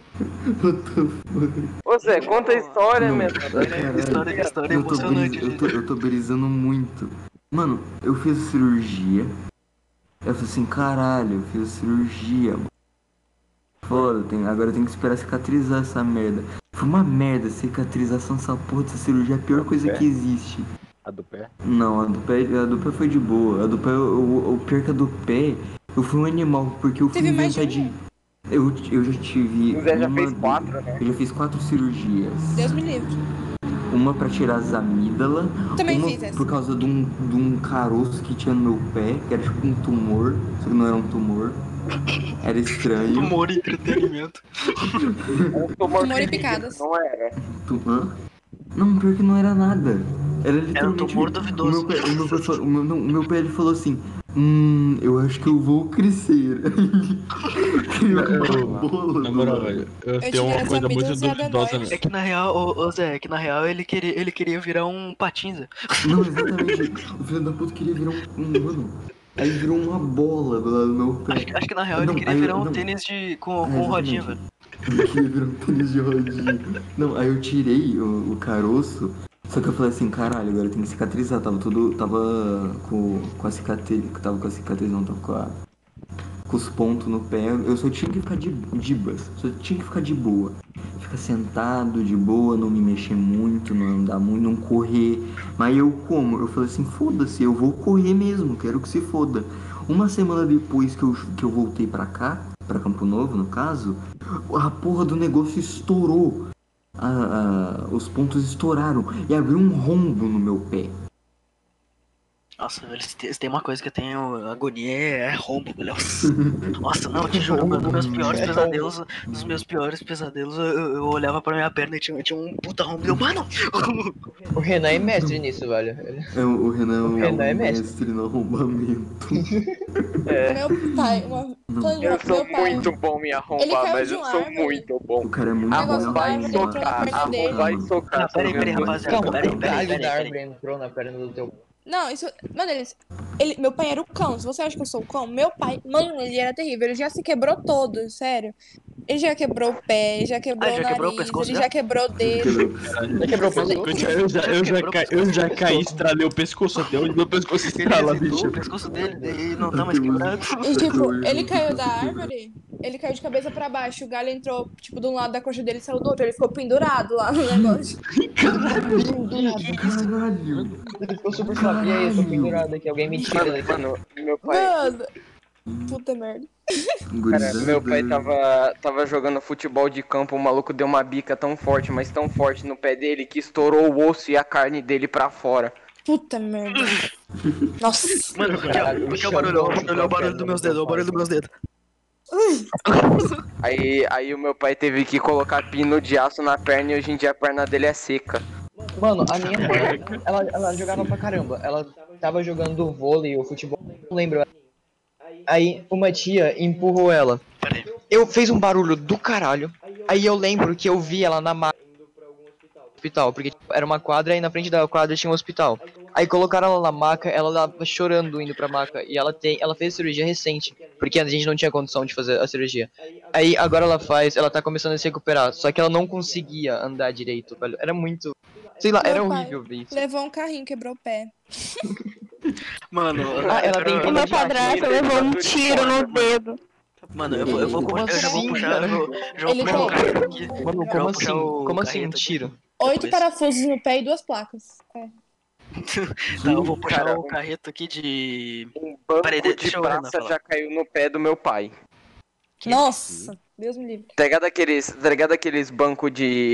Ô Zé, conta a história, Não, meu. História emocionante. Eu tô brisando muito. Mano, eu fiz cirurgia. Eu falei assim, caralho, eu fiz cirurgia, mano. Foda, agora eu tenho que esperar cicatrizar essa merda. Foi uma merda, cicatrização dessa porra dessa cirurgia é a pior coisa que existe. A do pé? Não, a do pé foi de boa. A do pé, o pior que a do pé, eu fui um animal, porque eu fui Teve mais inventar de de. Eu já tive. O Zé já uma- fez 4, né? Eu já fiz 4 cirurgias. Deus me livre. Uma pra tirar as amígdalas. Também uma fiz essa. por causa de um caroço que tinha no meu pé, que era tipo um tumor, só que não era um tumor. Era estranho. Humor e entretenimento. Tumor e picadas. Não era. Hã? Não, pior que não era nada. Era literalmente. tumor duvidoso. O meu pé ele falou assim: eu acho que eu vou crescer. Criou uma bola. Na moral, velho, eu tenho tive uma essa coisa muito amígdala duvidosa, adenoide. velho. É que na real, ô Zé, é que na real ele queria virar um patinza. Não, exatamente. O filho da puta queria virar um mano. Aí virou uma bola do lado do meu pé. Acho que na real Não, ele queria aí virar eu- um não. tênis com Exatamente. rodinha, velho. Ele queria virar um tênis de rodinha. Não, aí eu tirei o caroço. Só que eu falei assim, caralho, agora eu tenho que cicatrizar. Tava com a cicatriz. Tava com a cicatriz, não, tava com os pontos no pé. Eu só tinha que ficar de boas. Só tinha que ficar de boa. Ficar sentado de boa, não me mexer muito, não andar muito, não correr. Mas eu como? Eu falei assim, foda-se, eu vou correr mesmo, quero que se foda. Uma semana depois que eu voltei pra cá, pra Campo Novo, no caso, a porra do negócio estourou. Os pontos estouraram e abriu um rombo no meu pé. Nossa, velho, se tem uma coisa que eu tenho agonia é rombo, velho. Nossa, não, te juro, um dos meus piores pesadelos, eu olhava pra minha perna e tinha um puta rombo e eu, mano! O Renan é mestre nisso, velho. O Renan O Renan é mestre. no arrombamento. Meu pai, Eu sou meu pai. muito bom em Ele arrombar, caiu mas de eu um sou árvore. muito bom. O cara é muito Negócio bom. da Arrombar e árvore entrou na socar, perna dele. arrombar e socar. Peraí, rapaziada, Calma, peraí. o galho da árvore entrou na perna do teu. Não, isso. Mano, meu pai era o cão. Se você acha que eu sou o cão, meu pai, mano, ele era terrível. Ele já se quebrou todo, sério. Ele já quebrou o pé, ele já quebrou já o quebrou o nariz, pescoço ele já? já quebrou o dedo. Já quebrou o pescoço? Eu já caí, estralei o pescoço até onde meu pescoço Ele estrala, resetou bicho. o pescoço dele e não tá mais quebrado. E tipo, ele caiu da árvore, ele caiu de cabeça pra baixo. O galho entrou, tipo, de um lado da coxa dele e saiu do outro. Ele ficou pendurado lá no negócio. Caralho. Ele ficou super suave. E aí, eu tô pendurado aqui. Alguém me tira daqui. Mano, meu pai. Mano, puta merda. Cara, meu pai tava jogando futebol de campo, o maluco deu uma bica tão forte, mas tão forte no pé dele que estourou o osso e a carne dele pra fora. Puta merda. Nossa. Mano, porque é o barulho, olha o barulho dos meus dedos, olha o barulho dos meus dedos. Aí o meu pai teve que colocar pino de aço na perna e hoje em dia a perna dele é seca. Mano, a minha mãe, ela jogava pra caramba. Ela tava jogando vôlei ou futebol, não lembro. Aí uma tia empurrou ela. Peraí. Eu fiz um barulho do caralho. Aí eu lembro que eu vi ela na maca do hospital, porque tipo, era uma quadra e na frente da quadra tinha um hospital. Aí colocaram ela na maca, ela tava chorando indo pra maca. E ela fez cirurgia recente, porque a gente não tinha condição de fazer a cirurgia. Aí agora ela tá começando a se recuperar. Só que ela não conseguia andar direito, velho. Era muito. Sei lá, Meu era pai horrível ver isso. Levou um carrinho, quebrou o pé. Mano, Ela tem O vida meu de padrasto levou um tiro no dedo. Mano, eu vou Como puxar, eu já vou assim, puxar, cara? eu já vou Ele puxar o tem- carreto aqui. Mano, Já como vou puxar assim? o Como assim um carreto aqui. tiro? 8 Pois. parafusos no pé e 2 placas. É. Tá, eu vou puxar Cara, o carreto aqui de. Um banco Peraí, de deixa o Renan praça falar. já caiu no pé do meu pai. Nossa, Deus me livre. Tá ligado aqueles bancos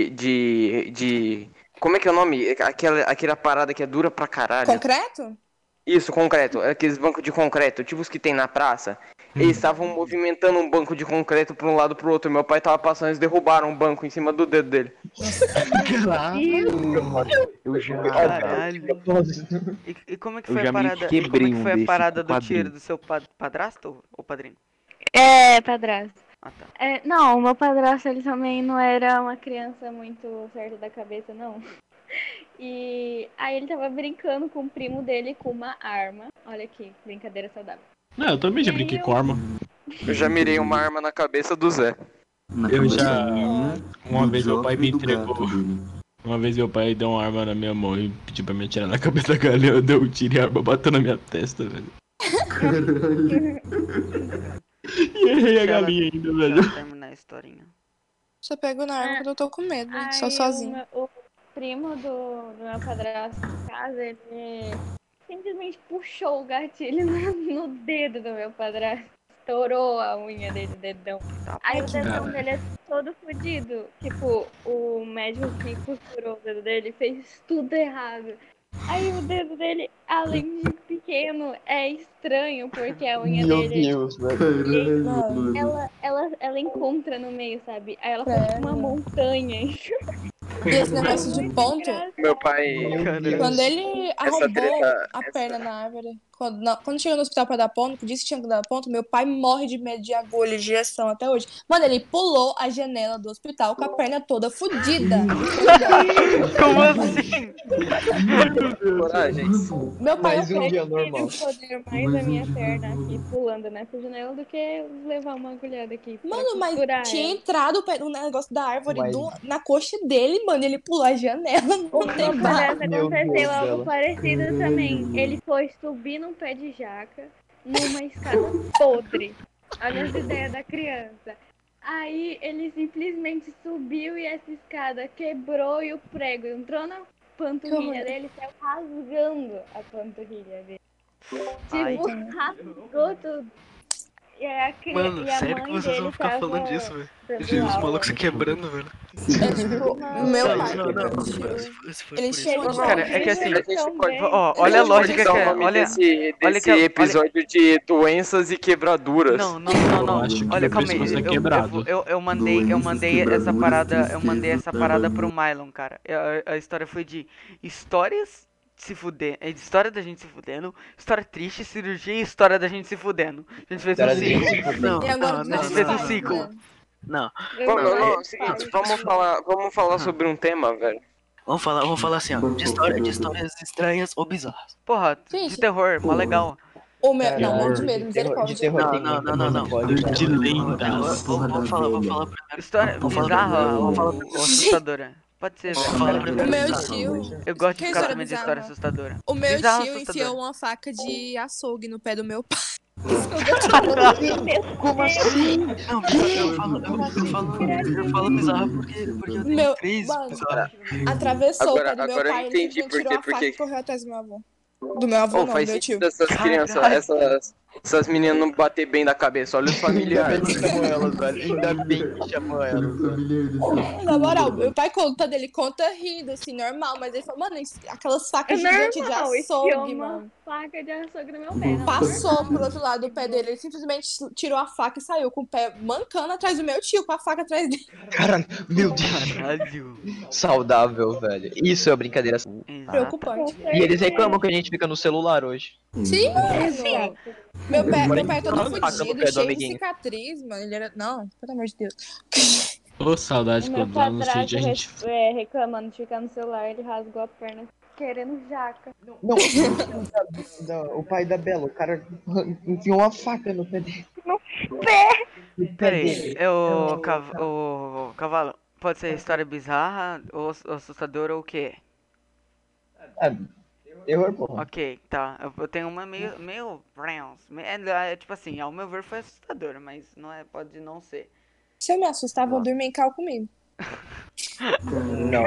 Como é que é o nome? Aquela parada que é dura pra caralho. Concreto? Isso, concreto. Aqueles bancos de concreto, tipo os que tem na praça. Eles estavam movimentando um banco de concreto pra um lado pro outro. Meu pai tava passando, eles derrubaram um banco em cima do dedo dele. Eu já. Caralho. E como é que Eu foi já a meio que parada? E como quebrei é que um foi a desse parada com do tiro quadril. do seu padrasto ou padrinho? É, padrasto. Ah, tá. Não, o meu padrasto, ele também não era uma criança muito certa da cabeça, não. E aí ele tava brincando com o primo dele com uma arma. Olha aqui, brincadeira saudável. Não, eu também já brinquei com arma. Eu já mirei uma arma na cabeça do Zé. Na Eu cabeça já- minha, Uma do vez meu pai Joffrey me e do entregou. gato dele. Uma vez meu pai deu uma arma na minha mão e pediu pra me atirar na cabeça da galinha. Eu dei um tiro e a arma bateu na minha testa, velho. Caralho. E errei a Deixa ela- galinha ainda, Deixa velho. eu terminar a historinha. Só pego na arma quando eu tô com medo, Aí só sozinho. O primo do meu padrasto em casa, ele simplesmente puxou o gatilho no dedo do meu padrasto. Estourou a unha dele, o dedão. Tá, Aí o pô. dedão Caralho. dele é todo fodido. Tipo, o médico que costurou o dedo dele fez tudo errado. Aí o dedo dele, além de pequeno, é estranho, porque a unha Meu dele Deus, velho. Caralho, Mano. mano. ela encontra no meio, sabe? Aí ela faz tipo uma montanha. E esse negócio de ponto, Meu pai. quando ele arrombou treta- a perna na árvore, quando chegou no hospital pra dar ponto, disse que tinha que dar ponto, meu pai morre de medo de agulha, de injeção até hoje. Mano, ele pulou a janela do hospital com a perna toda fodida. Como assim? Coragem. Meu pai Mais um dia normal. Eu poder mais a minha perna aqui pulando nessa janela do que levar uma agulhada aqui. pra Mano, mas costurar tinha ela. entrado o negócio da árvore Mas- na coxa dele, mano. Ele pulou a janela. Não tem Meu pra... padrasto Meu aconteceu Deus algo dela. parecido também. Ele foi subir num pé de jaca, numa escada podre. Olha as ideias da criança. Aí ele simplesmente subiu e essa escada quebrou e o prego entrou na panturrilha dele e saiu rasgando a panturrilha dele. Ai. Tipo, rasgou tudo. E a, Mano, e a sério mãe que vocês vão dele ficar tava falando disso, velho? dando Os aula. malucos se quebrando, velho. É tipo, meu Não, pai. Não, tio, esse foi ele por isso. chegou de Cara, é que assim, A gente pode. ó, olha a lógica que Dar o é. nome Olha, desse olha que- olha- episódio de doenças e quebraduras. não. Eu acho que Olha, o calma aí. pescoço é quebrado. Eu mandei Doenças, essa parada, eu quebraduras, mandei essa tristeza, parada pro trabalho. Mylon, cara. A história foi de histórias se fudendo, história da gente se fudendo, história triste, cirurgia e história da gente se fudendo. A gente fez um História da gente ciclo. se fudendo. Não, E agora não, dos não, a nossos gente fez um pais, ciclo. né? não. É o seguinte, vamos falar sobre um tema, velho. Vamos falar assim, ó. De histórias estranhas ou bizarras. Porra, de Gente. terror, mó legal. O meu, Cara, não, de medo, de terror, misericórdia. de terror Não, tem não, muita, não, mas não. pode. De lendas. Vamos falar primeiro. História Vamos bizarra ou falar assustadora? Pode ser, Vamos velho. falar O primeiro. meu bizarro. tio, Eu gosto de Que ficar história sabendo de história bizarra? assustadora. o meu Bizarro, tio assustador. enfiou uma faca de açougue no pé do meu pai. Como assim? Não, eu falo bizarro porque eu tenho Meu, três mano, bizarros. atravessou Agora- o pé do meu agora eu pai, entendi ele simplesmente tirou a por faca quê. e correu atrás do meu avô. Do meu avô, Oh, não, faz do meu tio. sentido essas crianças, Caralho. essas meninas não bater bem da cabeça, olha os familiares. Chamou elas, velho. Ainda bem que chamou Olha elas, o velho. familiar desse. Na moral, meu pai conta dele, conta rindo, assim, normal, mas ele falou, mano, aquelas facas gigantes de Normal, açougue, enfiou uma mano. faca de açougue no meu pé. Não, Passou pro outro lado do pé dele, ele simplesmente tirou a faca e saiu com o pé mancando atrás do meu tio, com a faca atrás dele. Caralho, meu Deus. Caralho. Saudável, velho. Isso é brincadeira. Preocupante. E eles reclamam que a gente fica no celular hoje. Sim, mano. Meu pai é todo Faca no fudido, pé do cheio de amiguinho. cicatriz, mano. Ele era. Não, pelo amor de Deus. Ô, saudade O meu quando lá no padrasto sítio a gente. reclamando de ficar no celular, ele rasgou a perna querendo jaca. Não, o pai da Bela, o cara enfiou uma faca no pé dele. No pé! No pé Peraí, dele. o cavalo, pode ser história bizarra, ou assustadora ou o quê? Eu, porra. Ok, tá. Eu tenho uma meio é tipo assim, ao meu ver foi assustadora, mas não é, pode não ser. Se eu me assustar, vão dormir em cal comigo. Não.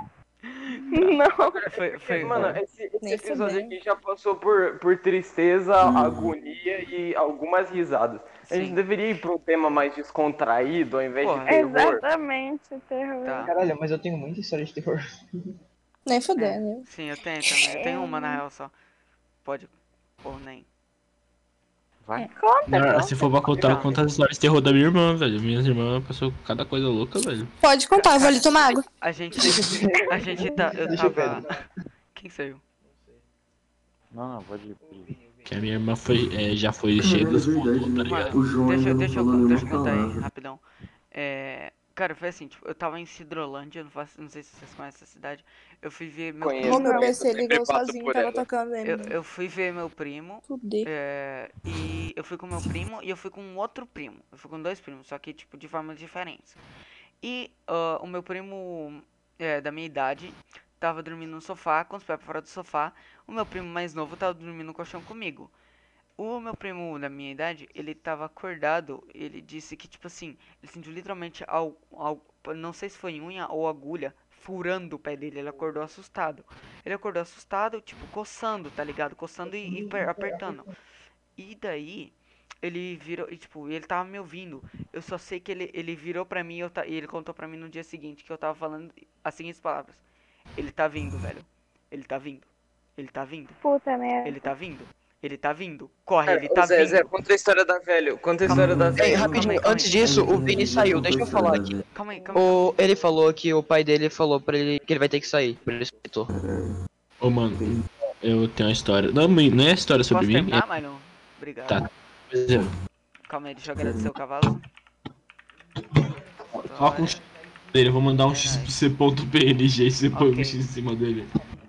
Não. Foi Mano, esse Nem episódio fudendo. aqui já passou por tristeza, agonia e algumas risadas. A gente Sim. deveria ir pra um tema mais descontraído ao invés Porra. de terror. Exatamente, terror. Tá. Caralho, mas eu tenho muita história de terror. Nem fuder, né? Sim, eu tenho também. Eu tenho uma na real só. Pode. Ou nem. Vai. Conta, Se for pra contar, eu conto as histórias de terror da minha irmã, velho. Minhas irmãs passou cada coisa louca, velho. Pode contar, eu vou ali tomar água. A gente tá. Eu Deixa eu tava. Quem saiu? Não, pode ir. Que a minha irmã já foi cheia dos pontos, tá ligado? O João ainda não Deixa eu falou nenhuma contar aí, palavra. rapidão. Cara, foi assim, tipo, eu tava em Cidrolândia, não sei se vocês conhecem essa cidade. Eu fui ver meu Conheço. Ô, meu primo. PC ligou sempre passo sozinho, por tava ela. tocando ele. Eu fui ver meu primo. Fudeu. E eu fui com meu primo e eu fui com outro primo. Eu fui com dois primos, só que tipo de formas diferentes. E o meu primo da minha idade tava dormindo no sofá, com os pés pra fora do sofá. O meu primo mais novo tava dormindo no colchão comigo. O meu primo da minha idade, ele tava acordado, ele disse que tipo assim, ele sentiu literalmente não sei se foi unha ou agulha furando o pé dele, ele acordou assustado. Ele acordou assustado, tipo, coçando, tá ligado? Coçando e apertando. E daí, ele virou, e, tipo, ele tava me ouvindo. Eu só sei que ele virou pra mim e ele contou pra mim no dia seguinte que eu tava falando as seguintes palavras. Ele tá vindo, velho. Ele tá vindo. Ele tá vindo. Puta merda. Ele tá vindo. Ele tá vindo. Corre, ele Ô, tá Zé, vindo. Zé, conta a história da velho. Conta a história da Ei, velho. rapidinho, calma antes aí. disso, o Vini saiu, deixa eu falar aqui. Calma aí. Ele falou que o pai dele falou pra ele que ele vai ter que sair. Por isso que eu tô. Ô, mano, eu tenho uma história. Não é história sobre Posso mim. terminar, Marlon? Obrigado. Tá. Pois é. Calma aí, deixa eu agradecer o cavalo. Ó com o X dele, eu vou mandar um xc.png e você põe um X em cima dele.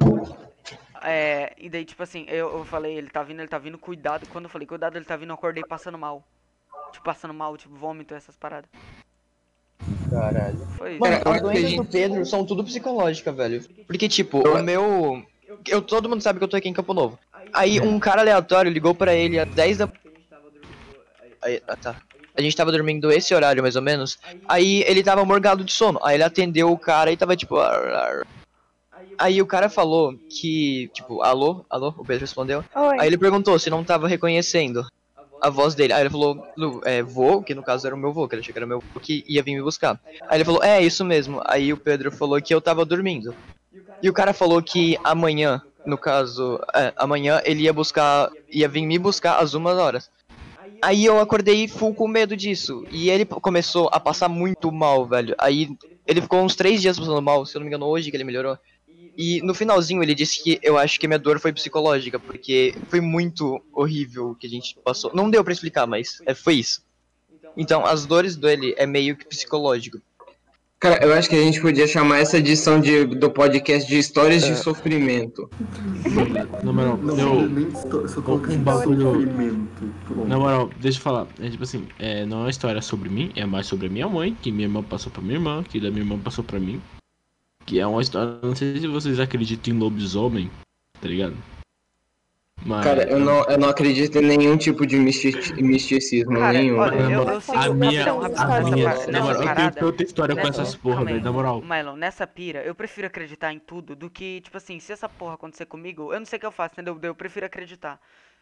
E daí, tipo assim, eu falei, ele tá vindo, cuidado. Quando eu falei, cuidado, ele tá vindo, eu acordei passando mal. Tipo, vômito, essas paradas. Caralho. Foi isso. Mano, Cara, as doenças do Pedro são tudo psicológicas, velho. Porque, tipo, o meu. Todo mundo sabe que eu tô aqui em Campo Novo. Aí um cara aleatório ligou pra ele às 10 da. Aí, tá. A gente tava dormindo esse horário, mais ou menos. Aí ele tava morgado de sono. Aí ele atendeu o cara e tava tipo. Aí o cara falou que, tipo, alô, o Pedro respondeu. Oi. Aí ele perguntou se não tava reconhecendo a voz dele. Aí ele falou, vô, que no caso era o meu vô, que ele achou que era o meu vô que ia vir me buscar. Aí ele falou, isso mesmo. Aí o Pedro falou que eu tava dormindo. E o cara falou que amanhã, no caso, amanhã ele ia vir me buscar às 1h. Aí eu acordei full com medo disso. E ele começou a passar muito mal, velho. Aí ele ficou uns 3 dias passando mal, se eu não me engano, hoje que ele melhorou. E no finalzinho ele disse que eu acho que minha dor foi psicológica, porque foi muito horrível o que a gente passou. Não deu pra explicar, mas foi isso. Então as dores dele é meio que psicológico. Cara, eu acho que a gente podia chamar essa edição do podcast de histórias de sofrimento. Na moral, Só colocar um bagulho. sofrimento. Pronto. Na moral, deixa eu falar. É tipo assim, não é uma história sobre mim, é mais sobre a minha mãe, que minha irmã passou pra minha irmã, que da minha irmã passou pra mim. Que é uma história, não sei se vocês acreditam em lobisomem, tá ligado? Mas... Cara, eu não acredito em nenhum tipo de misticismo, Cara, nenhum. olha, eu sigo a minha, nessa na moral, eu tenho parada. tanta história com essas porra, Calma aí, velho, na moral. Mylon, nessa pira, eu prefiro acreditar em tudo do que, tipo assim, se essa porra acontecer comigo, eu não sei o que eu faço, entendeu? Eu prefiro acreditar.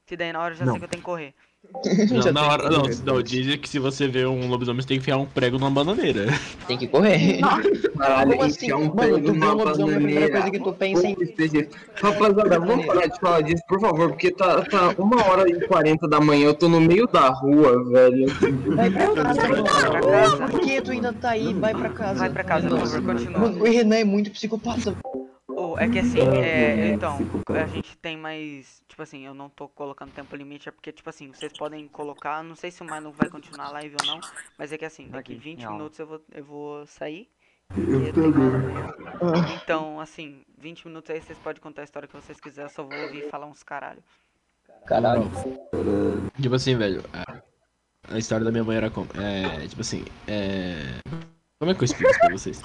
Que daí na hora eu já Não. sei que eu tenho que correr. Não, na hora. Não, dizem que se você vê um lobisomem, você tem que enfiar um prego numa bananeira. Tem que correr. Caralho, Como assim? enfiar um Mano, prego tu vê numa um lobisomem, a primeira bananeira. coisa que tu pensa em... Rapaziada, vamos parar de falar disso, por favor, porque tá 1h40 da manhã, eu tô no meio da rua, velho. Vai pra casa, Vai pra casa. mano. Por que tu ainda tá aí? Vai pra casa. Vai pra casa, por favor, continua. Mano, o Renan é muito psicopata. É que assim, então, a gente tem mais, tipo assim, eu não tô colocando tempo limite, é porque, tipo assim, vocês podem colocar, não sei se o Milo vai continuar a live ou não, mas é que assim, daqui 20 minutos eu vou sair. Eu também. Então, assim, 20 minutos aí vocês podem contar a história que vocês quiserem, eu só vou ouvir falar uns caralho. Caralho. Tipo assim, velho. A história da minha mãe era como? Tipo assim, como é que eu explico isso pra vocês?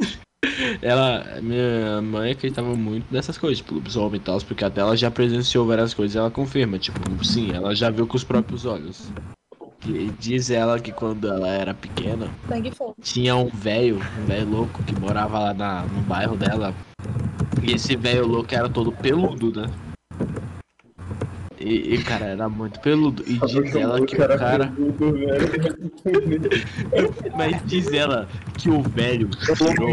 Minha mãe acreditava muito nessas coisas, tipo, lobisomem e tal, porque até ela já presenciou várias coisas e ela confirma, tipo, sim, ela já viu com os próprios olhos. E diz ela que quando ela era pequena, Sangue fogo. tinha um velho louco que morava lá no bairro dela. E esse velho louco era todo peludo, né? E cara, era muito peludo. E diz ela que o cara. Mas diz ela que o velho tirou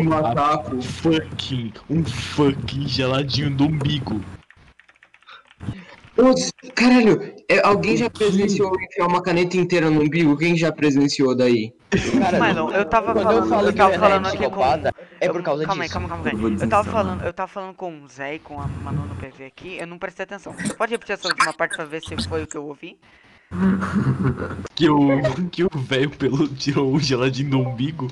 um fucking geladinho do umbigo. Putz, caralho, alguém já presenciou enfiar uma caneta inteira no umbigo? Quem já presenciou daí? Cara, Mano, eu tava quando falando, eu falo eu que o tava Renan é falando aqui com... psicopata, é por causa Calma aí, disso. calma aí. Eu vou Eu tava falando com o Zé e com a Manu no PV aqui, eu não prestei atenção. Você pode repetir essa última parte pra ver se foi o que eu ouvi? Que o velho peludo tirou um geladinho do umbigo.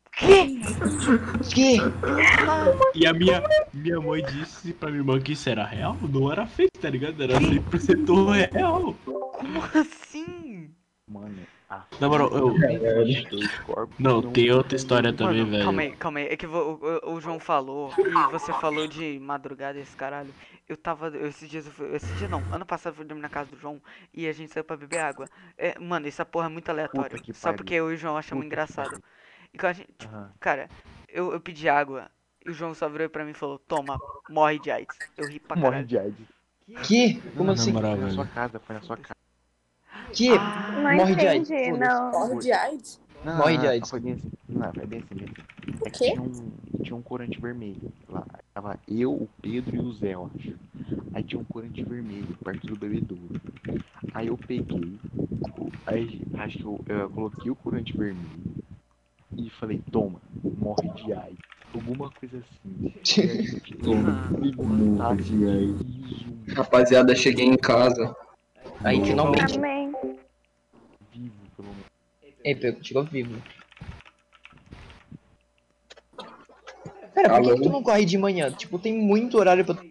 Que? E a minha mãe disse pra minha irmã que isso era real, não era fake, tá ligado? Era 100% real. Como assim? Mano, Na moral, Não, tem outra história também, Mano, velho. calma aí. É que o João falou, e você falou de madrugada esse caralho. Esse dia não, ano passado eu fui dormir na casa do João e a gente saiu pra beber água. Mano, essa porra é muito aleatória. Puta que Só pariu. porque eu e o João achamos Puta que engraçado. E quando a gente, tipo, cara, eu pedi água e o João só virou pra mim e falou: toma, morre de AIDS. Eu ri pra Morre caralho. de AIDS. Que? Como Na assim? moral, Foi na velho. sua casa, foi na sua casa. Que? Não Morre de AIDS. entendi, Foda-se. não. Morre de AIDS? Não, Morre de AIDS. Foi bem assim. Não, foi bem assim mesmo. É que quê? tinha um corante vermelho lá. Tava eu, o Pedro e o Zé, eu acho. Aí tinha um corante vermelho perto do bebedouro. Aí eu peguei. Aí acho que eu coloquei o corante vermelho. E falei, toma, morre de AIDS. Alguma coisa assim. E a gente pegou um de AIDS. riso Rapaziada, cheguei em casa. Aí finalmente. Amém. vivo, pelo menos. Chegou vivo. Cara, por que tu não corre de manhã? Tipo, tem muito horário pra...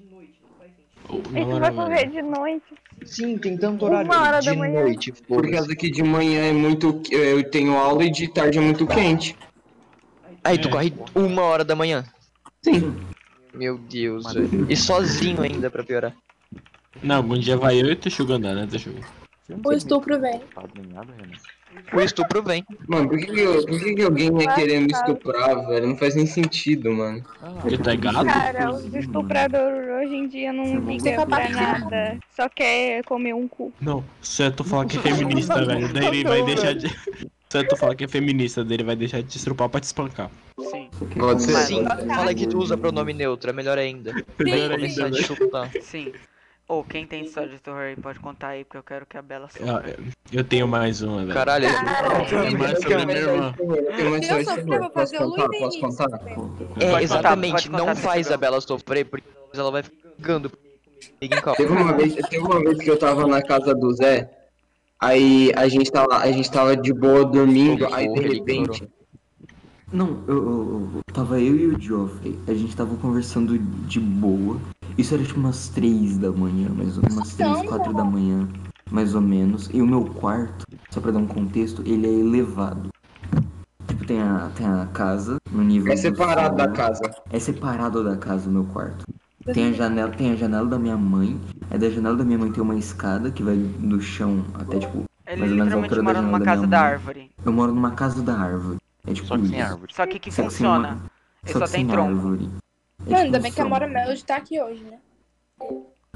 E tu vai correr de noite? Sim, tem tanto horário 1h de da manhã. noite. Por causa que de manhã é muito. Eu tenho aula e de tarde é muito quente. Aí tu corre 1h da manhã. Sim. Meu Deus, velho. E sozinho ainda, pra piorar. Não, algum dia vai eu e o Texugo andar, né, Texugo? O estupro vem. O estupro vem. Mano, por que alguém ia querer me estuprar, velho? Não faz nem sentido, mano. Porque tu é gado? Cara, os estupradores hoje em dia não ligam pra nada. Só quer comer um cu. Não, se é tu falar que é feminista, velho, daí ele vai deixar de... Se é tu falar que é feminista, daí ele vai deixar de te estrupar pra te espancar. Sim. Pode ser. Sim, fala que tu usa pronome neutro, é melhor ainda. Melhor Começar a ainda, né? chutar. Sim. Ou quem tem história de terror aí pode contar aí, porque eu quero que a Bela Eu, sofra. eu tenho mais uma, velho. Caralho. É mais sobre a minha irmã. Tem mais Eu história sofri, vou fazer o Luiz Posso Henrique. contar? É, exatamente, pode contar, não sem faz a problema. Bela sofrer, porque ela vai ficando. Teve uma vez que eu tava na casa do Zé, aí a gente tava de boa dormindo, aí de repente. Não, tava eu e o Geoffrey, a gente tava conversando de boa. Isso era tipo umas 3 da manhã, umas 3, 4 da manhã, mais ou menos. E o meu quarto, só pra dar um contexto, ele é elevado. Tipo, tem a casa no nível É do separado da solo. casa. É separado da casa o meu quarto. Tem a janela da minha mãe. Aí da janela da minha mãe tem uma escada que vai do chão até tipo Ele mais ou menos a literalmente altura da mora janela numa da casa minha da mãe. árvore. Eu moro numa casa da árvore. É tipo Só que sem isso. árvore. Só que Só que sem funciona. uma- Ele Só só que tem sem tronco. árvore. É Mano, tipo ainda um bem que a som. Mora Melody tá aqui hoje, né?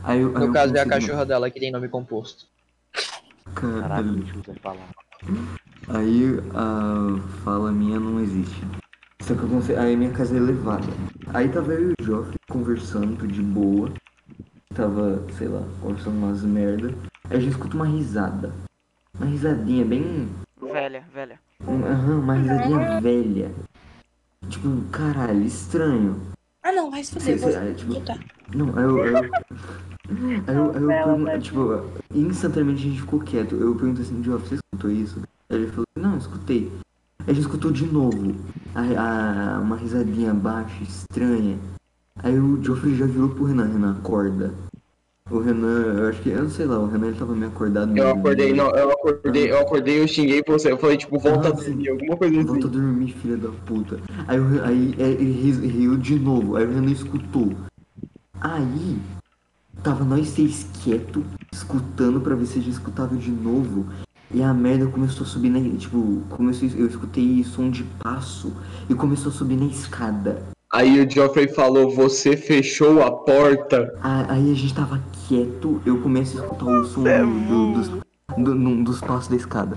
No caso é a cachorra dela que tem nome composto. Caralho, deixa eu falar. Aí a fala minha não existe. Só que eu consigo... Aí minha casa é elevada. Aí tava eu e o Joffrey conversando de boa. Tava, sei lá, conversando umas merda. Aí a gente escuta uma risada. Uma risadinha bem... Velha. Aham, uma risadinha velha. Tipo, caralho, estranho. Ah, não, vai se fuder. Aí, tipo, não, aí eu pergunto, tipo, instantaneamente a gente ficou quieto. Eu pergunto assim, Geoff, você escutou isso? Aí ele falou, não, escutei. Aí a gente escutou de novo. Uma risadinha baixa, estranha. Aí o Geoffrey já virou pro Renan, acorda. O Renan, eu acho que, eu não sei lá, o Renan ele tava meio acordado. Eu acordei, eu xinguei você, eu falei tipo, volta a dormir, alguma coisa assim. Volta a dormir, filha da puta. Aí ele riu de novo, aí o Renan escutou. Aí, tava nós seis quietos, escutando pra ver se a gente escutava de novo. E a merda começou a subir, tipo, eu escutei som de passo e começou a subir na escada. Aí o Geoffrey falou, você fechou a porta. Aí a gente tava quieto, eu começo a escutar o som dos passos da escada.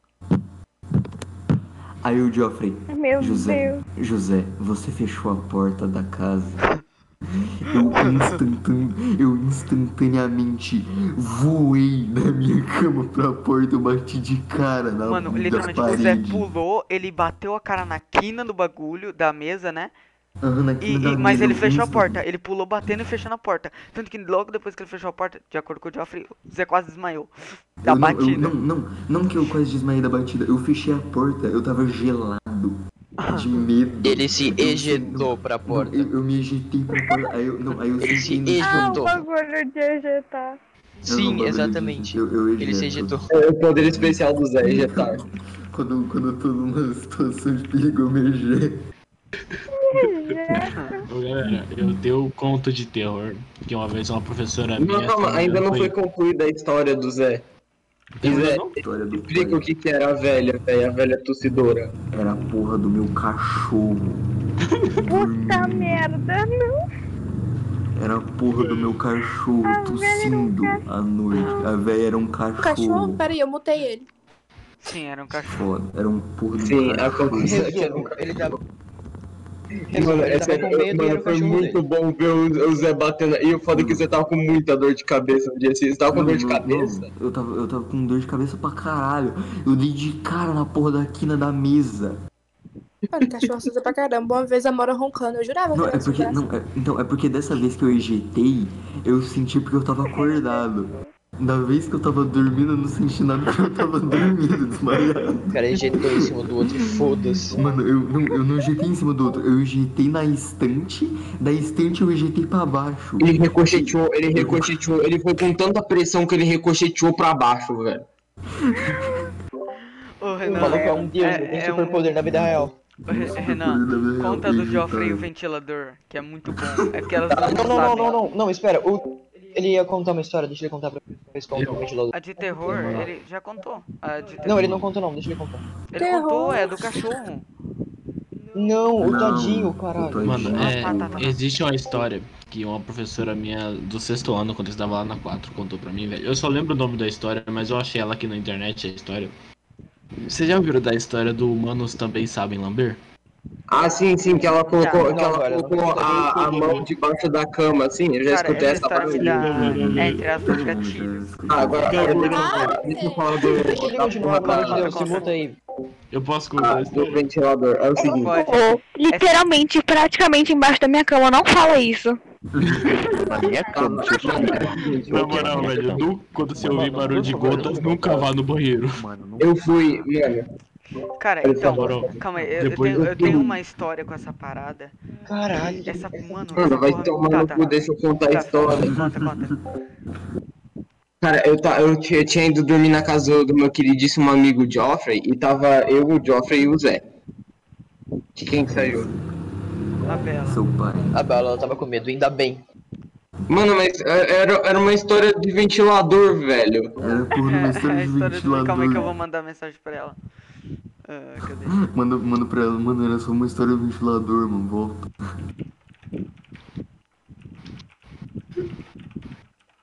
Aí o Geoffrey, Meu Deus. José, você fechou a porta da casa. Eu instantaneamente voei da minha cama pra porta, eu bati de cara na Mano, literalmente, o Zé pulou, ele bateu a cara na quina do bagulho, da mesa, né? Mas ele fechou a porta, ele pulou batendo e fechando a porta. Tanto que logo depois que ele fechou a porta, de acordo com o Geoffrey, o Zé quase desmaiou da batida. Não que eu quase desmaiei da batida, eu fechei a porta, eu tava gelado de medo. Ele se ejetou pra porta. Eu me ejetei pra porta, aí eu Ele se sentei no chão. ejetou. O bagulho de ejetar. Sim, exatamente. Ele se ejetou. É o poder especial do Zé, ejetar. Quando eu tô numa situação de perigo, eu me ejeto. Galera, eu tenho um conto de terror que uma vez uma professora minha... Não, calma, ainda não foi concluída a história do Zé. Zé, explica o que era a velha tossidora. Era a porra do meu cachorro. Puta merda, não. Era a porra do meu cachorro tossindo à noite. A velha era um cachorro. Cachorro? Peraí, eu mutei ele. Sim, era um cachorro. Foda, era um porra do Sim, cachorro. Ele tava... Mano, foi muito bom ver o Zé batendo. E o foda é que você tava com muita dor de cabeça no dia assim. Você tava com dor de cabeça? Eu tava com dor de cabeça pra caralho. Eu dei de cara na porra da quina da mesa. Mano, cachorro assusta pra caramba. Uma vez a Mora roncando, eu jurava que Não, era é porque dessa vez que eu ejetei, eu senti porque eu tava acordado. Da vez que eu tava dormindo, eu não senti nada porque eu tava dormindo, desmaiado. O cara ejetou em cima do outro e foda-se. Mano, eu não ejetei em cima do outro, eu ejetei na estante, da estante eu ejetei pra baixo. Ele ricocheteou, ele foi com tanta pressão que ele ricocheteou pra baixo, velho. Ô, Renan, O maluco é um deus, ele tem superpoder na vida real. Renan, conta do Geoffrey e o ventilador, que é muito bom. É porque elas Não, espera. Ele ia contar uma história, deixa ele contar pra ver se conta o ventilador. A de terror, ele já contou. A de terror. Não, ele não contou não, deixa ele contar. Ele contou, é do cachorro. Não, o todinho, caralho. Mano, existe uma história que uma professora minha do sexto ano, quando eu estava lá na 4, contou pra mim, velho. Eu só lembro o nome da história, mas eu achei ela aqui na internet, a história. Vocês já ouviram da história do Humanos Também Sabem Lamber? Ah, sim, que ela colocou, a mão debaixo da cama, assim, eu já escutei essa parte. Entre as duas gatilhos. Agora deixa eu falar do... Deixa ele continuar, pelo amor de Deus, se muta aí. Eu posso contar isso? Do ventilador, é o seguinte... Literalmente, praticamente embaixo da minha cama, não fala isso. Na minha cama, na moral, velho, quando você ouvir barulho de gotas, nunca vá no banheiro. Eu fui, mano... Cara, então, calma aí, eu tenho uma história com essa parada. Caralho. Mano, vai tomar no cu, deixa eu contar a história. Conta. Cara, eu tinha ido dormir na casa do meu queridíssimo amigo Geoffrey, e tava eu, o Geoffrey e o Zé. De quem saiu? A Bela. Seu pai. A Bela, ela tava com medo, ainda bem. Mano, mas era uma história de ventilador, velho. Era por uma história de ventilador. Calma aí que eu vou mandar mensagem pra ela. Cadê? Manda pra ela, mano, era só uma história de ventilador, mano, volta.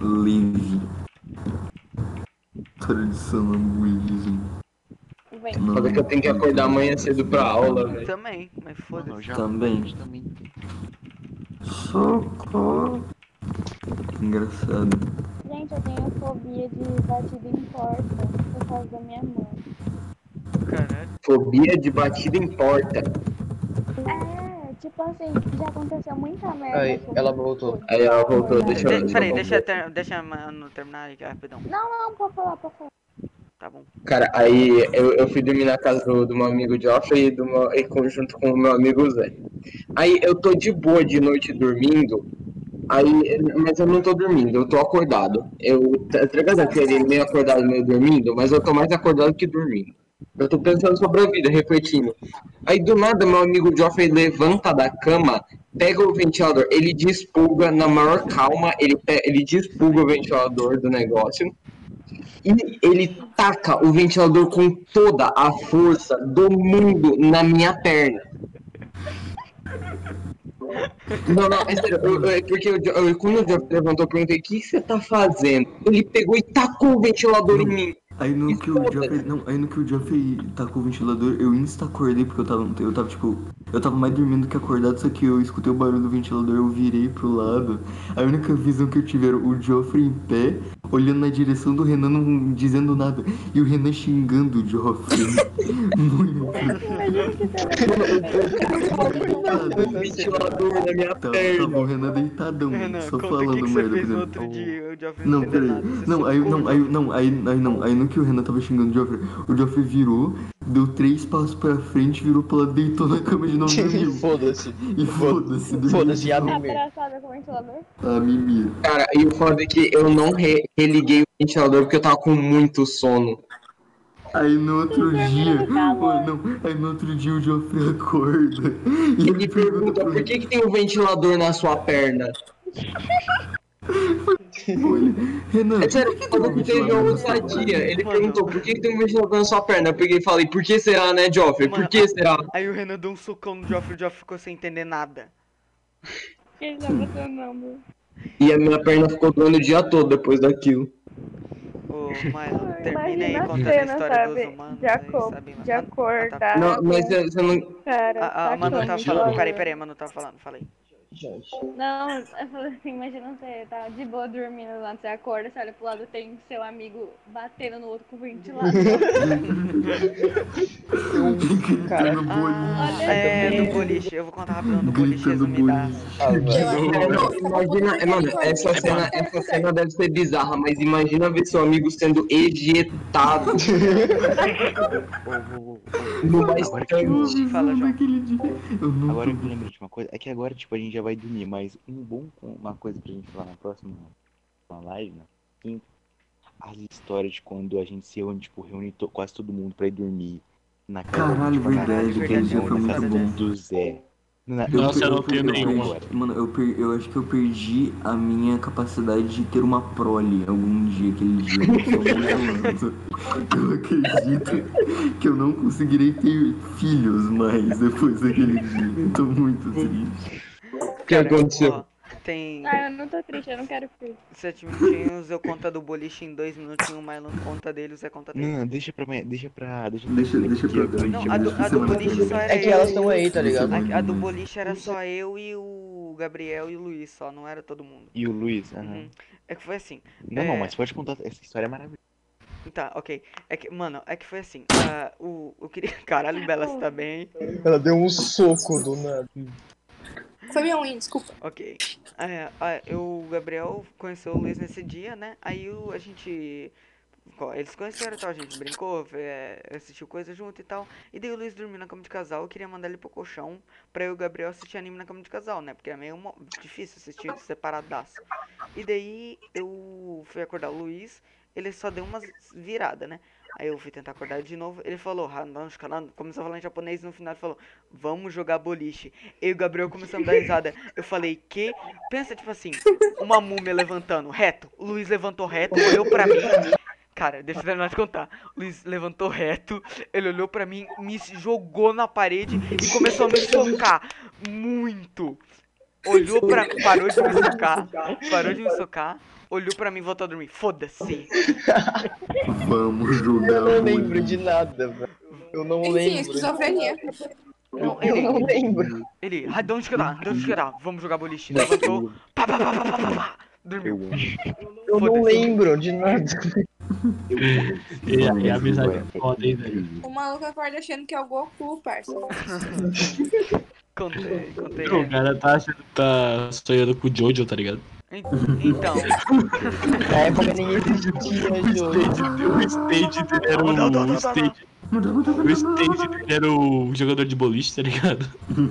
leve. História de sonambulismo. Vem. Foda que eu tenho que acordar amanhã cedo pra aula, velho. Também, mas Mano, foda-se. já Também. também tem. Socorro. Engraçado. Gente, eu tenho fobia de batida em porta por causa da minha mãe. Caralho. Fobia de batida em porta. É, tipo assim, já aconteceu muita merda. Aí, comigo. ela voltou. Aí ela voltou, deixa eu ver. Peraí, deixa a Manu terminar aí, rapidão. Não, pode falar, pode falar. Tá bom. Cara, aí eu fui dormir na casa do meu amigo Geoffrey e junto com o meu amigo Zé. Aí eu tô de boa de noite dormindo, mas eu não tô dormindo, eu tô acordado. Tá ligado que ele meio acordado, meio dormindo, mas eu tô mais acordado que dormindo. Eu tô pensando sobre a vida, refletindo. Aí do nada meu amigo Geoffrey levanta da cama, pega o ventilador, ele despulga na maior calma, ele despulga o ventilador do negócio. E ele taca o ventilador com toda a força do mundo na minha perna. Não, é sério, porque quando o Geoff levantou, eu perguntei, o que você tá fazendo? Ele pegou e tacou o ventilador em mim. Aí no que o Geoffrey tacou o ventilador, eu insta acordei porque eu tava mais dormindo que acordado, só que eu escutei o barulho do ventilador, eu virei pro lado. A única visão que eu tive era o Geoffrey em pé, olhando na direção do Renan, não dizendo nada, e o Renan xingando o Geoffrey. Muito. Imagina que você O ventilador na minha Tava perna. o Renan deitadão, Renan, só conta o falando que você merda. fez no fazendo- outro dia. O Geoffrey Não, entendeu peraí. nada, você Não, socou. aí no que o Renan tava xingando o Geoffrey virou, deu 3 passos pra frente, virou pra lá, deitou na cama de novo e dormiu. Foda-se. E foda-se, dormiu. Foda-se, a tá Mimir. abraçada com o ventilador? A Mimi. Cara, e o foda é que eu não religuei o ventilador porque eu tava com muito sono. Aí no outro dia, no calor. aí no outro dia o Geoffrey acorda e Ele pergunta, por que tem um ventilador na sua perna? Renan, É sério, por que quando tem um eu teve a ventilador na sua ousadia, perna? ele perguntou, por que tem um ventilador na sua perna? Eu peguei e falei, por que será, né, Geoffrey? Por Mano, que será? Aí o Renan deu um socão no Geoffrey, o Geoffrey ficou sem entender nada. Ele já botou o nome. E a minha perna ficou doendo o dia todo depois daquilo. Ô, Milo, termina aí Imagina a contando a cena, história sabe? dos humanos. De, aí, aco sabe, de acordar. Não, mas você não... Cara, A Manu tava tacando falando, ventilador. peraí, a Manu tava falando, falei. Não, eu falei assim, imagina você tá de boa dormindo lá, você acorda, você olha pro lado, tem seu amigo batendo no outro com o ventilador. Cara, No boliche. Do boliche, eu vou contar rapidão do boliche Gritando resumidado. Imagina, mano, essa cena deve ser bizarra, mas imagina ver seu amigo sendo ejetado no Agora que eu, Fala, João. agora que eu lembrei de uma coisa, é que agora, tipo, a gente já vai dormir, mas uma coisa pra gente falar na próxima live, na quinta, as histórias de quando a gente se reúne, tipo, quase todo mundo pra ir dormir na casa Caralho, tipo, verdade, na aquele dia foi na casa muito bom. do Zé. Nossa, eu não tenho nenhuma. Mano, eu acho que eu perdi a minha capacidade de ter uma prole algum dia, aquele dia. Eu acredito que eu não conseguirei ter filhos mais depois daquele dia. Eu tô muito triste. O que aconteceu? Ó, tem Ah, eu não tô triste, eu não quero filho. 7 minutinhos, eu conto a do boliche em 2 minutinhos, o Mylon conta dele, o Zé conta dele. Não, deixa pra mim, deixa pra Deixa porque pra agora mim. a Não, gente a do, vai a do boliche só era É que eu. elas estão aí, tá ligado? A do boliche era só eu e o Gabriel e o Luiz só, não era todo mundo. E o Luiz, Uhum. É que foi assim. Não, mas pode contar, essa história é maravilhosa. Tá, ok. É que, mano, é que foi assim. Eu queria. Caralho, Bela, você tá bem? Ela deu um soco do nada. Foi minha unha, desculpa. Ok. O Gabriel conheceu o Luiz nesse dia, né? Aí a gente. Eles conheceram e tal, a gente brincou, assistiu coisa junto e tal. E daí o Luiz dormiu na cama de casal, eu queria mandar ele pro colchão pra eu e o Gabriel assistir anime na cama de casal, né? Porque é meio difícil assistir separadaço. E daí eu fui acordar o Luiz, ele só deu umas viradas, né? Aí eu fui tentar acordar de novo, ele falou, começou a falar em japonês, no final ele falou, vamos jogar boliche. Eu e o Gabriel começamos a dar risada. Eu falei, que? Pensa, tipo assim, uma múmia levantando reto. O Luiz levantou reto, olhou pra mim. Cara, deixa eu terminar de contar. O Luiz levantou reto, ele olhou pra mim, me jogou na parede e começou a me socar muito. Olhou pra... Parou de me socar. olhou pra mim e voltou a dormir. Foda-se. Vamos jogar. Eu não lembro de nada, velho. Eu não Enfim, lembro. esquizofrenia. Não, Eu não lembro. Ele, onde que dá? Vamos jogar boliche. Levantou, pá, pá, pá, pá, pá, pá, pá. Dormiu. Eu não lembro de nada. E a amizade é foda, hein, velho. O maluco acorda achando que é o Goku, parça. Contei. O cara tá achando que tá sonhando com o Jojo, tá ligado? Então, Na época ninguém existia, Jojo. O stage dele era o stage. O stage dele era o jogador de boliche, tá ligado?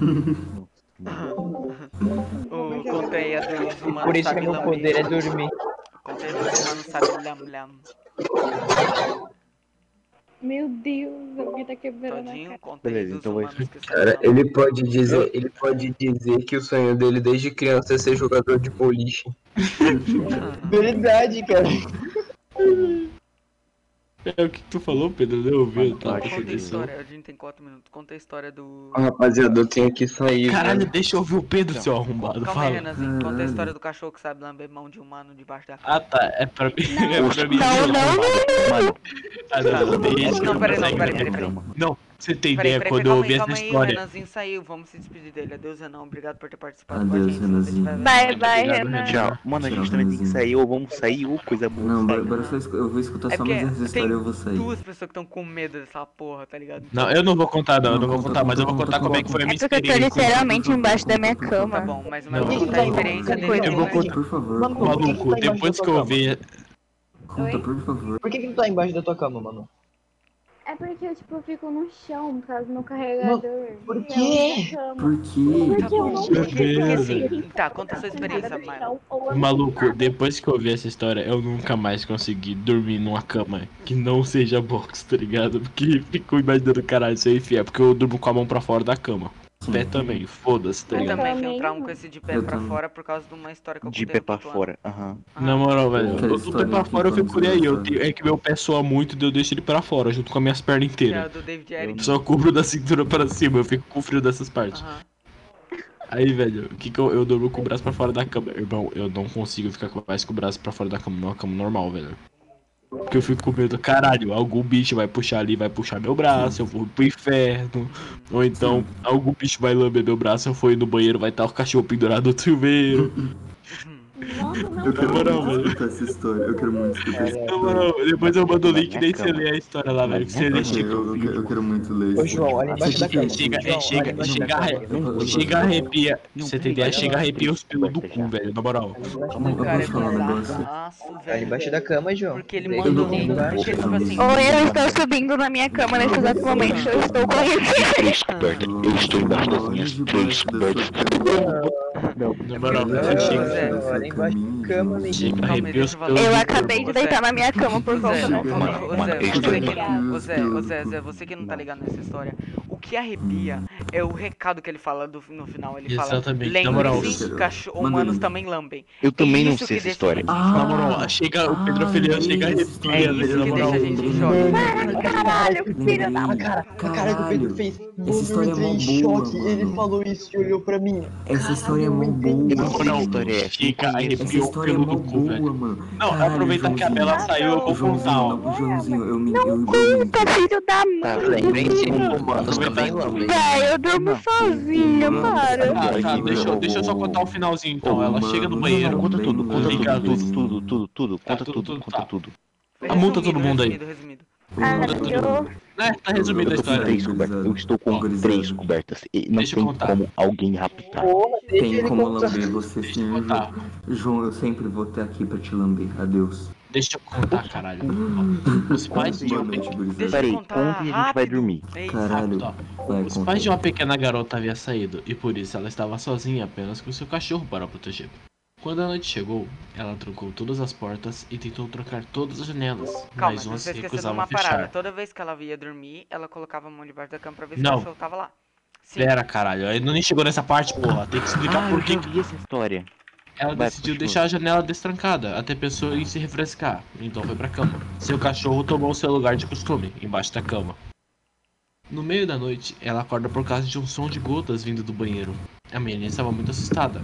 contei a dos humanos. Por isso que sabe meu lamber. poder é dormir. Contei a dos humanos, sabe lam. Meu Deus, alguém tá quebrando a Todinho, cara. contei Beleza, dos então vai. humanos que Cara, sabem ele pode dizer que o sonho dele desde criança é ser jogador de boliche. Verdade, cara. É o que tu falou, Pedro? Eu ouvi, tá? Acho Conta a que- história, a gente tem 4 minutos. Conta a história do. Rapaziada, eu tenho que sair. Caralho, velho. deixa eu ouvir o Pedro, seu arrombado. Calma aí, Fala. Renanzinho. Conta a história do cachorro que sabe lamber mão de humano debaixo da cama. Ah, tá. É pra mim. É pra mim. Mano, Ah, não, deixa. Não, peraí. Não, você tem Peraí, ideia quando eu ouvi essa calma aí, o história. Renanzinho saiu. Vamos se despedir dele. Adeus, Renan. Obrigado por ter participado Adeus, com a gente. Se você Renanzinho. tiver- Bye, Obrigado, Renan. tchau. Mano, a gente também tem que sair, ou vamos sair, ou coisa boa. Não, sair. bora só eu vou escutar É só porque mais essa tem história e eu vou sair. duas pessoas que estão com medo dessa porra, tá ligado? Não, eu não vou contar, não. Eu não vou Conta, contar, mas eu vou conta, contar como é que conta. foi a minha É porque eu tô experiência. literalmente embaixo da minha Tá cama. bom, mas Não. vai contar a experiência dele. Eu vou contar. Por favor. Mano, Maluco, depois que eu ouvi. Conta, por favor. Por que tu tá embaixo da tua cama, mano? É porque eu, tipo, fico no chão por causa do meu carregador. por E quê? eu na cama. Por quê? Porque eu não Meu fico Deus, assim, velho. Tá, conta a sua experiência, no Maia. chão, ou eu não Maluco, fico depois que eu ouvi essa história, eu nunca mais consegui dormir numa cama que não seja box, tá ligado? Porque ficou imaginando, caralho, isso aí, enfia, porque eu durmo com a mão pra fora da cama. Pé também, foda-se, tá Eu ligado? também tenho também, trauma com com esse de pé Eu pra também. fora por causa de uma história que eu De contei pé pra no ano. fora, aham. Na moral, velho, Aquela eu do pé história pra que fora eu fico por aí, quando você é que meu pé soa muito e eu deixo ele pra fora, junto com as minhas pernas Que é inteiras. a do David Eric. Só cubro da cintura pra cima, eu fico com frio dessas partes. Aham. Aí, velho, o que eu durmo com o braço pra fora da cama? Irmão, eu não consigo ficar mais com o braço pra fora da cama, numa cama normal, velho. Porque eu fico com medo, caralho, algum bicho vai puxar ali, vai puxar meu braço, eu vou pro inferno. Ou então, algum bicho vai lamber meu braço, eu for ir no banheiro, vai estar o cachorro pendurado no chuveiro. Nossa, não. Eu quero Na moral, muito velho. escutar essa história. Eu quero muito escutar essa Na história. moral, depois eu mando o link e Na daí minha você cama. lê a história lá, velho. Que você lê, Ok, chega. eu quero muito ler Ô, isso. João, olha embaixo da cama. Chega, João, olha chega, embaixo chega, da cama. chega a arrepia. Não, Você tem peraí, ideia? Chega a arrepia os pelos do já. cu, velho, na moral. Eu Cara, é posso falar um negócio? bizarraço, Olha velho. embaixo da cama, João. Porque ele Deixa mandou. eu ver embaixo. Porque, tipo assim. Ou eu estou subindo na minha cama nesse exato momento. Eu estou correndo. Três cobertas. Eu estou embaixo das minhas três cobertas. Na moral, Não, você chega. Zé. olha embaixo da cama, nem Chega a Calma aí, arrepia os deixa eu pelos falar. Eu do acabei de corpo. deitar na minha cama por conta Zé, da Zé, você que não tá ligado nessa história. O que arrepia é o recado que ele fala no final. Ele fala, Exatamente, na moral. lembre-se, Manda humanos link. também lambem. Eu também não Isso sei que essa deixa a história. gente Na moral, chega o Pedro Feliano, chega a arrepia, É velho, isso na que moral. deixa a gente em choque. Caralho, filho da... A cara que o Pedro fez. Essa história é entrei mó em boa, choque. mano. Ele falou isso e olhou pra mim. Essa história é mó boa. Eu não sei que história é essa. Chega, Essa arrepia o história é pelo mó do cu, velho. boa, mano. Não, Caralho, aproveitar que a Bela Joãozinho. saiu, eu vou contar, ó. Joãozinho, eu me. Não conta, filho da Tá, mãe. Humanos também lambem. Véi, eu durmo sozinha, para. Tá, deixa eu só contar o finalzinho então. Ela chega no banheiro, Conta tudo, liga tudo, conta tudo, tudo, tá. conta tudo. A multa todo mundo aí. Resumido. Tá resumindo a Eu tô com história. três cobertas. Eu estou com três cobertas. E não Deixa eu tem contar. como alguém raptar. Porra, deixa Tem ele como contar. lamber você, Deixa eu senhor contar. João. João, eu sempre vou estar aqui pra te lamber. Adeus. Deixa eu contar, caralho. Os pais de Boa uma noite, gurizada. Deixa eu Peraí, contar ontem a gente vai rápido. dormir. É isso. Caralho. Rápido, ó. Vai, Os conta. pais de uma pequena garota haviam saído e por isso ela estava sozinha apenas com seu cachorro para proteger. Quando a noite chegou, ela trancou todas as portas e tentou trancar todas as janelas, Calma, mas umas você se esqueceu de recusavam uma a fechar. parada. Toda vez que ela ia dormir, ela colocava a mão debaixo da cama pra ver se Não. o cachorro tava lá. Sim. Pera, caralho, aí não nem chegou nessa parte, porra. Tem que explicar Ah, por eu que já vi essa história. ela Vai, decidiu continua. deixar a janela destrancada, até pensou em se refrescar, então foi pra cama. Seu cachorro tomou seu lugar de costume, embaixo da cama. No meio da noite, ela acorda por causa de um som de gotas vindo do banheiro. A menina estava muito assustada.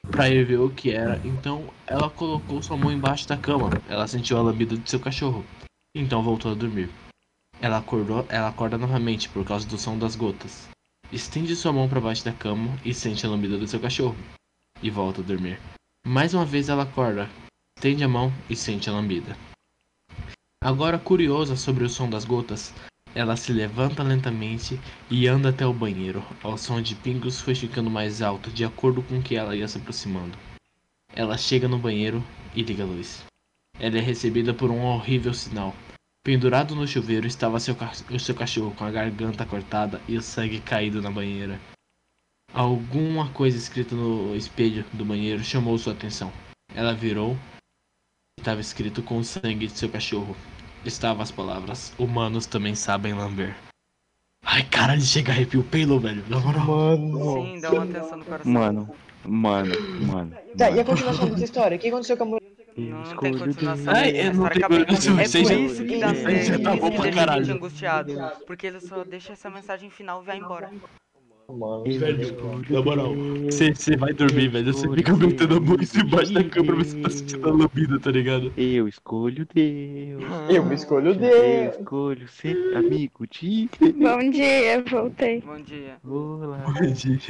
pra ir ver o que era. Então ela colocou sua mão embaixo da cama. Ela sentiu a lambida do seu cachorro. Então voltou a dormir. Ela acorda novamente por causa do som das gotas. Estende sua mão para baixo da cama e sente a lambida do seu cachorro. E volta a dormir. Mais uma vez ela acorda. Estende a mão e sente a lambida. Agora curiosa sobre o som das gotas, ela se levanta lentamente e anda até o banheiro. Ao som de pingos foi ficando mais alto de acordo com que ela ia se aproximando. Ela chega no banheiro e liga a luz. Ela é recebida por um horrível sinal. Pendurado no chuveiro estava o seu cachorro com a garganta cortada e o sangue caído na banheira. Alguma coisa escrita no espelho do banheiro chamou sua atenção. Ela virou. Estava escrito com o sangue de seu cachorro. Estavam as palavras: humanos também sabem lamber. Ai, caralho, chega arrepio pelo, velho. Na moral. Mano. Sim, dá uma atenção no coração. Mano. Tá, e a continuação dessa história? O que aconteceu com a mulher? Não tem continuação. Ai, A eu não história tenho acaba aí. continuação. É Vocês por já- isso que dá vocês já tá bom pra deixa a gente caralho. angustiado. Porque ele só deixa essa mensagem final e vai embora. Mano, Velho, na moral, você vai dormir, velho. Você fica metendo a mão embaixo da cama pra ver se tá sentindo a lambida, tá ligado? Eu escolho Deus. eu me escolho Eu Deus. escolho ser amigo de Bom dia, voltei. Bom dia. Olá. Bom dia.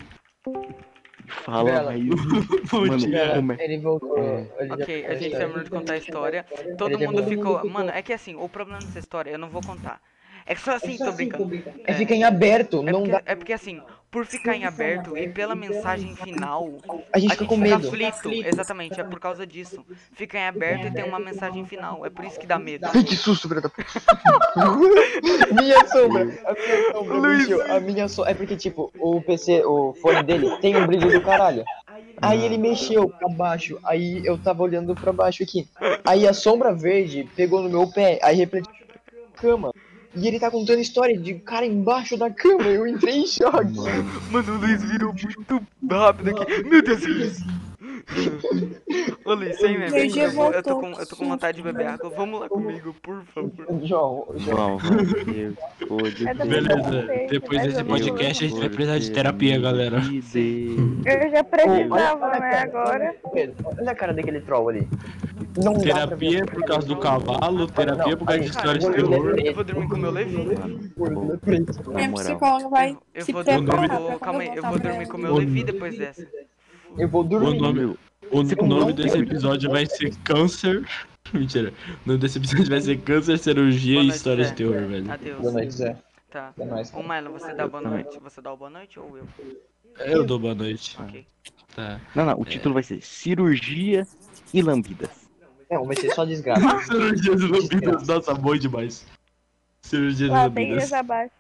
Fala, Bela. mas... Bom Mano, dia. como é? Ele voltou. Ele já Ok, a contou gente terminou de contar a história. Todo Ele mundo terminou. ficou. Mano, é que assim, o problema dessa história, eu não vou contar. É que só assim, tô brincando. É ficar em aberto, É não porque, dá. é porque assim, por ficar em aberto e pela mensagem final, A gente fica com medo. aflito. Exatamente, é por causa disso. Fica em aberto e tem uma mensagem final. É por isso que dá medo. Ai, que susto, filha da puta. Minha sombra. A minha sombra. É porque, tipo, o PC, o fone dele tem um brilho do caralho. Aí ele mexeu pra baixo. Aí eu tava olhando pra baixo aqui. Aí a sombra verde pegou no meu pé. Aí refletiu na cama. E ele tá contando história de cara embaixo da cama. Eu entrei em choque. Mano, o Luiz virou muito rápido aqui. Meu Deus, Luiz. Ô Luiz, sem meme. Energia Eu tô voltou. com vontade de beber água. Vamos lá comigo, por favor. João, Vamos, eu escolho É da Deus. Beleza, depois desse podcast a gente vai precisar de terapia, galera. Eu já precisava, né, agora. Pedro, olha a cara daquele troll ali. Não dá pra Terapia ver. por causa do cavalo, terapia por causa de história de terror. Eu vou dormir com o meu Levi. Na Minha moral. psicóloga vai Eu se vou preparar dormir. pra Calma aí, eu voltar vou pra dormir ela. com o meu Levi depois dessa. Eu vou O dormir. nome desse episódio vai ser Câncer. Mentira. O nome desse episódio vai ser Câncer, Cirurgia Boa e noite, História Zé. de Terror, velho. Adeus. Boa noite, Zé. Tá. É nóis. Ô Marlon, você dá boa noite? Você dá o boa noite ou eu? Eu dou boa noite. Ok. Tá. Não, o título vai ser Cirurgia e Lambidas. Não, vai ser só desgraça. Cirurgias e lambidas, nossa, bom demais. Cirurgias e Ladeiras lambidas. abaixo.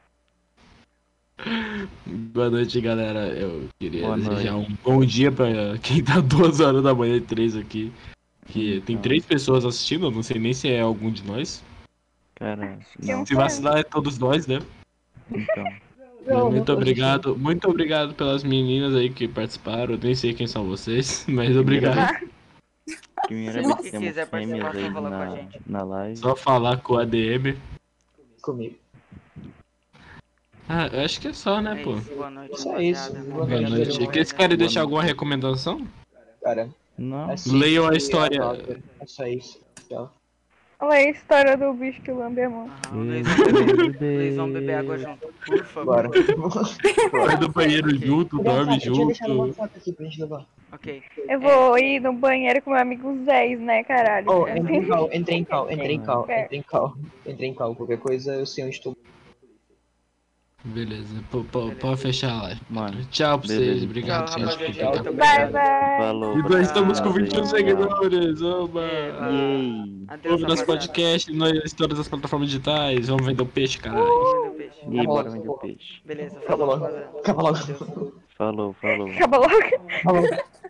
Boa noite, galera. Eu queria Boa desejar um bom dia pra quem tá 2 horas da manhã e 3 aqui. Que tem 3 pessoas assistindo, eu não sei nem se é algum de nós. Cara, Tem um não. Se vacilar é todos nós, né? Então. Muito obrigado pelas meninas aí que participaram. Eu nem sei quem são vocês, mas obrigado. Primeiramente Se temos quiser participar, fêmeas aí só falar com a gente. na live. Só falar com o ADM. Comigo. Ah, eu acho que é só, né, É pô? isso, boa noite, Só isso. rapaziada. Boa Boa noite. Que esse cara deixa alguma recomendação? Cara, Não. assiste Leiam a e história. anota. É só isso. Tchau. Olha aí a história do bicho que lambe a mão. Aham, Luiz, vamos beber água junto, por favor. Bora. Vai do banheiro junto, dorme Eu tinha deixado uma junto. faca aqui pra gente levar. Ok. Eu vou ir no banheiro com meu amigo Zé, né, caralho? Oh, entrei em cal. Qualquer coisa eu sei onde estou. Beleza, pode fechar a live. Mano, Tchau pra vocês, beleza. obrigado, Tchau, gente. rapaziada. Muito Bye, obrigado. bye. falou. E nós estamos com 21 rapaziada. seguidores, oba! Yay. Adeus, Ouve nosso rapaziada. podcast, nós todas as plataformas digitais, vamos vender o peixe, caralho. Vamos vender o peixe. E aí, bora vender o peixe. Beleza, Acaba falou, logo. rapaziada. Acaba logo. Adeus. Falou. Acaba logo. Falou.